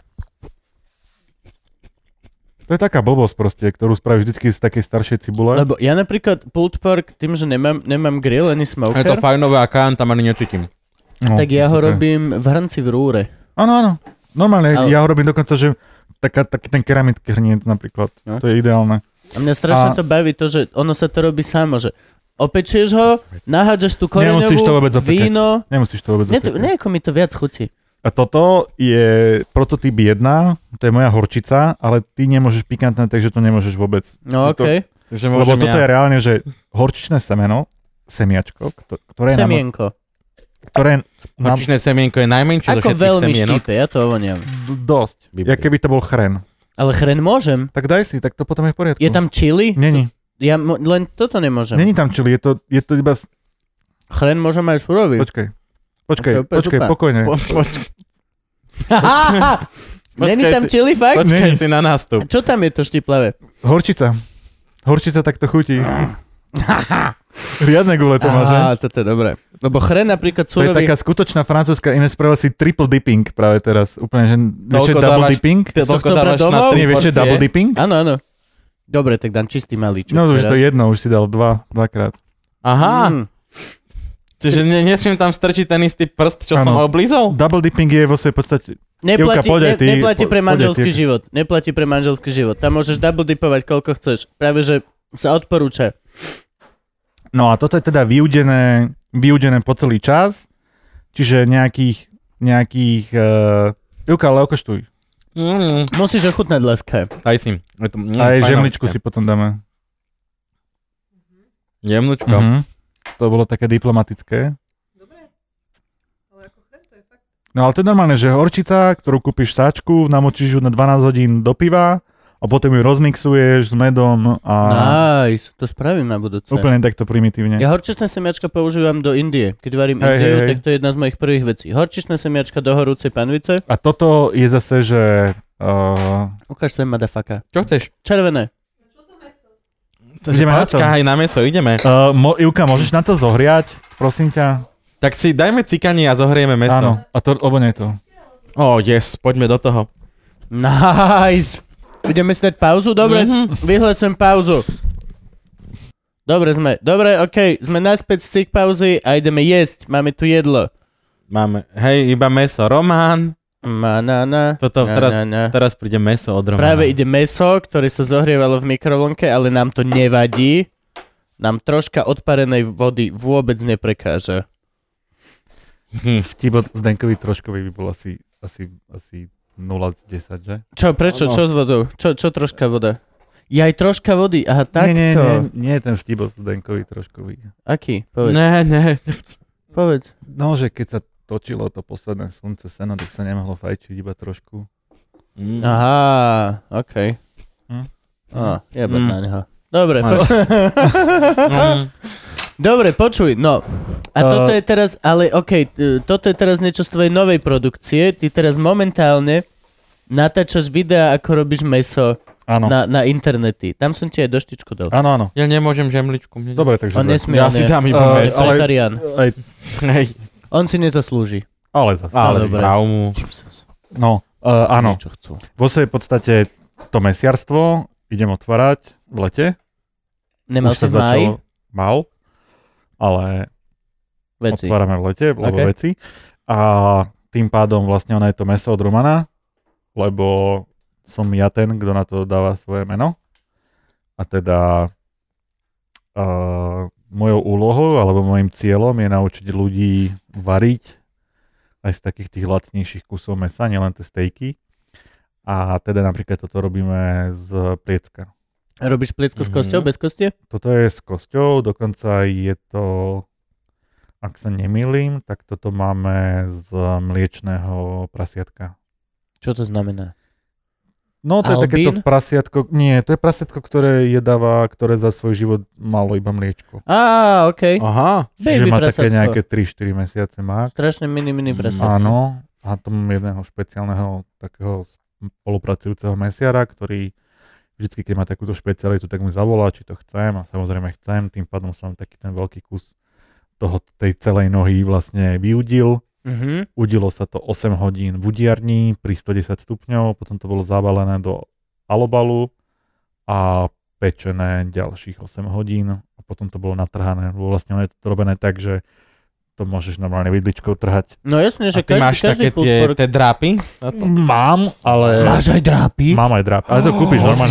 To je taká blbosť proste, ktorú spravíš vždycky z takej staršej cibule. Lebo ja napríklad pulled pork, tým, že nemám grill ani smoker. Je to fajnové a kajan tam ani necítim. No, tak ja ho robím v hrnci v rúre. Áno. Normálne, ja ho robím dokonca, že taký ten keramický hrniec napríklad. No. To je ideálne. A mňa strašne to baví to, že ono sa to robí samo, že opečieš ho, nahádžeš tú koreňovú, víno. Nemusíš to vôbec opekať. Nejako mi to viac chutí. A toto je prototyp 1, to je moja horčica, ale ty nemôžeš pikantné, takže to nemôžeš vôbec. No okej. Okay. Lebo toto je reálne, že horčičné semiačko, ktoré je... Semienko. Horčičné semienko je najmenšie zo všetkých semienok. Ako veľmi štípe, ja to ovoniam. Dosť, jak keby to bol chren. Ale chren môžem. Tak daj si, tak to potom je v poriadku. Je tam chili? Není. Ja len toto nemôžem. Není tam chili, je to iba... Chren môžem aj surový. Počkaj, pokojne. Není tam chili fakt? Počkaj si na nástup. Čo tam je to štiplavé? Horčica takto chutí. Riadne gule to má, že? Toto je dobré. Lebo chren napríklad surový... To je taká skutočná francúzska, iné spravil si triple dipping práve teraz. Úplne, že vieš, double dipping? Toľko dávaš na 3 porcie? Double dipping? Áno. Dobre, tak dám čistý malíčok. No, už to jedno, už si dal dvakrát. Aha. Čiže nesmiem tam strčiť ten istý prst, čo som oblízol? Double dipping je vo svojej podstate... Neplatí pre manželský život. Neplatí pre manželský život. Tam môžeš double dipovať, koľko chceš. Práve, že sa odporúča No a toto je teda vyúdené po celý čas, čiže nejakých Juka, ale okoštuj. Musíš ochutnať, láska. Aj si. Aj žemličku si potom dáme. Jemnúčko. To bolo také diplomatické. Dobre. Ale ako chrén, to je fakt. No ale to je normálne, že horčica, ktorú kúpiš v sáčku, namočíš ju na 12 hodín do piva a potom ju rozmixuješ s medom a... Nice, to spravím na budúce. Úplne takto primitívne. Ja horčičné semiačka používam do Indie. Keď varím Indiu, tak to je jedna z mojich prvých vecí. Horčičné semiačka do horúcej panvice. A toto je zase, že... Ukáž sa, madafaka. Čo chceš? Červené. Ideme na to. Aj na mäso, ideme. Ivka, môžeš na to zohriať? Prosím ťa. Tak si dajme cikanie a zohrieme mäso. Áno, a to, lebo nie je to. Yes, poďme do toho. Nice. Ideme si dať pauzu? Dobre, vyhľadám pauzu. Dobre, okej, sme naspäť z cik pauzy a ideme jesť. Máme tu jedlo. Máme, iba mäso. Román. Teraz príde mäso od Romana. Práve ide mäso, ktoré sa zohrievalo v mikrovlnke, ale nám to nevadí. Nám troška odparenej vody vôbec neprekáža. Vtip od Zdenkovi Troškovi by bol asi 0 z 10, že? Čo, prečo? Čo s vodou? Čo troška voda? Je aj troška vody, aha, takto. Nie je ten vtip od Zdenkovi Troškovi. Aký? Povedz. Ne. Povedz. No, že keď sa točilo to posledné slnce seno, tak sa nemohlo fajčiť iba trošku. Aha, okej. Jebať na neho. Dobre, Dobre, počuj, no. A toto je teraz, ale toto je teraz niečo z tvojej novej produkcie. Ty teraz momentálne natáčaš videa, ako robíš mäso na internety. Tam som ti aj doštičku dal. Áno. Ja nemôžem žemličku. Dobre, takže... On nesmie, ja si dám iba mäso. Hej. On si nezaslúži. Ale zase. Ale správ mu. No, áno. Vo svojej podstate to mesiarstvo idem otvárať v lete. Nemal si v máji? Mal, ale veci. Otvárame v lete, lebo veci. A tým pádom vlastne ono je to mäso od Romana, lebo som ja ten, kto na to dáva svoje meno. A teda mojou úlohou, alebo môjim cieľom je naučiť ľudí variť aj z takých tých lacnejších kusov mäsa, nielen tie stejky. A teda napríklad toto robíme z pliecka. Robíš pliecko s kosťou, bez kostie? Toto je s kosťou, dokonca je to, ak sa nemýlim, tak toto máme z mliečného prasiatka. Čo to znamená? No to je takéto prasiatko, nie, to je prasiatko, ktoré jedáva, ktoré za svoj život malo iba mliečko. Okej. Aha. Čiže má také nejaké 3-4 mesiace max. Strašne mini prasiatko. Áno, a to mám jedného špeciálneho takého spolupracujúceho mesiara, ktorý vždycky, keď má takúto špecialitu, tak mu zavolá, či to chcem a samozrejme chcem, tým pádom som taký ten veľký kus tej celej nohy vlastne vyudil. Udilo sa to 8 hodín v udiarni pri 110 stupňov, potom to bolo zabalené do alobalu a pečené ďalších 8 hodín a potom to bolo natrhané. Vlastne je to robené tak, že to môžeš normálne vidličkou trhať. No jasne, že každý máš také tie drápy? Mám, ale... Máš aj drápy? Mám aj drápy, ale to kúpiš normálne.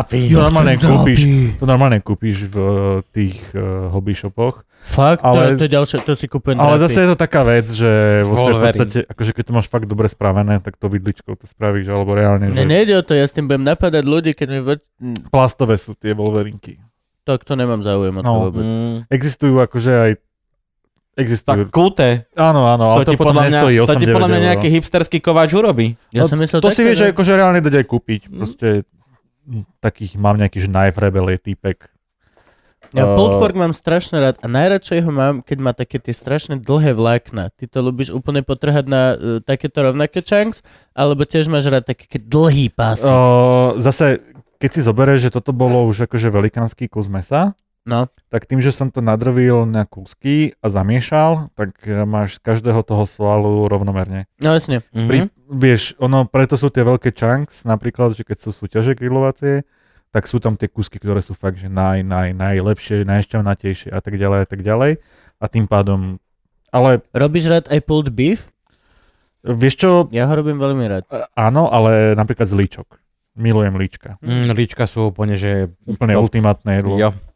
To normálne kúpiš v tých hobby shopoch. Fakt? Ale, to je ďalšie, to si kúpujem drápy. Ale zase je to taká vec, že vo svojej podstate, akože keď to máš fakt dobre spravené, tak to vidličkou to spravíš, alebo reálne, že... Nejde o to, ja s tým budem napadať ľudí, keď mi... Plastové sú tie Wolverinky. Tak to nemám záujem o to vôbec. Existujú akože aj Tak kúte. Áno, ale to potom nestojí 8-9 eur. To ti podľa mňa nejaký hipsterský kováč urobí. Ja som myslel to si vieš akože reálne dať aj kúpiť. Proste takých mám nejaký, že knife rebel je týpek. Ja pulled pork mám strašne rád a najradšej ho mám, keď má také tie strašne dlhé vlákna. Ty to ľubíš úplne potrhať na takéto rovnaké chunks, alebo tiež máš rád také dlhý pás? Zase, keď si zoberieš, že toto bolo už akože velikánsky kus mesa, tak tým, že som to nadrvil na kúsky a zamiešal, tak máš z každého toho svalu rovnomerne. No jasne. Vieš, preto sú tie veľké chunks, napríklad, že keď sú súťaže grilovacie, tak sú tam tie kúsky, ktoré sú fakt, že najlepšie, najšťavnatejšie a tak ďalej. A tým pádom, ale... Robíš rád aj pulled beef? Vieš čo? Ja ho robím veľmi rád. Áno, ale napríklad z líčok. Milujem líčka. Líčka sú úplne, že... Úplne ultimátne jedlo. Jo.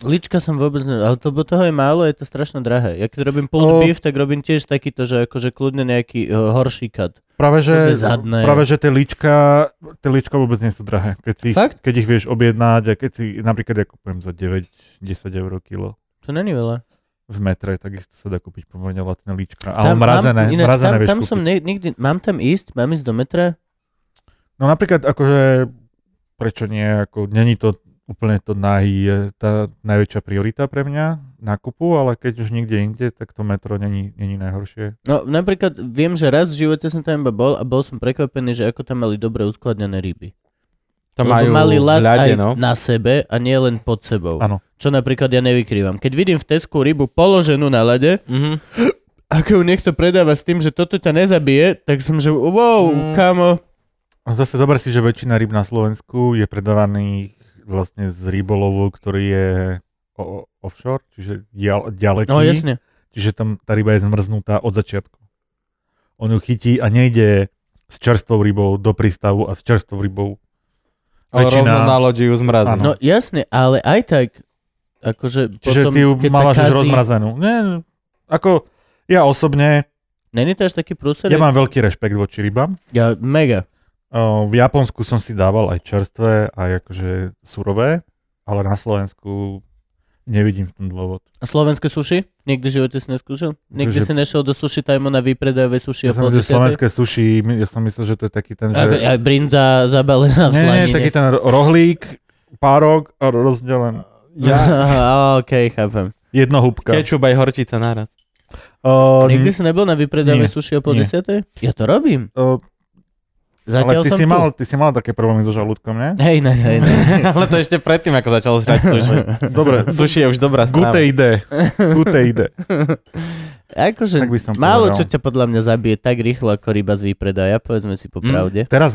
Líčka som vôbec ale toho je málo, je to strašne drahé. Ja keď robím pulled beef, tak robím tiež takýto, že akože kľudne nejaký horší cut. Práve, že tie líčka vôbec nie sú drahé. Keď ich vieš objednať a keď si, napríklad ja kúpujem za 9-10 eur kilo. To není veľa. V metre takisto sa dá kúpiť pomerne lacné líčka. Ale mrazené vieš tam som nikdy, mám ísť do metra? No napríklad akože, prečo nie, ako není to úplne to tá najväčšia priorita pre mňa nákupu, ale keď už nikde inde, tak to metro není najhoršie. No napríklad viem, že raz v živote som tam iba bol a bol som prekvapený, že ako tam mali dobre uskladnené ryby. To majú mali ľad aj na sebe a nie len pod sebou. Áno. Čo napríklad ja nevykrývam. Keď vidím v Tesku rybu položenú na ľade, ako ju niekto predáva s tým, že toto ťa nezabije, tak som, že kámo. Zase zober si, že väčšina ryb na Slovensku je predávaných vlastne z rybolovu, ktorý je offshore, čiže ďaleký. No jasne. Čiže tam tá ryba je zmrznutá od začiatku. On ju chytí a nejde s čerstvou rybou do prístavu a s čerstvou rybou. Ale rovno na lodi ju zmrazí. No jasne, ale aj tak, akože čiže potom, ty ju keď mávaš sa kazí... rozmrazenú. Nie, ako ja osobne... Není to až taký prúser? Ja mám veľký rešpekt voči rybám. Ja mega. V Japonsku som si dával aj čerstvé, aj akože surové, ale na Slovensku nevidím v tom dôvod. A slovenské sushi? Nikdy v živote si neskúšal? Nikdy si nešiel do sushi timu na výpredajové sushi? Ja som myslel, že slovenské sushi, ja som myslel, že to je taký ten, že... Aj brinza zabalená v slanine. Nie, taký ten rohlík, párok a rozdelen. Okej, chápem. Jedno húbka. Kečup aj horčica naraz. Nikdy si nebol na výpredajové sushi o 10:30? Ja to robím. Zatiaľ ale ty si mal také problémy so žalúdkom, ne? Hej. Ale to ešte predtým, ako začal žrať sushi. Dobre. Sushi je už dobrá strava. Good ide. Akože málo čo ťa podľa mňa zabije tak rýchlo ako ryba z výpredaja, povedzme si po pravde. Teraz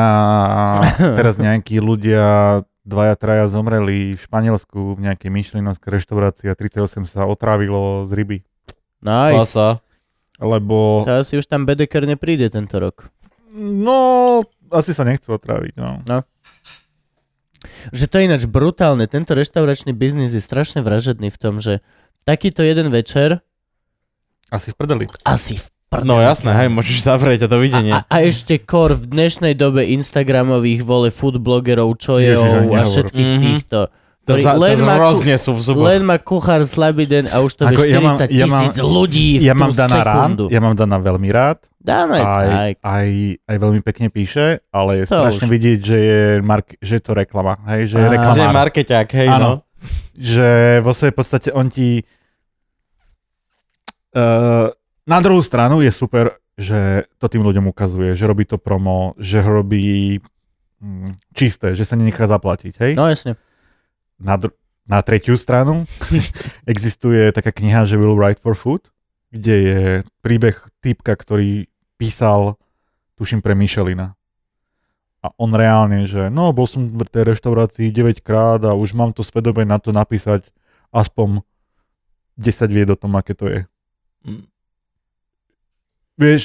nejakí ľudia, 2-3 zomreli v Španielsku v nejakej myšlinovskej reštaurácii a 38 sa otrávilo z ryby. Nice. Lebo... To asi už tam Bedeker nepríde tento rok. No, asi sa nechcú otráviť, no. Že to je ináč brutálne. Tento reštauračný biznis je strašne vražedný v tom, že takýto jeden večer... Asi v prdeli. No jasné, hej, môžeš zavrieť a dovidenia. A ešte kor v dnešnej dobe instagramových food blogerov, čojov a všetkých týchto... To hrozne sú v zuboch. Len má kuchár slabý den a už to je 40 000 ľudí v tú sekundu. Ja mám Dana veľmi rád. Dáme aj veľmi pekne píše, ale je strašne vidieť, že je to reklama. Hej, že je reklamár. Že je markeťák, hej, no. Že vo svojej podstate on ti... na druhú stranu je super, že to tým ľuďom ukazuje, že robí to promo, že ho robí čisté, že sa nenechá zaplatiť, hej? No jasne. Na tretiu stranu existuje taká kniha, že Will Write for Food, kde je príbeh týpka, ktorý písal, tuším, pre Michelina. A on reálne, že bol som v tej reštaurácii 9 krát a už mám to svedomie na to napísať aspoň 10 vied o tom, aké to je. Vieš,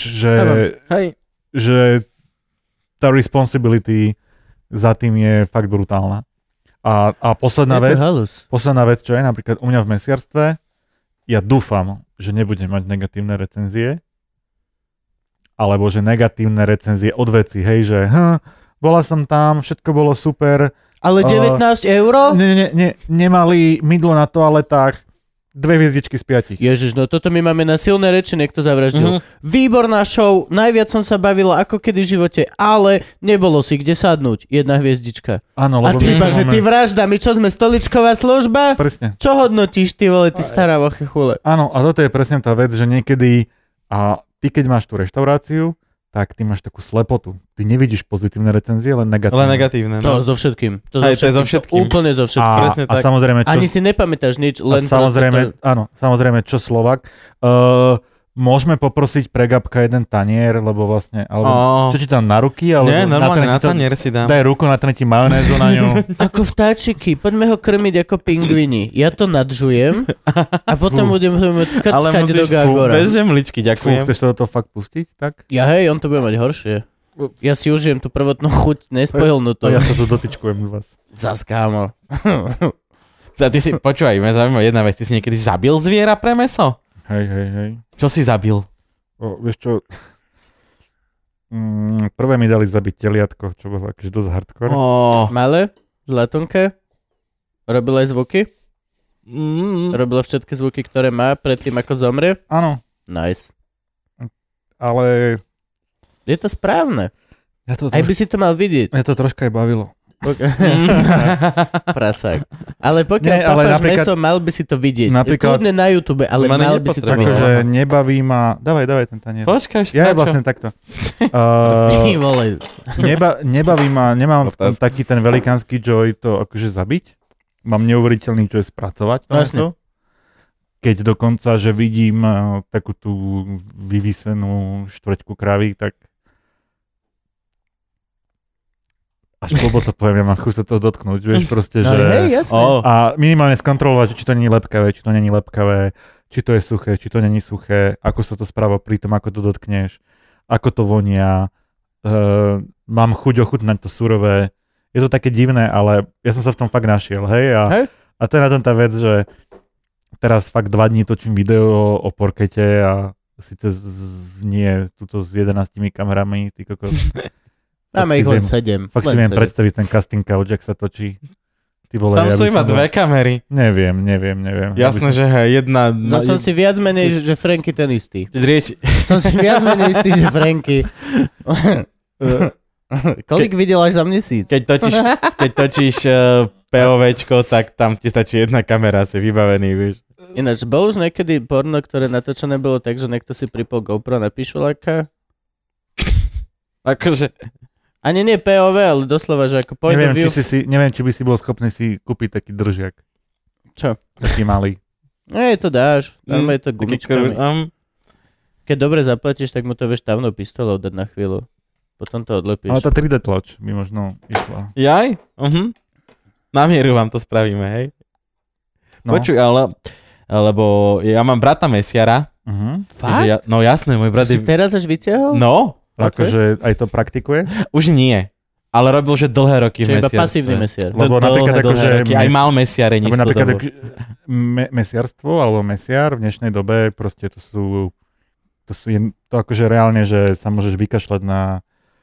že tá responsibility za tým je fakt brutálna. A posledná vec, čo je napríklad u mňa v mesiarstve, ja dúfam, že nebudem mať negatívne recenzie, alebo že negatívne recenzie od veci, hej, že bola som tam, všetko bolo super. Ale 19 €? Nemali mydlo na toaletách, 2 hviezdičky z 5. Ježiš, no toto my máme na silné reči, niekto zavraždil. Výborná show, najviac som sa bavila ako kedy v živote, ale nebolo si kde sadnúť, 1 hviezdička. Áno, a ty že ty vražda, my čo sme, stoličková služba? Presne. Čo hodnotíš, ty vole, ty stará vochechule? Áno, a toto je presne tá vec, že niekedy, a ty keď máš tú reštauráciu, tak ty máš takú slepotu. Ty nevidíš pozitívne recenzie, len negatívne. Len negatívne, no. To so všetkým. To je so všetkým. Úplne so všetkým. A samozrejme, ani si nepamätáš nič, len samozrejme, čo Slovak. Môžeme poprosiť pre Gabka jeden tanier, lebo vlastne, čo ti tam na ruky? Alebo nie, normálne na tanier si dám. Daj ruku, natrne ti majonézu na ňu. Ako vtáčiky, poďme ho krmiť ako pingvini. Ja to nadžujem a potom budeme krckať do Gagora. Bez žemličky, ďakujem. Chceš sa do toho fakt pustiť, tak? Ja hej, on to bude mať horšie. Ja si užijem tú prvotnú chuť, nespojilnú to. Ja sa tu dotyčkujem u vás. Zas, kámo. A ty si, počúvaj, mňa zaujímavá jedna vec, ty si niekedy zabil zviera pre mäso? Hej. Čo si zabil? Vieš čo, prvé mi dali zabiť teliatko, čo bolo akože dosť hardcore. Malé? Zlatonké? Robil aj zvuky? Robilo všetky zvuky, ktoré má predtým, ako zomrie? Áno. Nice. Ale... Je to správne. Aj by si to mal vidieť. Mňa to troška aj bavilo. Prasák. Ale pokiaľ papáš meso, mal by si to vidieť. Napríklad... Kľudne na YouTube, ale mal by si to vidieť. Takže nebaví ma... Dávaj ten tanier. Počkaj, ja vlastne takto. Nebaví ma, nemám taký ten velikánsky joy to akože zabiť. Mám neuveriteľný joy spracovať. Vlastne. Keď dokonca, že vidím takú tú vyvisenú štvrťku kravy, tak až blbo to poviem, ja mám chuť sa toho dotknúť, vieš, proste, že... Hej, jasne. A minimálne skontrolovať, či to není lepkavé, či to není lepkavé, či to je suché, či to není suché, ako sa to správa pri tom, ako to dotkneš, ako to vonia, mám chuť ochutnať to surové. Je to také divné, ale ja som sa v tom fakt našiel, hej? A to je na tom tá vec, že teraz fakt 2 dní točím video o porkete a síce znie tuto s 11 kamerami, ty kokos. Máme ich len 7. Fakt si viem predstaviť ten casting couch, jak sa točí. Ty vole, tam sú iba 2 kamery. Neviem. Jasné, že hej, jedna... Som si viac menej, že Franky ten istý. Som si viac menej istý, že Franky... Koľko videl až za měsíc? Keď točíš POVčko, tak tam ti stačí jedna kamera, si vybavený, vieš. Ináč, bol už niekedy porno, ktoré natočené bolo tak, že niekto si pripol GoPro na pišuláka? Akože... Ani nie POV, ale doslova, že ako point of view. Neviem, či by si bol schopný si kúpiť taký držiak. Čo? Taký malý. Nie, to dáš. Tam je to gumičkami. Keď dobre zaplatíš, tak mu to vieš távnou pistolou dať na chvíľu. Potom to odlepíš. Ale tá 3D tlač by možno išla. Jaj? Na mieru vám to spravíme, hej? No. Počuj, lebo ja mám brata mesiara. Fakt? No jasné, môj brat si teraz až vytiahol? No. Akože aj to praktikuje? Už nie. Ale robil, že dlhé roky mesiar. Čiže iba pasívny mesiar. Lebo napríklad akože... Aj mal mesiare, nič napríklad mesiarstvo alebo mesiar v dnešnej dobe, proste to akože reálne, že sa môžeš vykašľať na...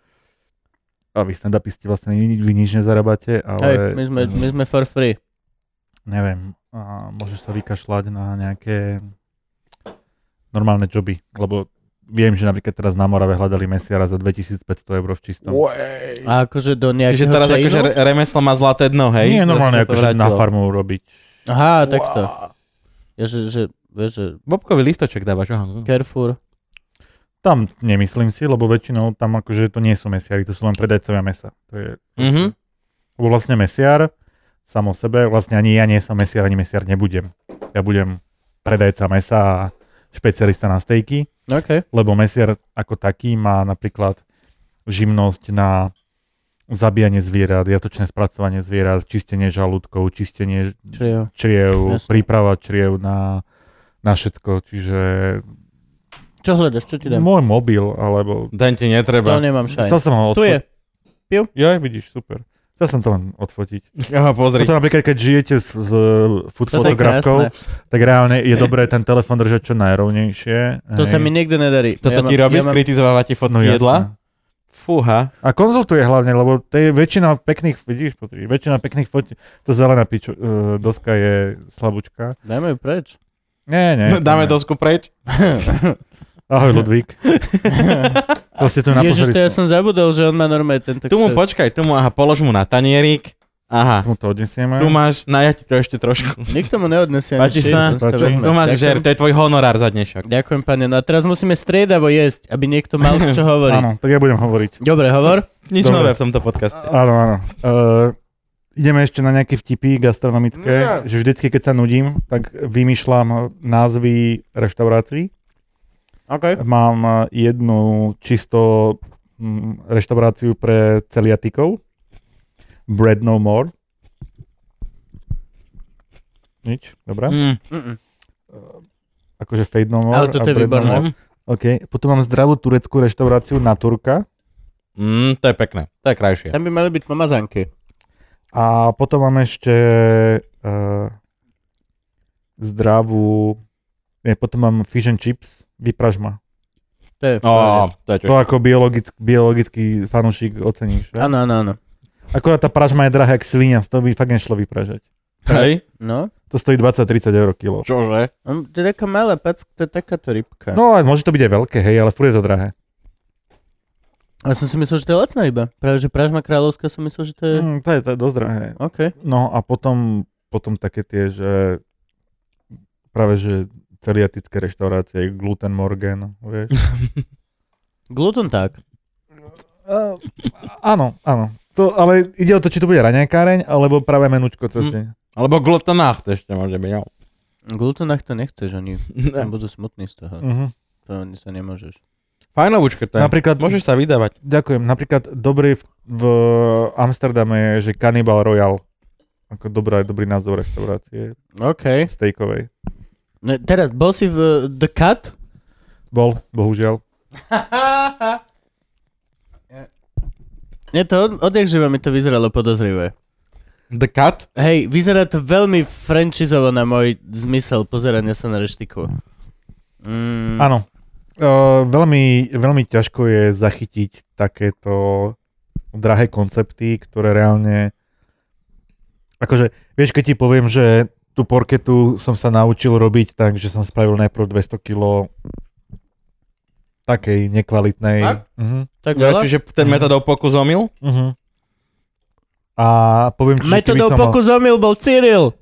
A vy stand-upisti vlastne vy nič nezarábate, ale... Hej, my sme for free. Neviem, môžeš sa vykašľať na nejaké normálne joby, lebo viem, že napríklad teraz na Morave hľadali mesiara za 2500 eur v čistom. A akože do nejakého teraz akože remeslo má zlaté dno, hej? Nie, normálne akože na farmu robiť. Aha, takto. Ja, že Bobkový listoček dávaš, aha. Carrefour. Tam nemyslím si, lebo väčšinou tam akože to nie sú mesiari, to sú len predajcovia mesa. To je, lebo vlastne mesiar sám o sebe, vlastne ani ja nie som mesiar, ani mesiar nebudem. Ja budem predajca mesa a špecialista na stejky, lebo mesiar ako taký má napríklad živnosť na zabíjanie zvierat, jatočné spracovanie zvierat, čistenie žalúdkov, čistenie čriev, príprava čriev na všetko, čiže... Čo hľadaš, čo ti dám? Môj mobil, alebo... Daň ti netreba. To nemám šajn. Chcel som ho Tu je. Piu? Ja, vidíš, super. Chcel som to len odfotiť. Aha, pozri. Toto napríklad, keď žijete s food fotografkou, tak reálne je dobré ten telefon držať čo najrovnejšie. To sa mi nikdy nedarí. Toto ti robí, skritizovávať ti fotky jedla? Fúha. A konzultuje hlavne, lebo to je väčšina pekných, vidíš, väčšina pekných fotí, to zelená doska je slabúčka. Dajme ju preč. Nie. Dáme dosku preč? Ahoj, Ludvík. To si tu Ježiš, to ja som zabudol, že on má normálne tento... Tu mu počkaj, polož mu na tanierik. Aha. Tu to odnesieme. Tu máš, ja ti to ešte trošku. Nikto mu neodnesie. Páči sa? Tu máš žer, to je tvoj honorár za dnešok. Ďakujem, pane. No a teraz musíme striedavo jesť, aby niekto mal čo hovoriť. Áno, tak ja budem hovoriť. Dobre, hovor. Nič nové v tomto podcaste. Áno. Ideme ešte na nejaké vtipy gastronomické, že vždycky, keď sa nudím, tak vymýšľam názvy reštaurácií. Okay. Mám jednu čisto reštauráciu pre celiatikov. Bread no more. Nič, dobré. Akože fade no more. Ale toto je výborné. OK. Potom mám zdravú tureckú reštauráciu Naturka. To je pekné, to je krajšie. Tam by mali byť pomazánky. A potom mám ešte zdravú... Nie, potom mám fish and chips, vypražma. To ako biologický fanúšik oceníš. Áno. Akorát tá pražma je drahá jak svinia, z toho by fakt nešlo vypražať. Hej? No. To stojí 20-30 eur kilo. Čože? To je taká malá packa, to je takáto rybka. No, ale môže to byť aj veľké, hej, ale furt je to drahé. Ja som si myslel, že to je lacná ryba. Práve, že pražma kráľovská som myslel, že to je... To je dosť drahé. OK. No a potom také tie, že práve, že celiatické reštaurácie, gluten morgan, vieš. Gluten tak. Áno. Ale ide o to, či to bude raňajkáreň, alebo práve menúčko cez deň. Alebo glutenách to ešte môže byť, jo. Glutenách to nechceš, oni budú smutní z toho. To sa nemôžeš. Fajnovúčka to je. Napríklad, môžeš sa vydávať. Ďakujem. Napríklad dobrý v Amsterdame je, že Cannibal Royal. Ako dobrý názov reštaurácie. OK. Steakovej. No, teraz, bol si v The Cut? Bol, bohužiaľ. Nie, to odjakživa mi to vyzeralo podozrivé. The Cut? Hej, vyzerá to veľmi franchizovo na môj zmysel pozerania sa na reštiku. Áno. Veľmi ťažko je zachytiť takéto drahé koncepty, ktoré reálne... Akože, vieš, keď ti poviem, že tú porketu som sa naučil robiť tak, že som spravil najprv 200 kg takej nekvalitnej. Tak veľa? Čiže ten metodou pokus omyl? A poviem ti, metodou pokus omyl bol Cyril.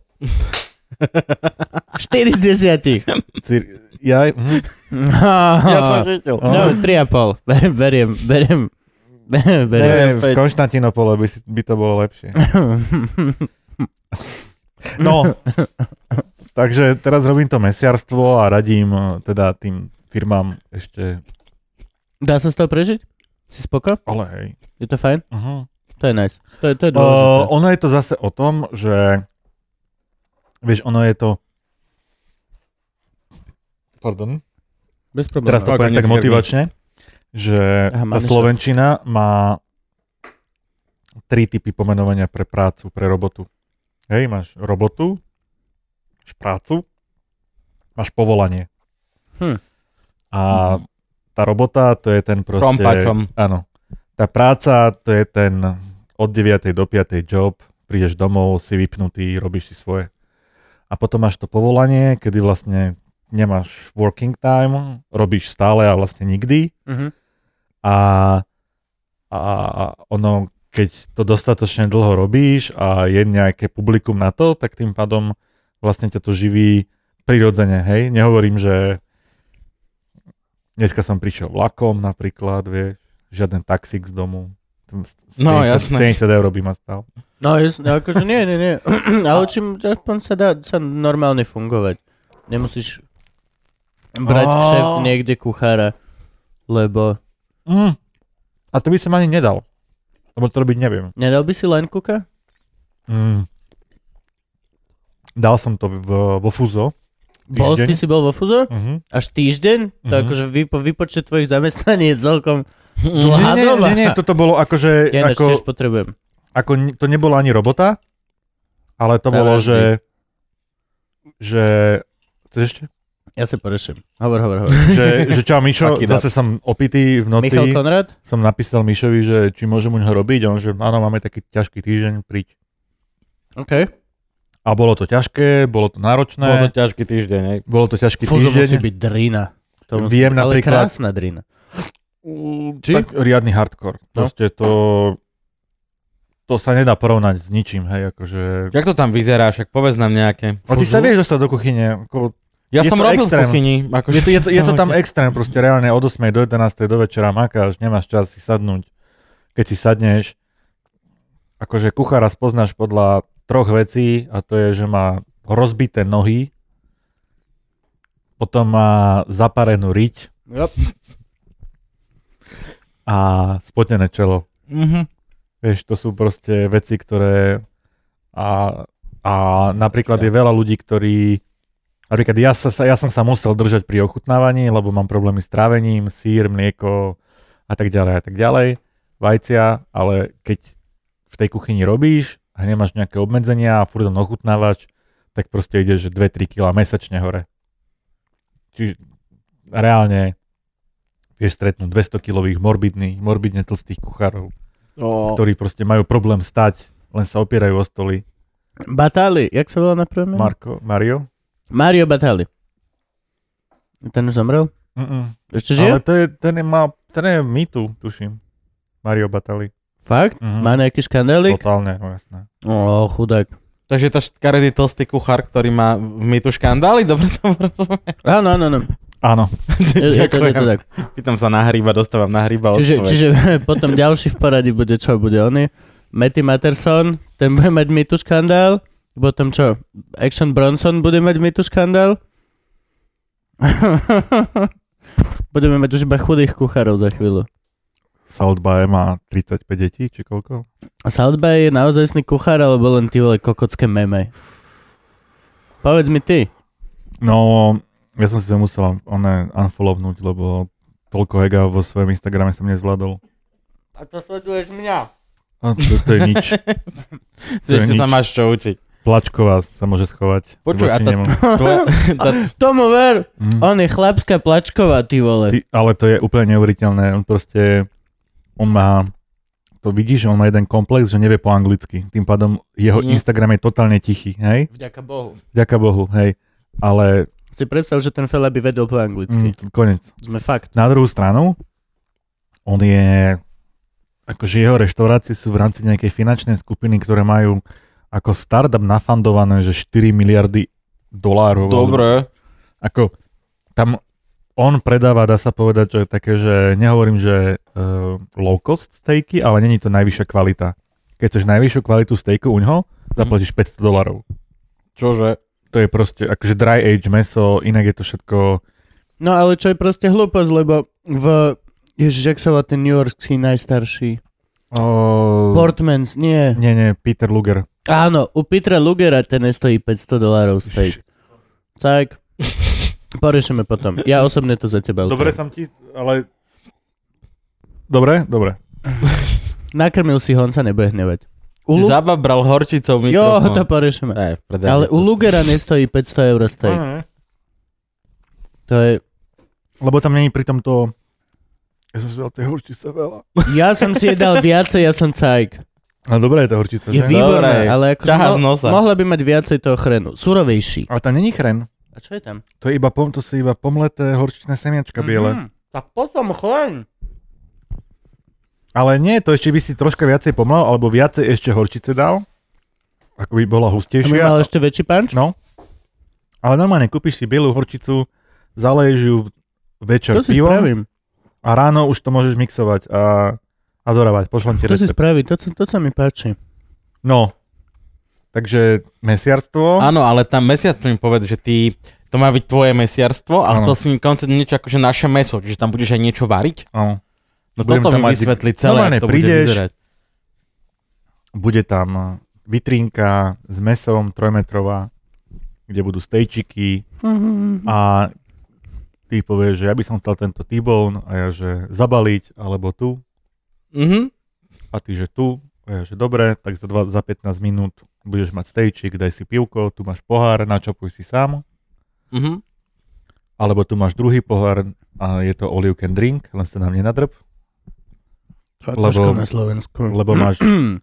4 z 10. Ja som žitil. No, 3,5. Beriem. V Konštantinopole by to bolo lepšie. No, takže teraz robím to mesiarstvo a radím teda tým firmám ešte. Dá sa z toho prežiť? Si spoko? Ale hej. Je to fajn? To je nice. To je dôležité. Ono je to zase o tom, že vieš, ono je to Bez problémov. Teraz to poviem tak motivačne, že tá slovenčina má 3 typy pomenovania pre prácu, pre robotu. Hej, máš robotu, máš prácu, máš povolanie. A tá robota, to je ten proste... Krompačom. Áno. Tá práca, to je ten od 9. do 5. job, prídeš domov, si vypnutý, robíš si svoje. A potom máš to povolanie, kedy vlastne nemáš working time, robíš stále a vlastne nikdy. A ono, keď to dostatočne dlho robíš a je nejaké publikum na to, tak tým pádom vlastne ťa to živí prirodzene, hej? Nehovorím, že dneska som prišiel vlakom napríklad, vieš, žiaden taxík z domu. No, jasné. 70 eur by ma stal. No, jasné, akože nie. Ale čím aspoň sa dá normálne fungovať. Nemusíš brať kšeft niekde kuchára, lebo... A to by som ani nedal. Lebo to robiť neviem. Nedal by si line cooka? Dal som to vo Fuzo. Ty si bol vo Fuzo? Až týždeň? To akože vypočet tvojich zamestnaní je celkom dlhá doba. Nie, toto bolo akože... Ja tiež potrebujem. Ako to nebolo ani robota, ale to bolo, že... Chceš ešte? Ja sa poreším. Hovor. Že čau Mišo, zase som opitý v noci. Michal Konrad? Som napísal Mišovi, že či môžem u neho robiť. On, že áno, máme taký ťažký týždeň, príď. OK. A bolo to ťažké, bolo to náročné. Bolo to ťažký týždeň, hej. Bolo to ťažký Fuzo týždeň. musí byť drina. Viem ale napríklad... krásna drina. Tak riadny hardcore. Proste to sa nedá porovnať s ničím, hej, akože... Jak to tam vyzerá, však povedz nám nejaké. A ty sa vieš dostať do kuchyne, Ja som robil v kuchyni. Je to tam extrém, proste reálne od 8 do 11 do večera makáš, nemáš čas si sadnúť. Keď si sadneš, akože kuchára spoznáš podľa 3 vecí a to je, že má rozbité nohy, potom má zaparenú riť a spotnené čelo. Vieš, to sú proste veci, ktoré a napríklad je veľa ľudí, ktorí napríklad ja som sa musel držať pri ochutnávaní, lebo mám problémy s trávením, sír, mlieko a tak ďalej, vajcia, ale keď v tej kuchyni robíš a nemáš nejaké obmedzenia a furt ochutnávač, tak proste ide, že 2-3 kg mesačne hore. Čiže reálne vieš stretnúť 200-kilových morbidne tlstých kuchárov, ktorí proste majú problém stať, len sa opierajú o stoly. Batali, jak sa volá na prvom? Mario Batali. Ten už zomrel? Ešte žije? Ale ten je mýtu, tuším. Mario Batali. Fakt? Má nejaký škandálik? Totálne, no jasné. Chudák. Takže to škaredý tlstý kuchár, ktorý má v mýtu škandály, dobre som rozumiem? Áno. Je to tak. Pýtam sa na hríba, dostávam na hríba odpoveď. Čiže potom ďalší v poradí bude čo? Bude on? Matty Matterson, ten bude mať mýtu škandál. Potom čo? Action Bronson bude mať mýtu škandál. Budeme mať už iba chudých kuchárov za chvíľu. South Bay má 35 detí, či koľko? South Bay je naozajstný kuchár, alebo len ty vole kokocké meme? Povedz mi ty. No, ja som si to musel unfollownúť, lebo toľko ega vo svojom Instagrame som nezvládol. A to sleduješ mňa. To je nič. Ešte sa máš čo učiť. Plačková sa môže schovať. Počuj, tomu ver. On je chlapská Plačková, ty vole. Ale to je úplne neuveriteľné. On má, to vidíš, že on má jeden komplex, že nevie po anglicky. Tým pádom jeho Instagram je totálne tichý, hej? Vďaka Bohu, hej. Ale... Si predstav, že ten fela by vedel po anglicky. Konec. Sme fakt. Na druhú stranu, on je... Akože jeho reštaurácie sú v rámci nejakej finančnej skupiny, ktoré majú ako startup nafundované, že 4 miliardy dolárov. Dobre. Ako tam on predáva, dá sa povedať, že také, že nehovorím, že low cost steaky, ale není to najvyššia kvalita. Keď chceš najvyššiu kvalitu steaku u ňoho, zaplatíš $500. Čože? To je proste akože dry age meso, inak je to všetko... No ale čo je proste hlúposť, lebo Ježiš, jak sa volá ten New Yorkský najstarší? Portmans, nie. Nie, Peter Luger. Áno, u Petra Lugera ten stojí $500 steak. Tak, poriešime potom. Ja osobne to za teba utrám. Dobre som ti, ale... Dobre. Nakrmil si ho, on sa nebude hnevať. Zababral horčicou mikrofón. Jo, to poriešime. Ale u Lugera nestojí $500 steak. To je... Lebo tam není pri tomto... Ja som si dal tie horčice veľa. Ja som si jedal viacej, ja som cajk. Ale dobré je tá horčica, je výborné, ale akože mohla by mať viacej toho chrenu. Surovejší. Ale tam není chren. A čo je tam? To sú iba pomleté horčičné semiačka biele. Tak potom chreň. Ale nie, to ešte by si troška viacej pomlel, alebo viacej ešte horčice dal. Ako by bola hustejšia. A by mal ešte väčší punch? No. Ale normálne kúpiš si bielú horčicu, zaleješ ju večer pivom. To si spravím. A ráno už to môžeš mixovať a dorovať. Pošlem ti recept. To si spraví, to sa mi páči. No, takže mesiarstvo. Áno, ale tam mesiarstvo mi povedz, že to má byť tvoje mesiarstvo a chcel si mi koncept niečo akože naše mäso, čiže tam budeš aj niečo variť? Áno. No toto mi vysvetli celé, ako to bude vyzerať. Bude tam vitrínka s mesom 3-metrová, kde budú stejčiky a ty povieš, že ja by som chcel tento T-bone a ja, že zabaliť, alebo tu. A ty, že tu. A ja, že dobre, tak za 15 minút budeš mať stejčik, daj si pivko, tu máš pohár, načapuj si sám. Alebo tu máš druhý pohár a je to all you can drink, len sa nám nenadrb. Lebo na Slovensku. Lebo máš...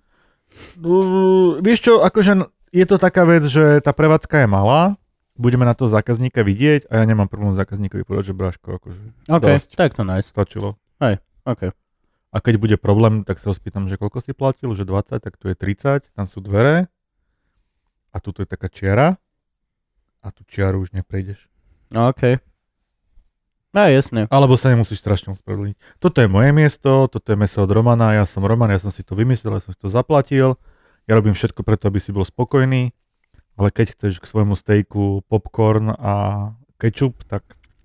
Vieš čo, akože je to taká vec, že tá prevádzka je malá, budeme na toho zákazníka vidieť a ja nemám problém zákazníkovi povedať, že Braško, akože dosť. Tak to nice. Stačilo. Hej, OK. A keď bude problém, tak sa ho spýtam, že koľko si platil, že 20, tak tu je 30, tam sú dvere a tu je taká čiara a tú čiaru už neprejdeš. OK. No jasne. Alebo sa nemusíš strašne ospravedlniť. Toto je moje miesto, toto je meso od Romana, ja som Roman, ja som si to vymyslel, ja som si to zaplatil, ja robím všetko preto, aby si bol spokojný. Ale keď chceš k svojmu stejku popcorn a kečup, tak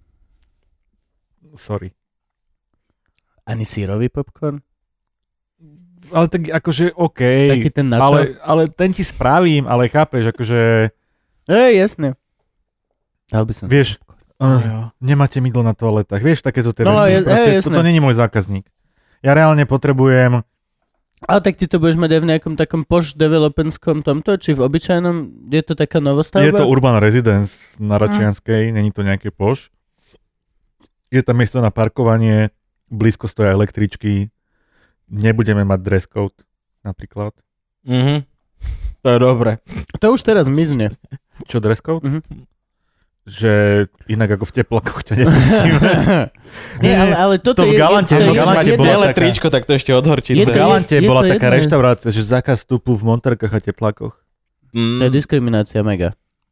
sorry. Ani sírový popcorn? Ale tak akože OK. Taký ten načo? Ale ten ti spravím, ale chápeš, akože... Jasne. Dal by som. Vieš, nemáte mydlo na toaletách. Vieš, takéto tie veci. Toto není môj zákazník. Ja reálne potrebujem Ale tak ty to budeš mať aj v nejakom takom post-developentskom tomto, či v obyčajnom, je to taká novostavba? Je to urban residence na Račianskej, není to nejaké poš. Je tam miesto na parkovanie, blízko stoja električky, nebudeme mať dress code napríklad. To je dobre. To už teraz mizne. Čo dress code? Že inak ako v teplákoch ťa nepustíme. Nie, ale toto To v Galante, Keď Galante máte bola električko, tak to ešte odhorčí. Je V to Galante je bola to taká jedné. reštaurácia, že zákaz vstupu v monterkách a teplákoch. To je diskriminácia mega.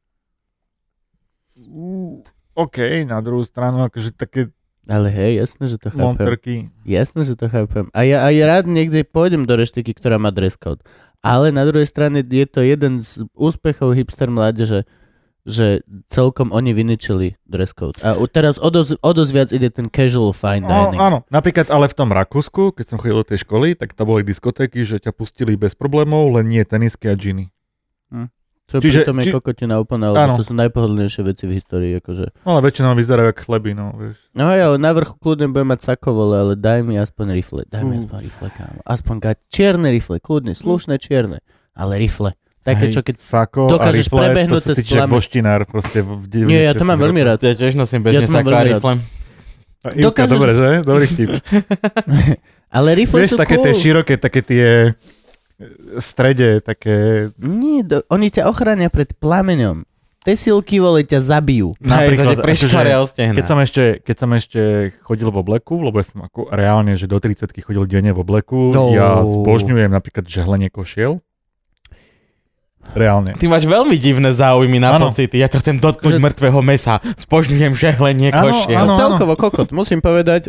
OK, na druhú stranu, akože také Ale hej, jasné, že to chápem. monterky. Jasné, že to chápem. A ja rád niekde pôjdem do reštiky, ktorá má dress code. Ale na druhej strane je to jeden z úspechov hipster mládeže, že celkom oni vyničili dress code. A teraz o dosť viac ide ten casual fine dining. Áno, napríklad ale v tom Rakúsku, keď som chodil do tej školy, tak tam boli diskotéky, že ťa pustili bez problémov, len nie tenisky a džiny. Čo pritom je kokotina úplná, lebo to sú najpohodlnejšie veci v histórii. Akože. No ale väčšinou vyzerajú ako chleby, no vieš. No ja na vrchu kľudne budem mať sakovole, ale daj mi aspoň rifle. Kámo. Aspoň čierne rifle, kľudne, slušné čierne, ale rifle. Také, čo keď sako a dokážeš rifle, prebehnúť to cez si cítiš ako voštinár proste v 90. Nie, ja to mám veľmi rád. Ja tiež nosím bežne sako a rifle. Ivka, dobre, že? Dobrý vtip. Ale rifle Vieš, sú také cool. tie široké, také tie strede, také... Nie, oni ťa ochránia pred plameňom. Tesilky, vole, ťa zabijú. Napríklad, keď keď som ešte chodil v obleku, lebo ja som ako reálne, že do 30-ky chodil denne v obleku, ja zbožňujem napríklad žehlenie košiel. Reálne. Ty máš veľmi divné záujmy na pocity. Ja to chcem dotknúť mŕtvého mesa. Spožňujem žehlenie košiel. Áno. Celkovo kokot, musím povedať.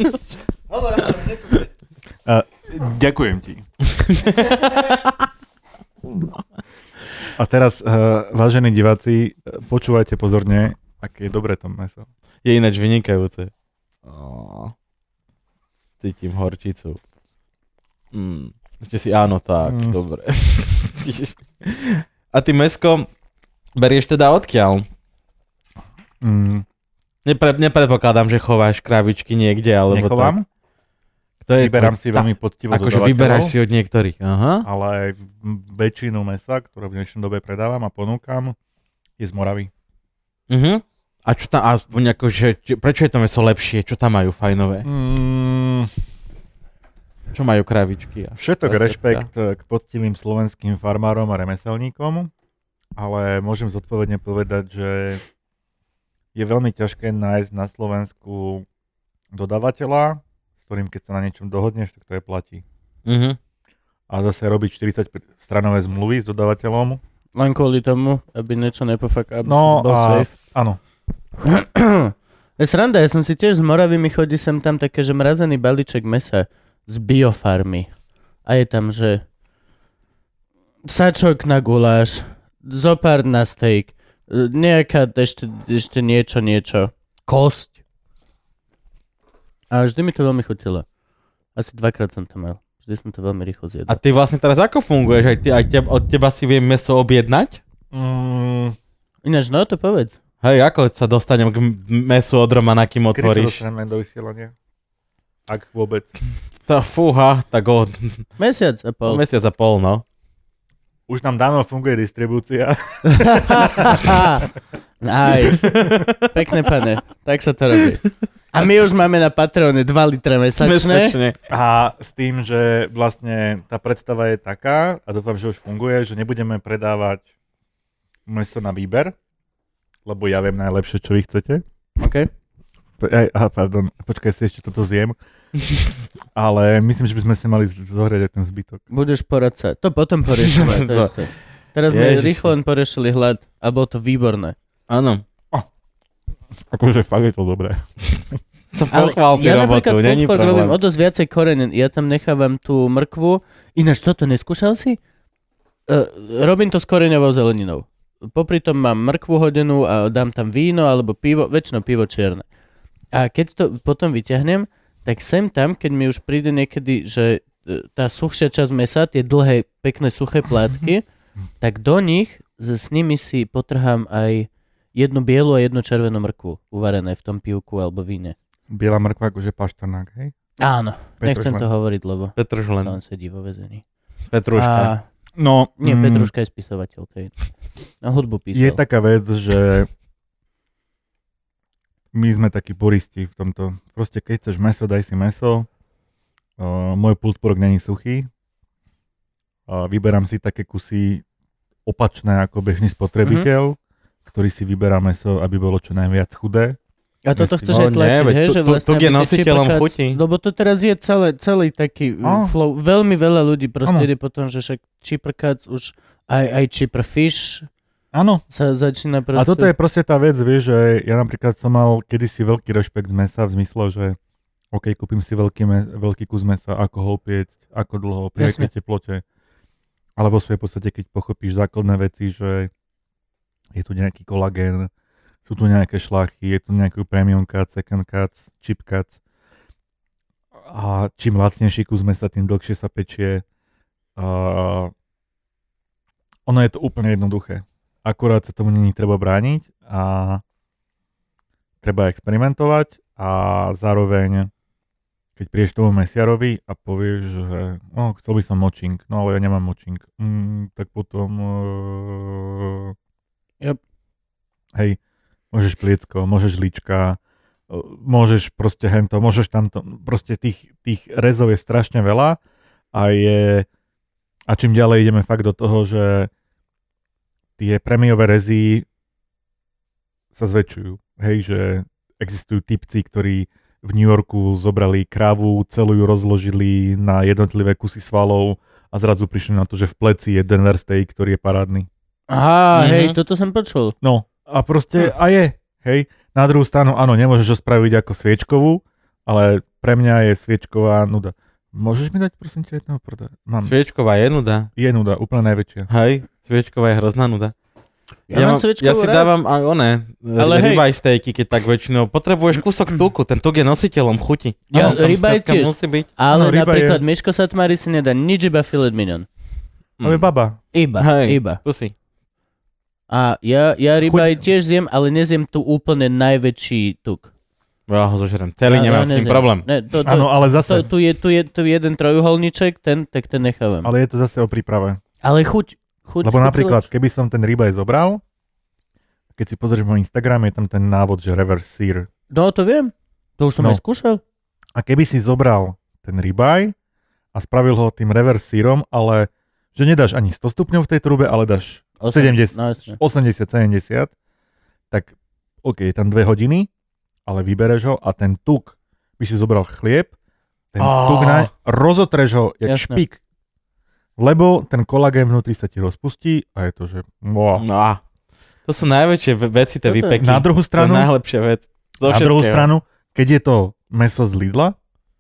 Ďakujem ti. A teraz, vážení diváci, počúvajte pozorne, aké je dobré to meso. Je ináč vynikajúce. Cítim horčicu. Ešte si áno, tak, dobre. A ty mesko berieš teda odkiaľ? Nepredpokladám, že chováš kravičky niekde, alebo nechovám. Tak. Vyberám si veľmi poctivo akože vyberáš si od niektorých, ale väčšinu mesa, ktoré v dnešnej dobe predávam a ponúkam, je z Moravy. A čo tam, prečo je to meso lepšie? Čo tam majú fajnové? Čo majú kravičky? Všetok rešpekt k poctivým slovenským farmárom a remeselníkom, ale môžem zodpovedne povedať, že je veľmi ťažké nájsť na Slovensku dodávateľa, s ktorým keď sa na niečom dohodneš, tak to je platí. A zase robiť 40-stranové zmluvy s dodávateľom. Len kvôli tomu, aby niečo nepofak, aby no bol safe. Áno. Je sranda, ja som si tiež z Moravy, mi chodí sem tam také, že mrazený balíček mesa z biofarmy. A je tam, že sačok na guláš, zopár na steak, nejaká ešte niečo, kosť. A vždy mi to veľmi chutilo. Asi 2-krát som to mal. Vždy som to veľmi rýchlo zjedol. A ty vlastne teraz ako funguješ? Od teba si viem meso objednať? Ináč, no to povedz. Hej, ako sa dostanem k mesu od Romana, kým otvoríš? Kedy sa dostaneme do vysielania? Ak vôbec. To fúha, tak Mesiac a pol, no. Už nám dávno funguje distribúcia. Nice. Pekné pane, tak sa to robí. A my už máme na Patreone 2 litre mesačne. A s tým, že vlastne tá predstava je taká, a dúfam, že už funguje, že nebudeme predávať meso na výber, lebo ja viem najlepšie, čo vy chcete. OK. Pardon, počkaj, si ešte toto zjem. Ale myslím, že by sme si mali zohrieť aj ten zbytok. Budeš poradca. To potom poriešime. Teraz sme rýchlo len poriešili hlad a bolo to výborné. Áno. Akože fakt je to dobré. Pochvál si ja robotu, není napríklad problém. robím o dosť viacej koreň. Ja tam nechávam tú mrkvu. Ináč toto neskúšal si? Robím to s koreňovou zeleninou. Popri tom mám mrkvu hodenú a dám tam víno alebo pivo, väčšinou pivo čierne. A keď to potom vyťahnem, tak sem tam, keď mi už príde niekedy, že tá suchšia časť mesa, tie dlhé, pekné suché plátky, tak do nich s nimi si potrhám aj jednu bielu a jednu červenú mrkvu uvarené v tom pivku alebo víne. Biela mrkva akože pašternák, hej? Áno, nechcem Petrušlen. to hovoriť, lebo Petrušlen. sa on sedí vo väzení. Petruška. No, Nie, Petruška je spisovateľ, to je... Na hudbu písal. je taká vec, že my sme takí puristi v tomto. Proste keď chceš meso, daj si meso. Môj pultporok není suchý. Vyberám si také kusy opačné ako bežný spotrebiteľ, ktorý si vyberá meso, aby bolo čo najviac chudé. A toto Myslím, chceš aj tlačiť, veď hej, že tu vlastne... je aby tie nositeľom čiprkac- chuti. Lebo to teraz je celý taký flow. Veľmi veľa ľudí proste ide po tom, že však čiprkac už aj chiprfish Áno. sa začína proste... A toto je proste tá vec, vieš, že ja napríklad som mal kedysi veľký rešpekt z mesa v zmysle, že OK, kúpim si veľký kus mesa, ako ho upiecť, ako dlho, pri akej teplote. Ale vo svojej podstate, keď pochopíš základné veci, že je tu nejaký kolagén, sú tu nejaké šlachy, je tu nejaký premium cut, second cut, chip cut. A čím lacnejší kus mesa, tým dlhšie sa pečie. Ono je to úplne jednoduché. Akurát sa tomu není treba brániť a treba experimentovať a zároveň keď prídeš tomu mesiarovi a povieš, že chcel by som močing, no ale ja nemám močing, tak potom Yep. Hej, môžeš pliecko, môžeš lička, môžeš proste hento, môžeš tamto, proste tých rezov je strašne veľa a čím ďalej ideme fakt do toho, že tie prémiové rezy sa zväčšujú. Hej, že existujú typci, ktorí v New Yorku zobrali krávu, celú ju rozložili na jednotlivé kusy svalov a zrazu prišli na to, že v pleci je Denver steak, ktorý je parádny. Aha, hej, toto som počul. No, a proste, a je, hej. Na druhú stranu, áno, nemôžeš ho spraviť ako sviečkovú, ale pre mňa je sviečková nuda. Môžeš mi dať, prosím ťa, jedného prda? Mám. Sviečková je nuda. Je nuda, úplne najväčšia. Hej, sviečková je hrozná nuda. Ja Ja si dávam aj ribeye stejky, keď tak väčšinou. Potrebuješ kúsok tuku, ten tuk je nositeľom chuti. Ja, Tam ribeye skrátka tiež. musí byť. Ale No, ryba napríklad Miško Satmári si nedá nič, iba filet mignon. Ale baba. Iba. Kusy. A ja ribeye tiež zjem, ale nezjem tu úplne najväčší tuk. Ja ho zožerem. Celý nemám s tým nezjem. problém. Ne, Áno, ale zase. Tu je jeden trojuholníček, ten nechávam. Ale je to zase o príprave. Ale chuť. Lebo napríklad, keby som ten ribeye zobral, keď si pozrieš môj Instagram, je tam ten návod, že reverse sear. No, to viem. To už som No. aj skúšal. A keby si zobral ten ribeye a spravil ho tým reverse searom, ale že nedáš ani 100 stupňov v tej trube, ale dáš 70, No, jasne. 80-70, tak OK, je tam 2 hodiny, ale vybereš ho a ten tuk, by si zobral chlieb, ten tuk rozotreš ho jak Jasne. špik. Lebo ten kolagén vnútri sa ti rozpustí a je to, že wow. No a to sú najväčšie veci, tie Toto je- výpeky. Na druhú To je stranu, najlepšia vec. na druhú stranu, keď je to mäso z Lidla,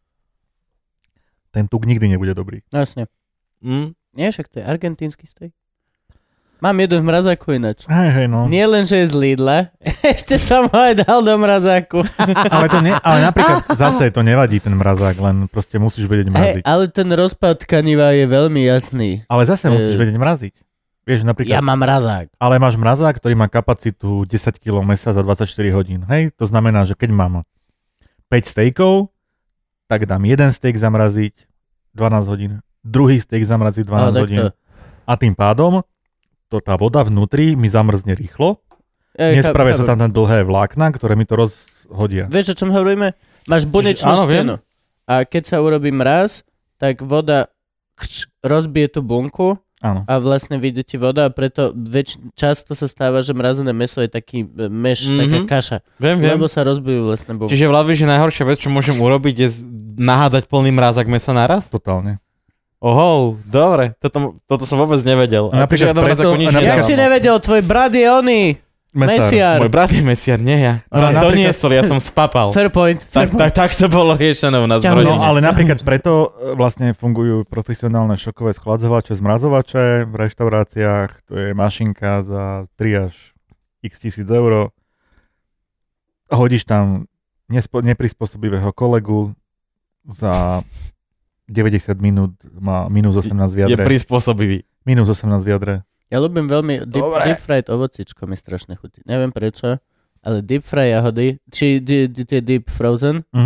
ten tuk nikdy nebude dobrý. Jasne. Nie, však to je argentínsky steak. Mám jeden v mrazáku ináč. Hej, no. Nie len, že je z Lidla, ešte som ho aj dal do mrazáku. Ale napríklad zase to nevadí ten mrazák, len proste musíš vedieť mraziť. Ale ten rozpad tkaniva je veľmi jasný. Ale zase musíš vedieť mraziť. Vieš, napríklad, Ja mám mrazák. ale máš mrazák, ktorý má kapacitu 10 kg mesa za 24 hodín. Hej, to znamená, že keď mám 5 steakov, tak dám jeden steak zamraziť 12 hodín, druhý steak zamraziť 12 hodín. A tým pádom tá voda vnútri mi zamrzne rýchlo. Nespravia sa tam dlhé vlákna, ktoré mi to rozhodia. Vieš, o čom hovoríme? Máš bunečnú Áno, viem. stenu. A keď sa urobí mraz, tak voda rozbije tú bunku Áno. a vlastne vyjde ti voda a preto často sa stáva, že mrazené mäso je taký meš, taká kaša. Viem. Lebo sa rozbijú vlastne bunky. Čiže Vlad, že najhoršia vec, čo môžem urobiť, je nahádzať plný mrázak mesa naraz? Totálne. Oho, dobre. Toto som vôbec nevedel. A napríklad Akože ja do mrazáku nič Jak nedám. si nevedel, tvoj brat je oný. Mesiar. Môj brat je mesiar, nie ja. Ale Brat napríklad- doniesol, ja som spapal. Fair point. Tak to bolo riešené u nás v Ťahujem. rodine. No ale napríklad preto vlastne fungujú profesionálne šokové schladzovače, zmrazovače v reštauráciách. To je mašinka za 3 až x tisíc eur. Hodíš tam neprispôsobivého kolegu, za 90 minút má minus 18 v Je jadre. prispôsobivý. Minus 18 v jadre. Ja ľúbim veľmi deep fried ovocičko mi strašne chutí. Neviem prečo, ale deep fry jahody, či tie deep frozen,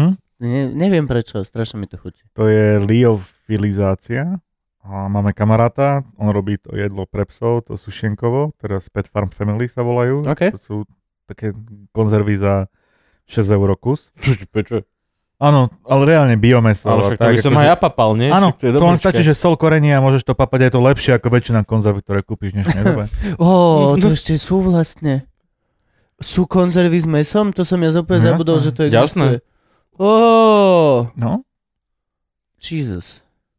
neviem prečo, strašne mi to chutí. To je liofilizácia. A máme kamaráta, on robí to jedlo pre psov, to sú Šienkovo, teraz Pet Farm Family sa volajú. Okay. To sú také konzervy za 6 € kus. Prečo? Áno, ale reálne biomeso. Ale však to by som aj ja papal, nie? Áno, to len stačí, že sol, korenie a môžeš to papať, aj to lepšie ako väčšina konzervy, ktoré kúpiš v dnešnej dobe. To ešte sú vlastne. Sú konzervy s mesom? To som ja úplne zabudol, že to existuje. No? Jesus.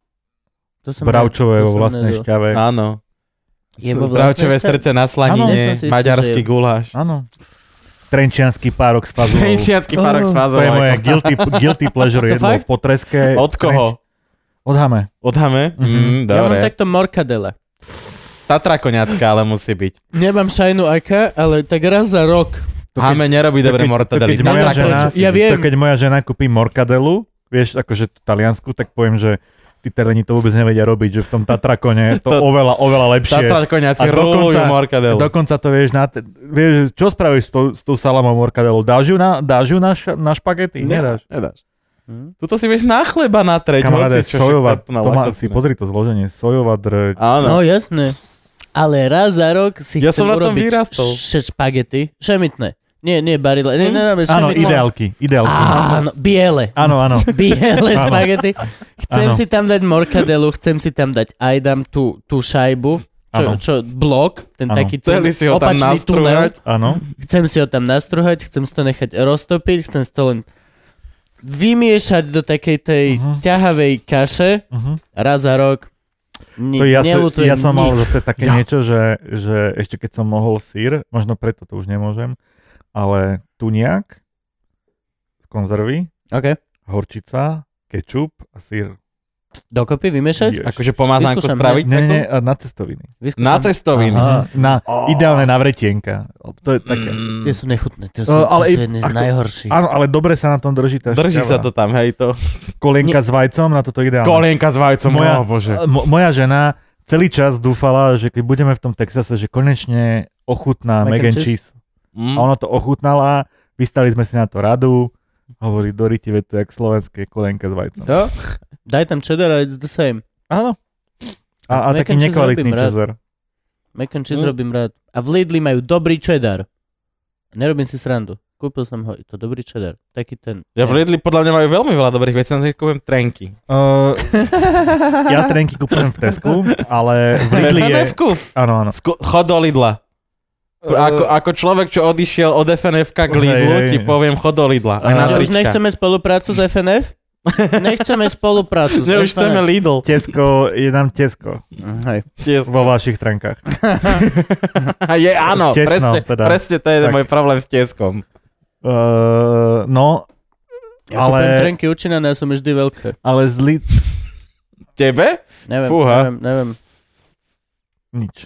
Bravčové vo vlastnej šťave. Áno. Je vo Bravčové srdce na slanine, maďarský guláš. Áno. Trenčiansky párok s fazolou. Trenčiansky párok s fazolou. To je moje guilty pleasure jedlo po treske. Od koho? Od Hame. Od Hame? Dobre. Ja mám takto morkadele. Tatra koňacká, ale musí byť. Nemám šajnu aká, ale tak raz za rok. Hame nerobí dobre mortadely. Keď moja žena kúpi morkadelu, vieš, akože taliansku, tak poviem, že tí tereni to vôbec nevedia robiť, že v tom Tatrakone je to oveľa lepšie. Tatrakoňaci rolujú morkadelu. Dokonca to vieš, čo spravíš s tou salamou morkadelu? Dáš ju na špagety? Nedáš. Tuto si vieš na chleba natreť. Kamaráde, sojová, pozri to zloženie, sojová drť. Áno. No jasné. Ale raz za rok si chcem urobiť špagety. Šemitné. Nie, barile. Áno, ideálky. Áno, biele. Áno. Biele špagety. Chcem si tam dať morkadelu, chcem si tam dať aj dám tú šajbu, blok, ten taký opačný tunel. Chcem si ho tam nastruhať, chcem si to nechať roztopiť, chcem si to len vymiešať do takej tej ťahavej kaše raz za rok. Ja som mal zase také niečo, že ešte keď som mohol sír, možno preto to už nemôžem, ale tuniak z konzervy, horčica, kečup a sír. Dokopy vymiešať? Akože pomázánku spraviť? Nie, na cestoviny. Na cestoviny? Ideálne na vretienka. To je také. Tie sú nechutné, tie sú jedny z najhorších. Áno, ale dobre sa na tom drží tá Drží sa to tam, hej to. Kolienka s vajcom, na toto ideálne. Kolienka s vajcom, bože. Moja žena celý čas dúfala, že keď budeme v tom Texase, že konečne ochutná mac and cheese. A ona to ochutnala, vystali sme si na to radu, hovorí Doriti, veď to je jak slovenské kolenka s vajcom. Jo? Daj tam cheddar a it's the same. Áno. A taký nekvalitný cheddar. Mac and cheese robím rád. A v Lidli majú dobrý cheddar. Nerobím si srandu. Kúpil som ho, je to dobrý cheddar. Taký ten. Ja v Lidli podľa mňa majú veľmi veľa dobrých vecí, na to kúpim trenky. Ja trenky kúpujem v Tesku, ale v Lidli je... Áno. Chod do Lidla. Ako človek, čo odišiel od FNF-ka k Lidlu, ti poviem, chod do Lidla. Že už nechceme spoluprácu s FNF? Nechceme spoluprácu s FNF. Už chceme Lidl. Je nám Tesko. Vo vašich trenkách. Áno, Tesno, presne to je môj problém s Teskom. Ja kúpim trenky učinané, som vždy veľké. Ale Tebe? Neviem. Nič.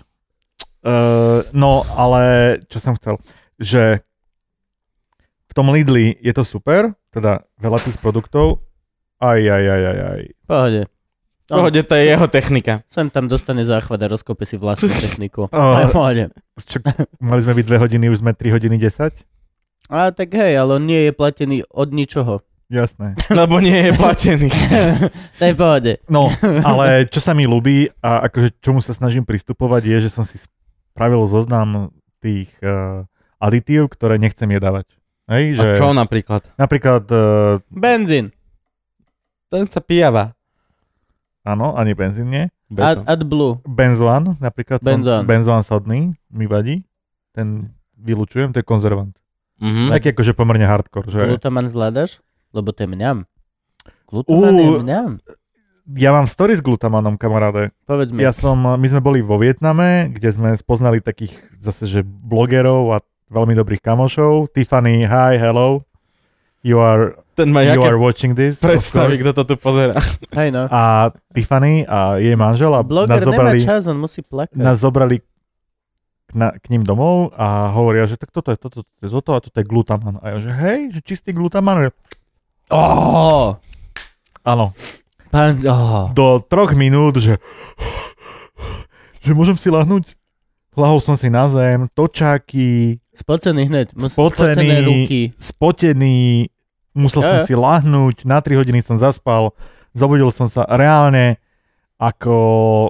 Ale čo som chcel, že v tom Lidli je to super, teda veľa tých produktov, Pohode. Pohode, to je jeho technika. Sem tam dostane záchvat a rozkope si vlastnú techniku. Pohode. Mali sme byť 2 hodiny, už sme 3 hodiny 10? Tak hej, ale on nie je platený od ničoho. Jasné. Lebo nie je platený. To je v pohode. No, ale čo sa mi ľúbi a akože čomu sa snažím pristupovať je, že som si spravil zoznam tých aditív, ktoré nechcem jedávať. Hej, že... A čo napríklad? Napríklad... Benzín. Ten sa pijava. Áno, ani benzín nie. AdBlue. Benzoan, napríklad. Benzoan sodný mi vadí. Ten vylučujem, to je konzervant. Mm-hmm. Taký akože pomerne hardcore. Že... Glutaman zvládaš? Lebo to je mňam. Glutaman je mňam. Ja mám story s glutamanom, kamaráde. Povedz mi. My sme boli vo Vietname, kde sme spoznali takých zase, že blogerov a veľmi dobrých kamošov. Tiffany, hi, hello. You are watching this. Predstaví, kto to tu pozerá. Hej no. A Tiffany a jej manžel a bloger nemá čas, on musí plakať. Nás zobrali k ním domov a hovoria, že tak toto je toto a toto je glutaman. A ja, že hej, že čistý glutaman. Áno. Do 3 minút, že môžem si lahnúť. Lahol som si na zem, točáky. Spocený hneď. Spocené ruky. Spotený. Musel som si lahnúť, na 3 hodiny som zaspal, zobudil som sa reálne ako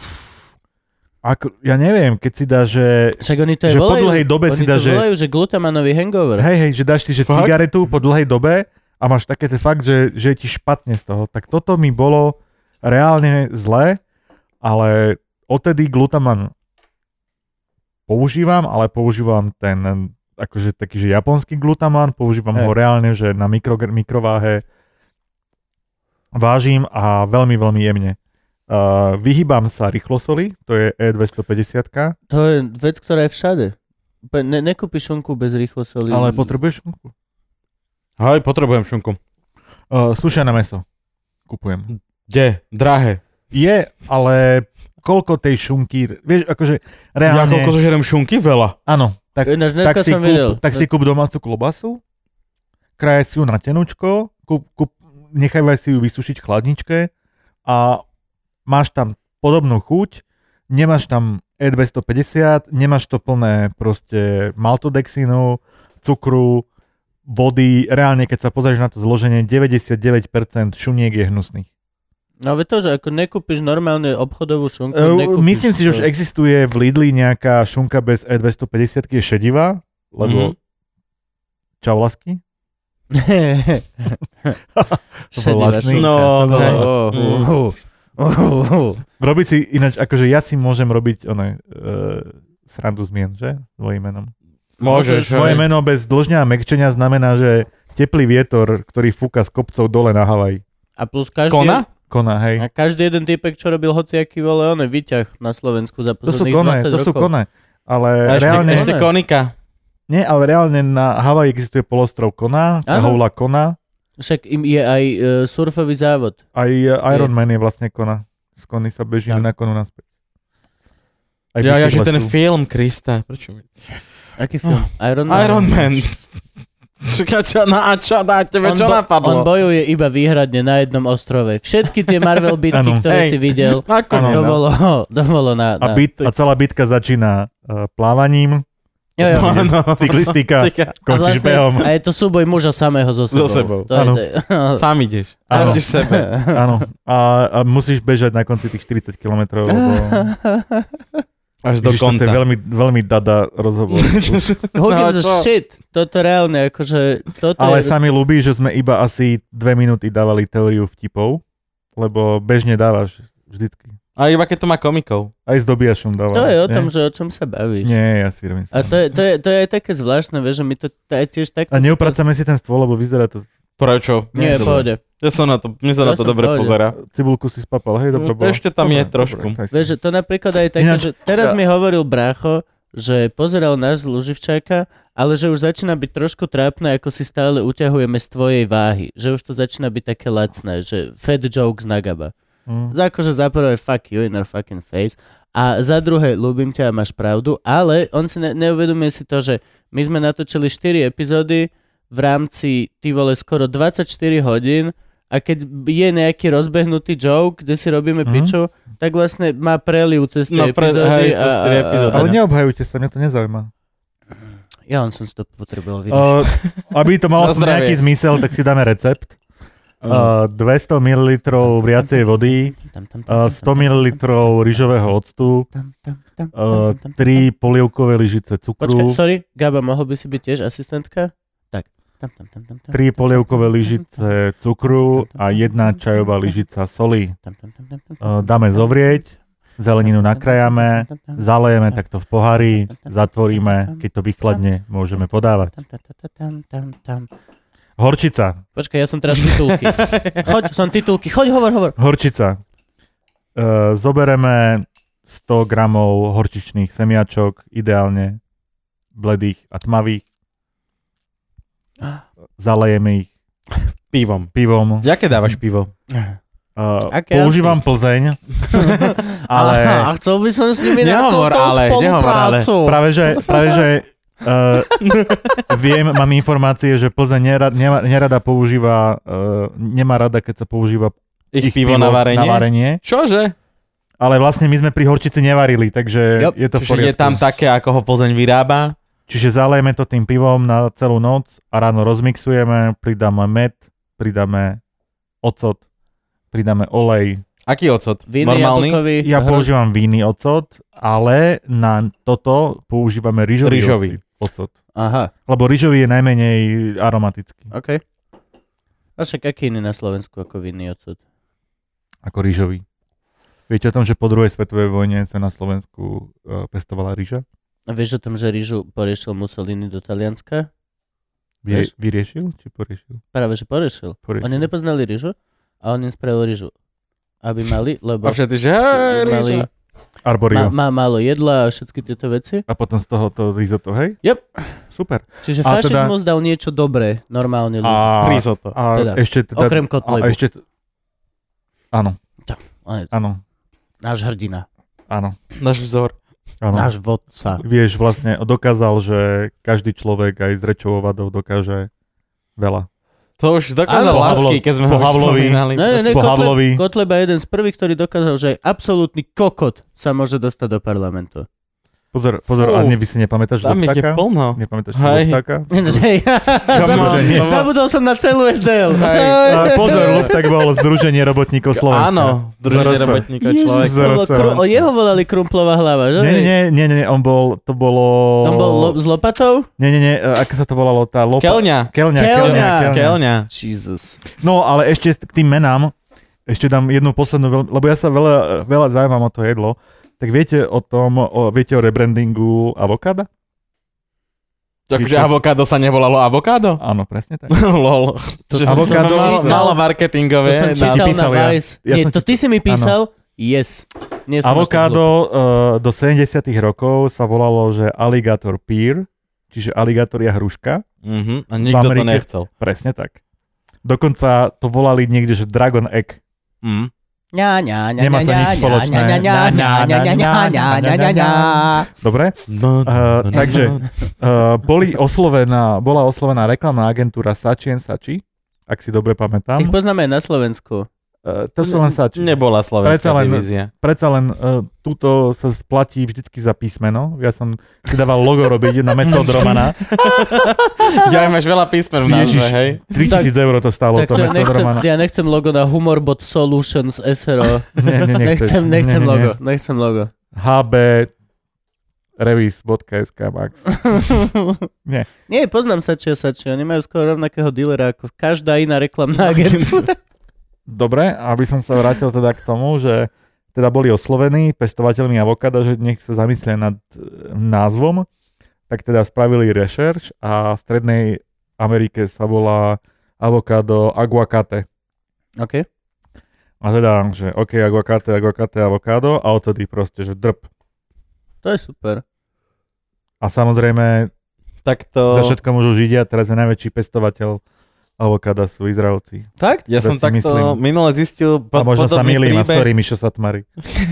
ja neviem, keď si dá, že po dlhej dobe si dá, že... Volajú, že glutamanový hangover. Hej, že dáš si že cigaretu po dlhej dobe a máš také fakt, že je ti špatne z toho. Tak toto mi bolo reálne zlé, ale odtedy glutaman používam, ale používam ten akože taký, že japonský glutaman, používam ho reálne, že na mikrováhe vážim a veľmi, veľmi jemne. Vyhýbam sa rýchlosoli, to je E250. To je vec, ktorá je všade. Nekúpiš šunku bez rýchlosoli. Ale potrebuješ šunku? Hej, potrebujem šunku. Sušené mäso. Kupujem. Kde? Drahé. Je, ale koľko tej šunky, vieš, akože reálne... Ja koľko zožerem šunky? Veľa. Áno. Tak si kúp domácu klobasu, kraj si ju na tenučko, nechávaj si ju vysušiť v chladničke a máš tam podobnú chuť, nemáš tam E250, nemáš to plné proste maltodexínu, cukru, vody, reálne keď sa pozrieš na to zloženie, 99% šuniek je hnusných. No ve to, že ako nekúpiš normálne obchodovú šunku, myslím si, že už existuje v Lidli nejaká šunka bez E250, je šedivá, lebo čaulasky? Šedivá šunka. Robiť si ináč, akože ja si môžem robiť srandu zmien, že? Svojím menom. Môžeš. Moje meno bez dĺžňa a mäkčenia znamená, že teplý vietor, ktorý fúka z kopcov dole na Havaji. A plus každý... Kona, hej. A každý jeden typek, čo robil hociaký výťah na Slovensku za posledných 20 rokov. To sú kone. Ale reálne... Ešte konika. Nie, ale reálne na Havaji existuje polostrov Kona, houla Kona. Však im je aj surfový závod. Aj Ironman je vlastne Kona. Z Kony sa beží na Konu naspäť. Že ten film, Krista. Prečo mi... Aký film? Ironman. Čo napadlo? On bojuje iba výhradne na jednom ostrove. Všetky tie Marvel bitky, ktoré si videl, to bolo na... A celá bitka začína plávaním, cyklistika, končíš behom. A je to súboj muža samého so sebou. Sám ideš. Proti sebe. Áno. A musíš bežať na konci tých 40 kilometrov, lebo... Až do konca. To je veľmi, veľmi dada rozhovor. Who gives a shit? Toto reálne, akože... Ale sa mi ľúbi, že sme iba asi 2 minúty dávali teóriu vtipov, lebo bežne dávaš vždycky. A iba keď to má komikov. Aj s Dobiašom dáva. To je o tom, že o čom sa bavíš. Nie, ja si robím. A to je také zvláštne, vieš, že my to tiež tak... A neupracame si ten stôl, lebo vyzerá to... Prečo? Nie, pohode. Mne sa na to dobre pozerá. Cibulku si spapal, hej, dobre bolo. Ešte tam je trošku. Vieš, že to napríklad aj také, že teraz mi hovoril brácho, že pozeral náš z Luživčáka, ale že už začína byť trošku trápne, ako si stále uťahujeme z tvojej váhy. Že už to začína byť také lacné, že fat jokes na Gaba. Akože za prvé fuck you in our fucking face a za druhé ľúbim ťa a máš pravdu, ale on si neuvedomuje si to, že my sme natočili 4 epizódy v rámci, ty vole, skoro 24 hodín a keď je nejaký rozbehnutý joke, kde si robíme piču, tak vlastne má preliu cez tie epizódy. Ale neobhajujte sa, mňa to nezaujíma. Ja som si to potreboval vyriešiť. Aby to malo nejaký zmysel, tak si dáme recept. 200 ml vriacej vody, 100 ml rýžového octu, 3 polievkové lyžice cukru. Počkaj, sorry, Gaba, mohol by si byť tiež asistentka? Tak. 3 polievkové lyžice cukru a 1 čajová lyžica soli. Dáme zovrieť, zeleninu nakrájame, zalejeme takto v pohári, zatvoríme, keď to vychladne, môžeme podávať. Horčica. Počkaj, ja som teraz titulky. Choď, hovor. Horčica. Zobereme 100 gramov horčičných semiačok, ideálne bledých a tmavých. Zalejeme ich pivom. Jaké dávaš pivo? Používam Plzeň, ale... A chcel by som s nimi na túto spoluprácu. Práve že viem, mám informácie, že Plzeň nerada používa, nemá rada, keď sa používa ich pivo na varenie. Čože? Ale vlastne my sme pri horčici nevarili, takže je to v poriadku. Je tam také, ako ho Plzeň vyrába? Čiže zalejeme to tým pivom na celú noc a ráno rozmixujeme, pridáme med, pridáme ocot, pridáme olej. Aký ocot? Víny, Normálny? jablkový. Ja používam víny ocot, ale na toto používame rýžový ocot. Aha, Lebo rýžový je najmenej aromatický. OK. A však aký iný na Slovensku ako vinný ocot? Ako rýžový. Viete o tom, že po druhej svetovej vojne sa na Slovensku pestovala rýža? A vieš o tom, že rýžu poriešil Mussolini do Talianska? Vyriešil? Či poriešil? Práve, že poriešil. Oni nepoznali rýžu a on im spravil rýžu. Aby mali, lebo A všetci, že mali Arborio. málo jedla a všetky tieto veci. A potom z toho to risotto, hej? Yep. Super. Čiže A fašizmus dal niečo dobré normálne ľudí. risotto. A Teda, ešte teda... okrem Kotlebu. Áno. Áno. Náš hrdina. Áno. Náš vzor. Áno. Náš vodca. Vieš, vlastne dokázal, že každý človek aj s rečovou vadou dokáže veľa. To už dokázal Áno, lásky, keď sme ho po Havlovi. spomínali. Ne, Po Havlovi. Kotleba je jeden z prvých, ktorý dokázal, že aj absolútny kokot sa môže dostať do parlamentu. Pozor, Fú. a vy si nepamätáš Tam ich je Vltáka? plno. Nepamätáš si Hej. Vltáka? Zabudol som na celú SDL. Pozor, Lupták bol Združenie robotníkov Slovenska. Áno, Združenie ZRS. robotníkov Ježiš, človeka. Zero sa. o jeho volali Krumplová hlava, že? Nie, to bolo... On bol s lopatou? Nie, ako sa to volalo? Tá lopa... Keľňa. Keľňa. Jesus. No, ale ešte k tým menám, ešte dám jednu poslednú, lebo ja sa veľa zaujímam o to jedlo. Tak viete o rebrandingu avokáda? Takže avokádo sa nevolalo avokádo? Áno, presne tak. Lol. Avokádo- Malo To marketingové. som čítal na písal ja. Vice. Ja Nie, som to ty si mi písal? Yes. Nie som až tak Avokádo do 70 rokov sa volalo, že alligator pear, čiže aligátoria hruška. A nikto to Amerike- nechcel. Presne tak. Dokonca to volali niekde, že dragon egg. Nemá to nič spoločné. Dobre? Takže bola oslovená reklamná agentúra Sachi & Sachi, ak si dobre pamätám. Ich poznáme aj na Slovensku. To sú len Sachi. Nebola slovenská divízia. Predsa len túto sa splatí vždycky za písmeno. Ja som si dával logo robiť na meso od Romana. Ja máš veľa písmen v názve, hej? 3000 eur to stálo Tak to to meso od Romana. ja nechcem logo na Humorbot Solutions SRO. Nechcem logo. HB revis.sk Max. Nie, poznám Sachi. Oni majú skoro rovnakého dealera ako každá iná reklamná agentúra. Dobre, aby som sa vrátil teda k tomu, že teda boli oslovení pestovateľmi avokáda, že nech sa zamyslia nad názvom, tak teda spravili rešerš a v Strednej Amerike sa volá avokádo aguacate. OK. A teda, že OK, aguacate, avokádo a odtedy proste, že drp. To je super. A samozrejme, Tak to... za všetko môžu Židia, teraz je najväčší pestovateľ avokáda sú Izraelci. Tak? Ja som si takto myslím. minule zistil A možno sa milím, a sorry, Mišo Satmari.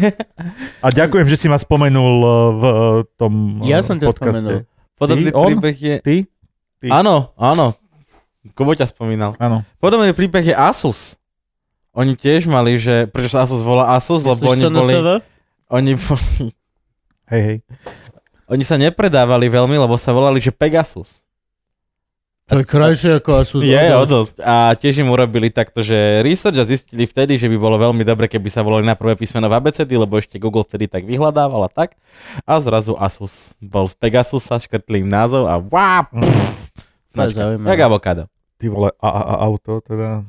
A ďakujem, že si ma spomenul v tom Ja som ťa podcaste. spomenul. Podobný Ty? On? príbeh je... Ty? Áno. Kubo ťa spomínal. Áno. Podobný príbeh je Asus. Oni tiež mali, že... Prečo sa Asus volá Asus? Lebo oni boli... Hej. Oni sa nepredávali veľmi, lebo sa volali, že Pegasus. To je krajšie ako Asus. Je, o dosť. A tiež im urobili takto, že research a zistili vtedy, že by bolo veľmi dobre, keby sa volali na prvé písmeno v abecedy, lebo ešte Google vtedy tak vyhľadával a tak. A zrazu Asus bol z Pegasusa, škrtli im názov a wow, značka. Jak avokádo. Ty vole, auto, teda...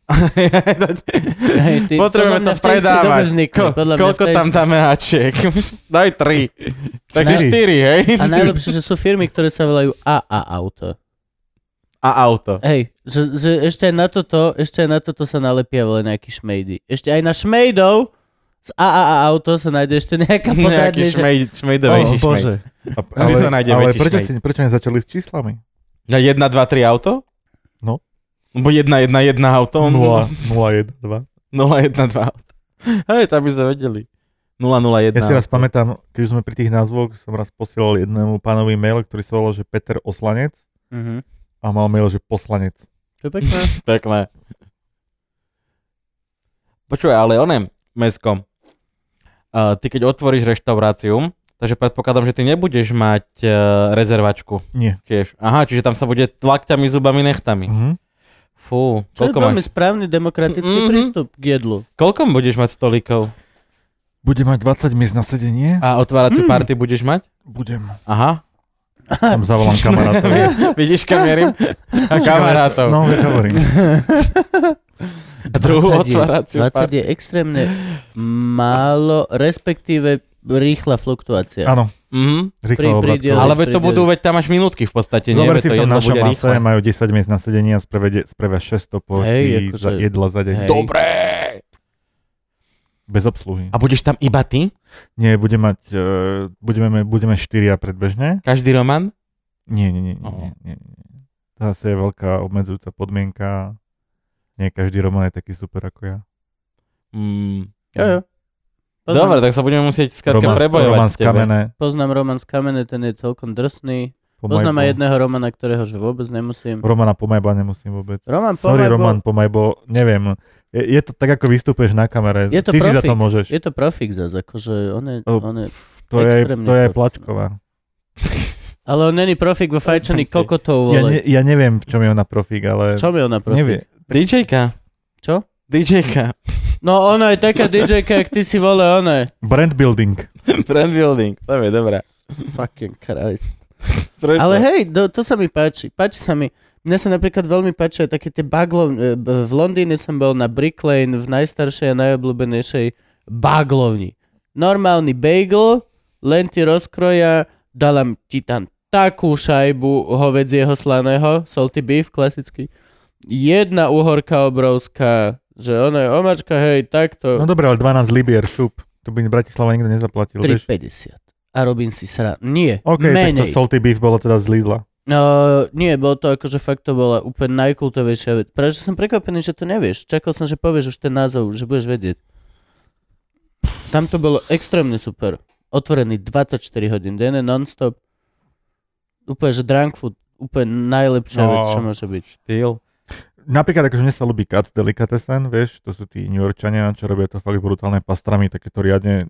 Potrebujeme to predávať. Koľko tam dáme hačiek? Daj 3. Takže 4, hej? A najlepšie, že sú firmy, ktoré sa volajú AA Auto. A auto. Hej, že ešte aj na toto sa nalepia vole nejaký šmejdy. Ešte aj na šmejdov z AAA Auto sa nájde ešte nejaká potrednejšia. Šmejdovejší Bože. Ale prečo nezačali s číslami? Na 1, 2, 3 auto? No. Bo 1, 1, 1 auto? 0, 1, 2. 0, 1, 2 auto. Hej, to by sme vedeli. 0, 0, 1 Ja si raz pamätám, keď už sme pri tých názvoch, som raz posielal jednému pánovi mail, ktorý sa volal, že Peter Oslanec. A mal mail, že poslanec. To je pekné. Pekné. Počúvaj, ale onem, Mesko, ty keď otvoríš reštauráciu, Takže predpokladám, že ty nebudeš mať rezervačku. Nie. Tiež. Aha, čiže tam sa bude lakťami, zubami, nechtami. Fú. Čo je veľmi správny demokratický prístup k jedlu. Koľko budeš mať stolíkov? Bude mať 20 miest na sedenie. A otváraciu party budeš mať? Budem. Aha. Tam zavolám kamarátovi. Vidíš, kam mierim? Kamarátov. No, hovorím. A druhú otváraciu 20 je extrémne málo, respektíve rýchla fluktuácia. Áno. Rýchlo Prídel. Ale to budú, veď tam máš minútky v podstate. Zober si to v tom jedlo našom bude mase, rýchle. majú 10 miest na sedenie a spravia 600 porcií akože, za jedla za deň. Dobre. Bez obsluhy. A budeš tam iba ty? Nie, budeme 4 predbežne. Každý Roman? Nie. To asi je veľká obmedzujúca podmienka. Nie každý Roman je taký super ako ja. Jo. Dobre, tak sa budeme musieť skrátka prebojovať. Roman z Kamene. Poznám Roman z Kamene, ten je celkom drsný. Poznám aj jedného Romana, ktorého že vôbec nemusím. Romana Pomajba nemusím vôbec. Sorry, Roman Pomajbo, neviem. Je to tak, ako vystupuješ na kamere. Je to Ty profík. si za to môžeš. Je to profík zase, akože on je To je plačková. Ale on není profík vo fajčení kokotov, vole. Ja neviem, v čom je ona profík, ale... V čom je ona profík? Nevie. DJ-ka. Čo? DJ-ka. No ona je taká DJ-ka, jak ty si vole, ona je. Brand building. Brand building. To je dobré. Fucking Christ. Ale hej, to sa mi páči. Páči sa mi. Mne sa napríklad veľmi páči také tie baglovny. V Londýne som bol na Brick Lane v najstaršej a najobľúbenejšej baglovni. Normálny bagel, len ti rozkroja, dala ti tam takú šajbu hovedzieho slaného, salty beef, klasický. Jedna uhorka obrovská, že ona je omačka, hej, takto. No dobré, ale 12 libier, šup. To by Bratislava nikto nezaplatil, vieš? 3,50. A robím si Nie, OK, menej. tak to salty beef bolo teda z Lidla. Nie, bolo to akože fakt to bola úplne najkultovejšia vec. Pretože som prekvapený, že to nevieš. Čakal som, že povieš už ten názov, že budeš vedieť. Tam to bolo extrémne super. Otvorený 24 hodín denne, non-stop. Úplne, že drunk food, úplne najlepšia vec, čo môže byť. Štýl. Napríklad, akože mne sa ľubí Katz Delicatessen, vieš, to sú tí New Yorkčania, čo robia to fakt brutálne pastrami, takéto riadne.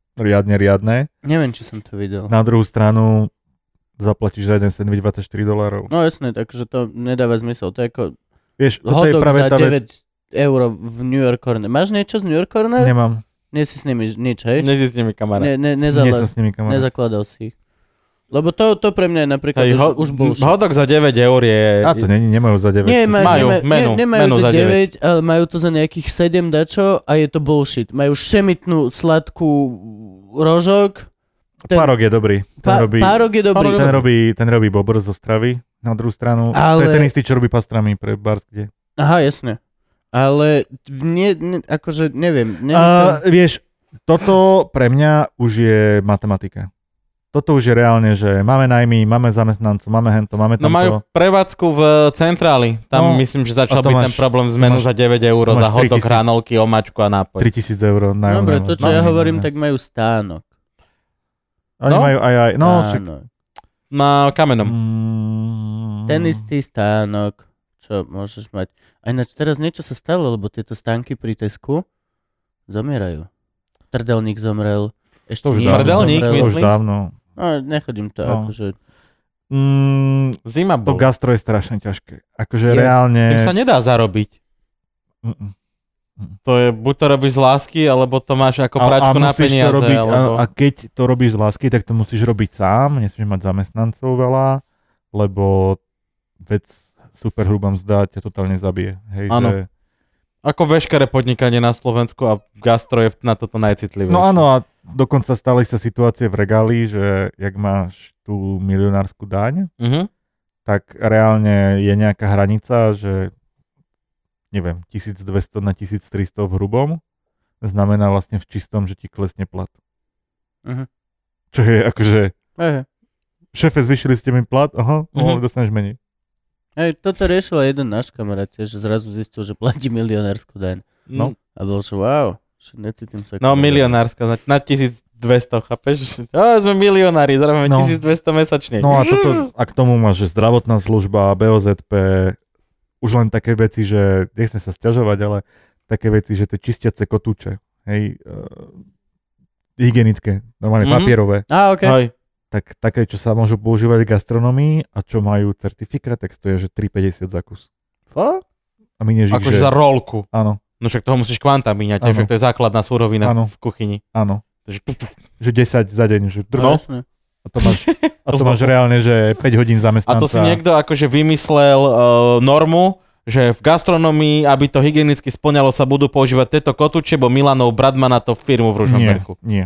Neviem, či som to videl. Na druhú stranu zaplatíš za jeden sandwich $24. No jasné, takže to nedáva zmysel. To je ako vieš, toto je hotdog práve za tá 9 vec. eur v New York Corner. Máš niečo z New York Corner? Nemám. Nie si s nimi nič, hej? Nie si s nimi kamarát. Nie som s nimi kamarát. Nezakladal si ich. Lebo to pre mňa je napríklad už bullshit. Hodok za 9 eur je... A to nemajú za 9. Nie, menu nemajú za 9, ale majú to za nejakých 7 dačo a je to bullshit. Majú šemitnú sladkú rožok. Párok je dobrý. Párok je dobrý. Ten robí bobr zo Stravy. Na druhú stranu, ale... to je ten istý, čo robí pastrami pre Bars, kde. Aha, jasne. Ale akože neviem. Vieš, toto pre mňa už je matematika. Toto už je reálne, že máme najmy, máme zamestnancov, máme hento, máme tamto. No majú prevádzku v centráli. Tam myslím, že začal byť ten problém z menu za 9 eur za hotdog, hranolky, omačku a nápoj. 3,000 eur. Dobre, to čo ja hovorím, tak majú stánok. Oni majú aj. Na Kamenom. Ten istý stánok, čo môžeš mať. A ináč teraz niečo sa stalo, lebo tieto stánky pri Tesku zomierajú. Trdelník zomrel. Ešte už Trdelník, Už myslíš? dávno. No, nechodím to, akože... Zima bol. To gastro je strašne ťažké. Akože reálne... Tým sa nedá zarobiť. To je, buď to robíš z lásky, alebo to máš ako práčku na peniaze. A keď to robíš z lásky, tak to musíš robiť sám, nesmieš mať zamestnancov veľa, lebo vec super hrubá mzda ťa totálne zabije. Hej, áno. že... Ako veškeré podnikanie na Slovensku a gastro je na toto najcitlivejšie. No áno, a dokonca stali sa situácie v regáli, že jak máš tú milionárskú daň, tak reálne je nejaká hranica, že neviem, 1200 na 1300 v hrubom znamená vlastne v čistom, že ti klesne plat. Čo je akože... Šéfe, zvyšili ste mi plat? Dostaneš menej. Hej, toto riešil aj jeden náš kamarát, že zrazu zistil, že platí milionárskú daň. No. A bol, že wow, necítim sa. No, milionárska, na 1200, chápeš? Sme milionári, zarábame 1200 mesačne. No a toto, a k tomu máš, že zdravotná služba, BOZP, už len také veci, že nechcem sa sťažovať, ale také veci, že tie čistiace kotúče, hej, hygienické, normálne papierové. Okay. Hej. Tak také, čo sa môžu používať v gastronomii a čo majú certifikát, tak stojí, že 3,50 za kus. Co? A minieš ich, Akože za rolku. Áno, No však toho musíš kvanta míňať, však to je základná surovina v kuchyni. áno. Takže... Že 10 za deň, že No, jasne. A to máš reálne, že 5 hodín zamestnanca. A to si niekto akože vymyslel normu, že v gastronomii, aby to hygienicky spĺňalo, sa budú používať tieto kotúče, bo Milanov brat má na to firmu v Ružomberku. Nie.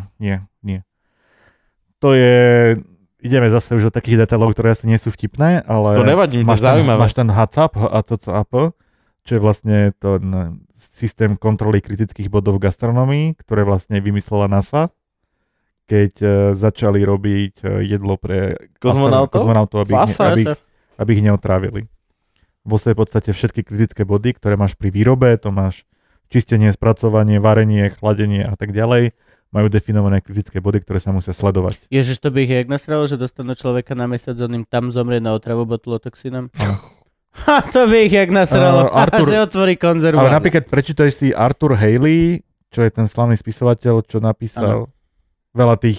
To je... Ideme zase už do takých detailov, ktoré asi nie sú vtipné, ale... To nevadí, to je zaujímavé. Máš ten HACCP, čo je vlastne ten systém kontroly kritických bodov v gastronomii, ktoré vlastne vymyslela NASA, keď začali robiť jedlo pre kozmonautov, aby ich neotrávili. Vo svojej podstate všetky kritické body, ktoré máš pri výrobe, to máš čistenie, spracovanie, varenie, chladenie a tak ďalej, majú definované kritické body, ktoré sa musia sledovať. Ježiš, to by ich jak nasralo, že dostanú človeka na mesiac, on im tam zomrie na otravu botulotoxínom? Ha, to by ich jak nasralo. Že otvorí konzervu. Ale napríklad prečítaj si Arthur Haley, čo je ten slavný spisovateľ, čo napísal veľa tých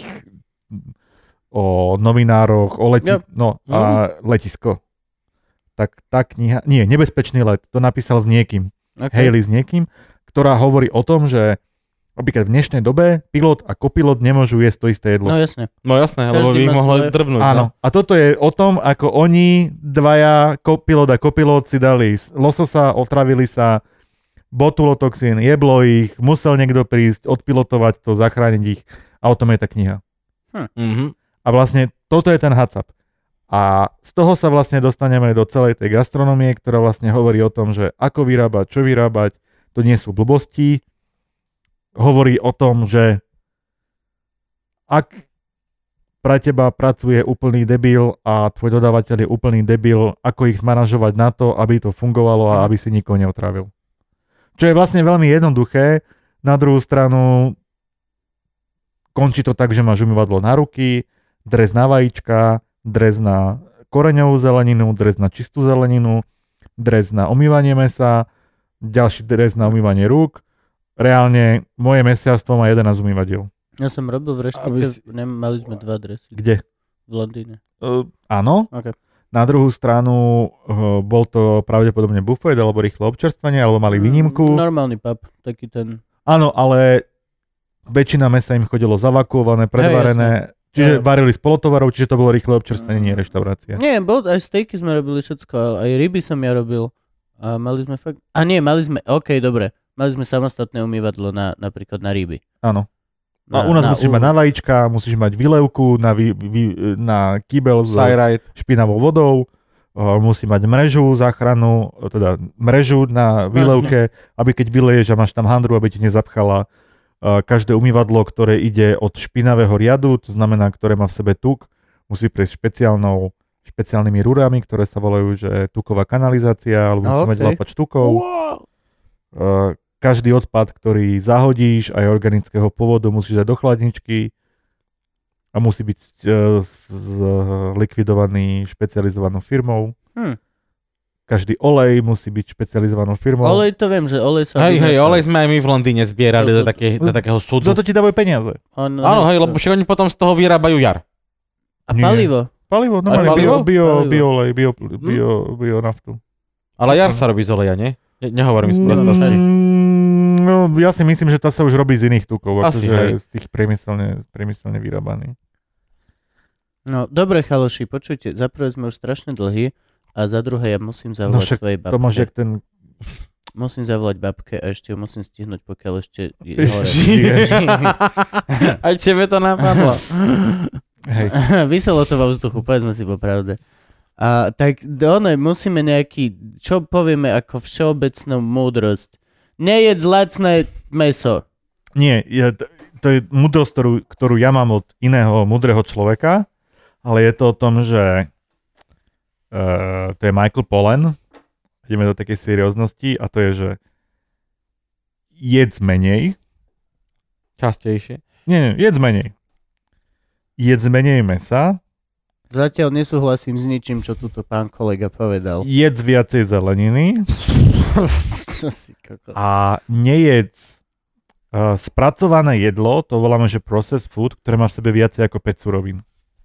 o novinároch, o letisko. Tak tá kniha, Nebezpečný let, to napísal s niekým. Haley s niekým, ktorá hovorí o tom, že napríklad v dnešnej dobe pilot a kopilot nemôžu jesť to isté jedlo. No jasne. Lebo by ich mohli drbnúť. Áno. A toto je o tom, ako oni dvaja, pilot a kopilot, si dali lososa, otravili sa, botulotoxín, jeblo ich, musel niekto prísť, odpilotovať to, zachrániť ich. A o tom je tá kniha. A vlastne toto je ten HACCP. A z toho sa vlastne dostaneme do celej tej gastronomie, ktorá vlastne hovorí o tom, že ako vyrábať, čo vyrábať, to nie sú blbosti. Hovorí o tom, že ak pre teba pracuje úplný debil a tvoj dodávateľ je úplný debil, ako ich zmanažovať na to, aby to fungovalo a aby si nikoho neotrávil. Čo je vlastne veľmi jednoduché. Na druhú stranu končí to tak, že máš umývadlo na ruky, dres na vajíčka, dres na koreňovú zeleninu, dres na čistú zeleninu, dres na umývanie mäsa, ďalší dres na umývanie rúk. Reálne moje mesiarstvo má 11 umývadiel. Ja som robil v reštike, mali sme 2 dresy. Kde? V Londýne. Áno. Okay. Na druhú stranu bol to pravdepodobne buffet, alebo rýchle občerstvenie, alebo mali výnimku. Normálny pub, taký ten... Áno, ale väčšina mäsa im chodilo zavakuované, predvarené. Čiže varili z polotovarov, čiže to bolo rýchle občerstvenie, nie reštaurácia. Nie, aj stejky sme robili všetko, ale aj ryby som ja robil. A mali sme fakt... Mali sme samostatné umývadlo napríklad na ryby. Áno. A u nás musíš mať na vajíčka, musíš mať výlevku na kýbel s špinavou vodou, musí mať mrežu záchranu, teda mrežu na výlevke, aby keď vyleješ a máš tam handru, aby ti nezapchala. Každé umývadlo, ktoré ide od špinavého riadu, to znamená, ktoré má v sebe tuk, musí prejsť špeciálnymi rúrami, ktoré sa volajú, že tuková kanalizácia, alebo musí mať lapač tukov. Každý odpad, ktorý zahodíš, aj organického pôvodu, musíš dať do chladničky a musí byť likvidovaný špecializovanou firmou. Každý olej musí byť špecializovanou firmou. Olej to viem, že olej sa... Hej, olej sme aj my v Londýne zbierali do takého súdu. To ti dávajú peniaze. Áno, lebo však oni potom z toho vyrábajú jar. A palivo? Palivo, normálne bioolej, bio naftu. Ale jar sa robí z oleja, nie? Nehovorím z prostosti. No, ja si myslím, že to sa už robí z iných tukov, akože z tých priemyselne vyrábaných. No, dobre, chaloši, počujte, za prvé sme už strašne dlhí a za druhé ja musím zavolať svojej babke. To máš jak ten... Musím zavolať babke a ešte ju musím stihnúť, pokiaľ ešte je hore. Aj tebe to napadlo. Hej. Vyselo to vo vzduchu, povedzme si po pravde. Tak musíme nejaký, čo povieme ako všeobecnú múdrosť. Nejedz lacné mäso. Nie, to je múdrosť, ktorú ja mám od iného múdreho človeka, ale je to o tom, že to je Michael Pollan, ideme do takej serióznosti a to je, že jedz menej. Častejšie. Nie, jedz menej. Jedz menej mäsa. Zatiaľ nesúhlasím s ničím, čo tuto pán kolega povedal. Jedz viacej zeleniny. A nejedz Spracované jedlo, to voláme, že processed food, ktoré má v sebe viacej ako 5 surovín.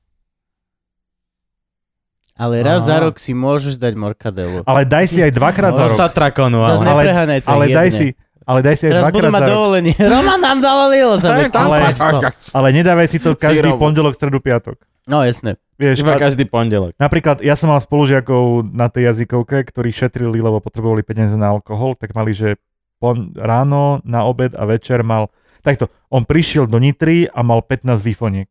Ale raz za rok si môžeš dať morkadelu. Ale daj si aj 2-krát za rok. Tatrakonu, Zas nepreháňaj, to je ale daj si aj 2-krát za rok. Teraz budú mať dovolenie. Roman nám dovolil. Ale nedávaj si to každý pondelok, stredu, piatok. No jasné. Vieš, Iba každý pondelok. Napríklad, ja som mal spolužiakov na tej jazykovke, ktorí šetrili, lebo potrebovali peniaze na alkohol, tak mali, že ráno, na obed a večer mal... Takto, on prišiel do Nitry a mal 15 výfoniek.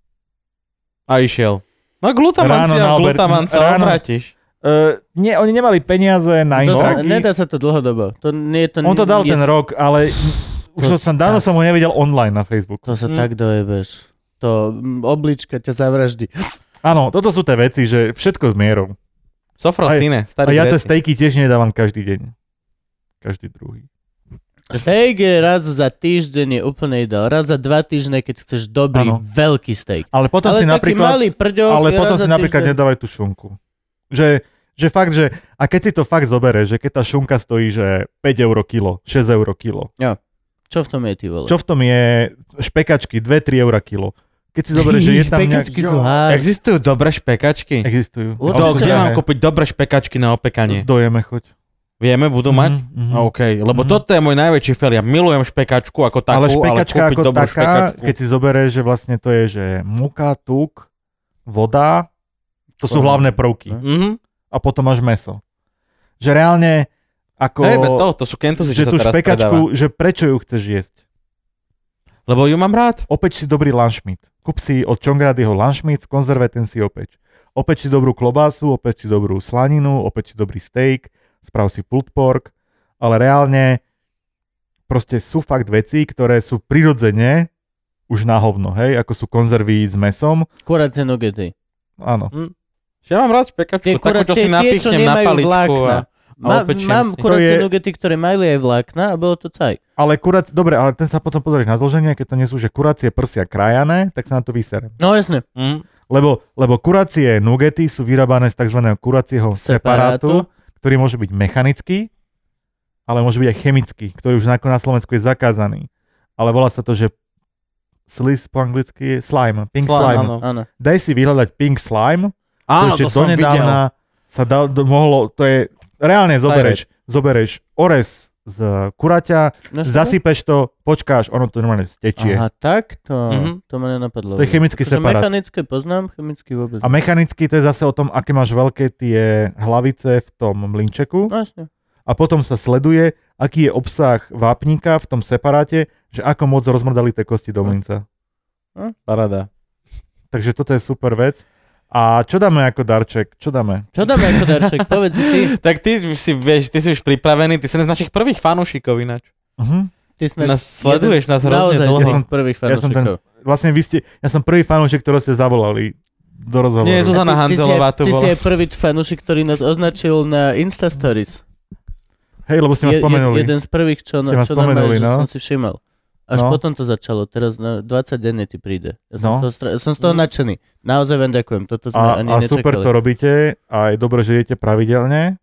A išiel. No glutaman sa obrátiš. Nie, oni nemali peniaze na ináky. Nedá sa to dlhodobo. On to dal ten rok, ale už dávno som ho nevidel online na Facebooku. To sa tak dojebeš. To oblička ťa zavraždí. Áno, toto sú tie veci, že všetko s mierou. Sofrosine, A starý ja tie stejky tiež nedávam každý deň. Každý druhý. Steak je raz za týždeň je úplne ideál. Raz za 2 týždne, keď chceš dobrý, veľký steak. Ale potom si napríklad, malý prďoch, nedávaj tú šunku. Že fakt, že a keď si to fakt zoberieš, že keď tá šunka stojí, že 5 euro kilo, 6 euro kilo. Jo. Čo v tom je, ty vole? Čo v tom je špekačky, 2-3 euro kilo. Keď si zoberieš, že je tam špekačky sú hard. Existujú dobré špekačky? Existujú. Kde mám kúpiť dobré špekačky na opekanie? Dojeme, choď. Vieme, budú mať? OK, lebo toto je môj najväčší fail. Ja milujem špekačku ako takú, ale špekačka kúpiť ako dobrú taká, špekačku. keď si zoberieš, že vlastne to je, že múka, tuk, voda, to sú hlavné prvky. A potom máš mäso. Že reálne, ako... to sú kentusy, že čo sa tú teraz špekačku, predáva. že prečo ju chceš jesť? Lebo ju mám rád. Opäť si dobrý lunchmeat. Kúp si od Čongradyho lunchmeat, v konzerve ten si opäť. Opäť si dobrú klobásu, opäť si dobrú slaninu, opäť si dobrý steak, sprav si pulled pork, ale reálne proste sú fakt veci, ktoré sú prirodzene už na hovno, hej, ako sú konzervy s mäsom. Kuracie nugety. Áno. Ja mám rád špekačku, takú, čo si napichnem na paličku Mám kuracie nugety, ktoré mali aj vlákna a bolo to caj. Ale dobre, ale ten sa potom pozrieš na zloženie, keď to nie sú, že kuracie prsia krajané, tak sa na to vyserem. No jasne. Lebo kuracie nugety sú vyrábané z tzv. Kuracieho separátu, ktorý môže byť mechanický, ale môže byť aj chemický, ktorý už na Slovensku je zakázaný. Ale volá sa to, že slice po anglicky je slime, pink slime. Áno. Daj si vyhľadať pink slime, áno, to ešte donedávna sa mohlo, to je, reálne zoberieš orez z kuraťa, zasypeš to, počkáš, ono to normálne stečie. Aha, takto. To ma nenapadlo. To je chemický separát. Mechanické poznám, chemický vôbec. A mechanický to je zase o tom, aké máš veľké tie hlavice v tom mlynčeku. Jasne. A potom sa sleduje, aký je obsah vápnika v tom separáte, že ako moc rozmrdali tie kosti do mlynca. Paráda. Takže toto je super vec. A čo dáme ako darček? Čo dáme ako darček? Povedz si ty. Tak ty si už pripravený, ty si z našich prvých fanúšikov ináč. Ty sleduješ nás hrozne dlho. Ja som prvých fanúšikov. Ja som prvý fanúšik, ktorého ste zavolali do rozhovoru. Nie, Zuzana Hanzelová tu bola. Ty si aj prvý fanúšik, ktorý nás označil na Insta Stories. Hej, lebo ste ma spomenuli. Jeden z prvých, čo nám som si všimol. Až potom to začalo, teraz na 20 denne ti príde. Som z toho nadšený. Naozaj vám ďakujem, toto sme ani nečakali. A super to robíte a je dobré, že idete pravidelne.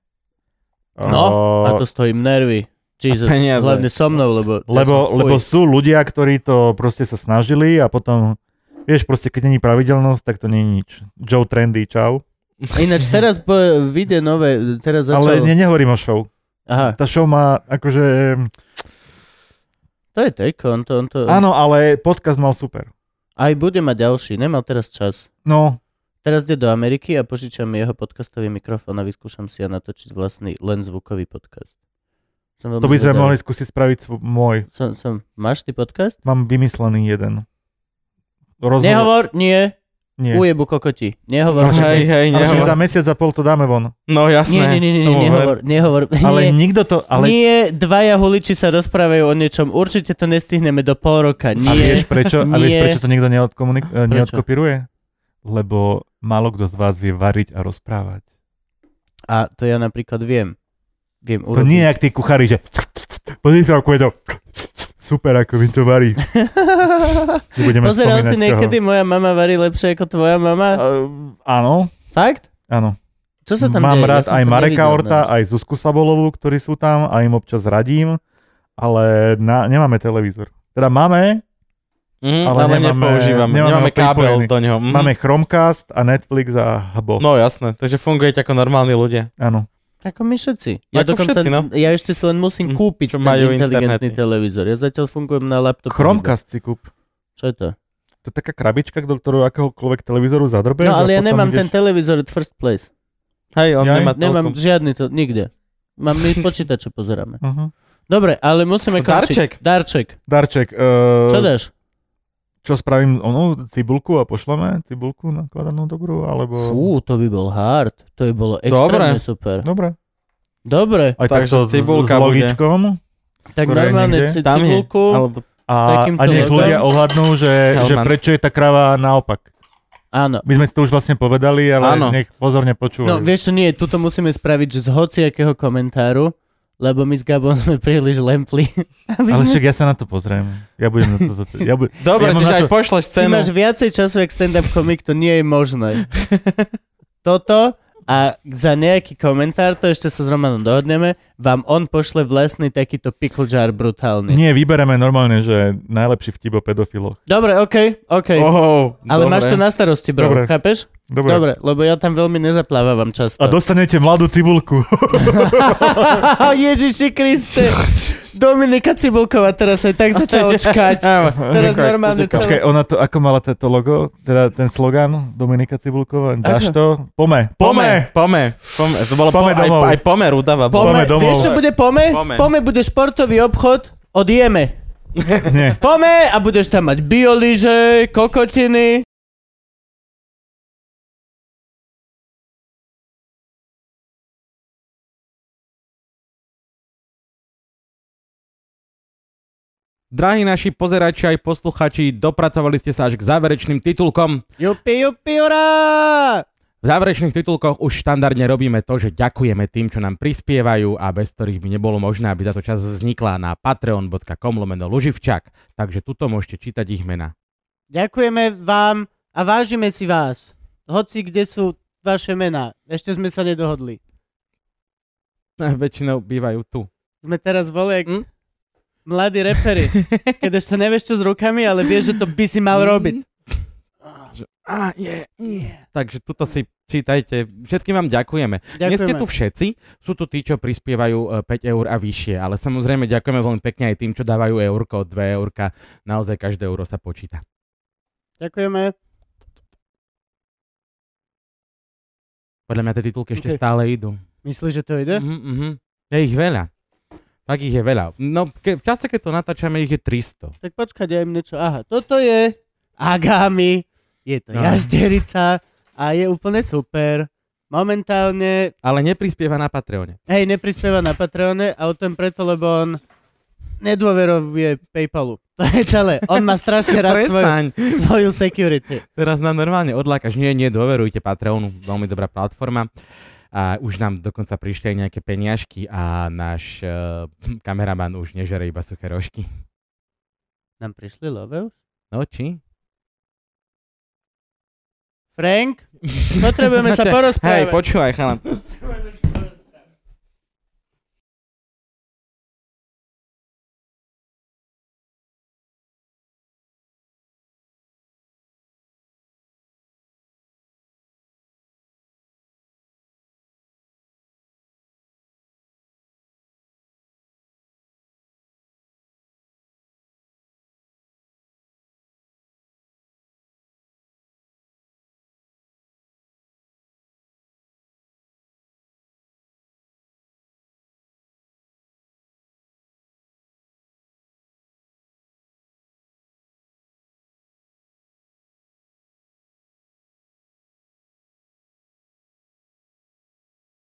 A to stojím nervy. Jesus, hlavne so mnou, lebo sú ľudia, ktorí to proste sa snažili a potom, vieš, proste keď není pravidelnosť, tak to nie je nič. Joe Trendy, čau. Ináč teraz vyjde nové, teraz začalo... Ale nehovorím o show. Aha. Tá show má akože... To je Take-On. Áno, ale podcast mal super. Aj bude mať ďalší, nemal teraz čas. No. Teraz ide do Ameriky a požičam jeho podcastový mikrofón a vyskúšam si a natočiť vlastný len zvukový podcast. To by sme mohli skúsiť spraviť môj. Máš ty podcast? Mám vymyslený jeden. Nehovor, nie. Ujebu kokoti. Nehovor. Hej, ale za mesiac a pol to dáme von. No jasné. Nie, nehovor. Ale nikto to... Nie, dvaja huliči sa rozprávajú o niečom. Určite to nestihneme do pol roka. Nie. A vieš prečo to nikto neodkopíruje? Lebo málo kto z vás vie variť a rozprávať. A to ja napríklad viem. To nie je jak tí kuchári, že... Pozri sa, ako je to... Super, ako mi to varí. Pozeral si niekedy moja mama varí lepšie ako tvoja mama? Áno. Fakt? Áno. Čo sa tam Mám rád aj Mareka Orta, aj Zuzku Sabolovú, ktorí sú tam a im občas radím, ale nemáme televízor. Teda máme, ale nemáme kábel do neho. Máme Chromecast a Netflix a Hbo. No jasné, takže fungujete ako normálni ľudia. Áno. Ako my všetci. Ja ešte si len musím kúpiť ten inteligentný televízor. Ja zatiaľ fungujem na laptope. Chromecast si kúp. Čo je to? To je taká krabička, do ktorú akohokoľvek televízoru zadrbeš. No ale ja nemám ten televízor at first place. Hej, on nemá toľko. Nemám žiadny to, nikde. My počítače pozeráme. Dobre, ale musíme končiť. Darček. Čo dáš? Čo spravím, cibulku a pošleme cibulku nakladanú dobrú, alebo... To by bol hard. To by bolo extrémne super. Dobre. Aj takto s logičkom. Tak normálne cibulku a nech ľudia ohľadnú, že prečo je tá krava naopak. Áno. My sme si to už vlastne povedali, ale nech pozorne počúvajú. No vieš čo, nie, tuto musíme spraviť, že z hociakého komentáru, lebo my s Gabom sme príliš lempli. Ale však ja sa na to pozriem. Ja budem na to... Dobre, čiže aj pošleš scénu. Ty máš viacej času, jak stand-up komik, to nie je možné. Toto a za nejaký komentár, to ešte sa s Romanom dohodneme, vám on pošle vlastný takýto pickle jar brutálny. Nie, vybereme normálne, že najlepší vtip o pedofiloch. Dobre, okej. Ale máš to na starosti, bro, chápeš? Dobre, lebo ja tam veľmi nezaplávam často. A dostanete mladú cibulku. Ježiši Kriste. Dominika Cibulková teraz aj tak začala očkať. Teraz normálne celé. Počkaj, ona to, ako mala to logo, teda ten slogan Dominika Cibulková, dáš to? Pome. To bolo aj Pomer udáva. Pome domov. Vieš, čo bude Pome? Pome bude športový obchod od Jeme. Pome a budeš tam mať biolíže, kokotiny. Drahí naši pozerači aj posluchači, dopracovali ste sa až k záverečným titulkom. Jupi, urá! V záverečných titulkoch už štandardne robíme to, že ďakujeme tým, čo nám prispievajú a bez ktorých by nebolo možné, aby táto časť vznikla na patreon.com/Luživčak. Takže tuto môžete čítať ich mená. Ďakujeme vám a vážime si vás. Hoci kde sú vaše mená. Ešte sme sa nedohodli. Väčšinou bývajú tu. Sme teraz volek mladí reperi. Keď ešte nevieš čo s rukami, ale vieš, že to by si mal robiť. Takže tuto si čítajte. Všetkým vám ďakujeme. Nie ste tu všetci, sú tu tí, čo prispievajú 5 eur a vyššie, ale samozrejme ďakujeme veľmi pekne aj tým, čo dávajú eurko, 2 eurka. Naozaj každé euro sa počíta. Ďakujeme. Podľa mňa tie titulky ešte stále idú. Myslíš, že to ide? Je ich veľa. Tak ich je veľa. No, v čase, keď to natáčame, ich je 300. Tak počkaj, daj mi niečo. Aha, toto je Agami. Je to jašterica a je úplne super. Momentálne... Ale neprispieva na Patreone. Hej, neprispieva na Patreone a o tom preto, lebo on nedôveruje PayPalu. To je celé. On má strašne rád svoju security. Teraz nám normálne odlákaš. Nie, dôverujte Patreonu. Veľmi dobrá platforma. A už nám dokonca prišli aj nejaké peniažky a náš kameraman už nežere iba suché rožky. Nám prišli love? No, či? Frank, potrebujeme sa porozprávať. Hej, počúvaj, chalan.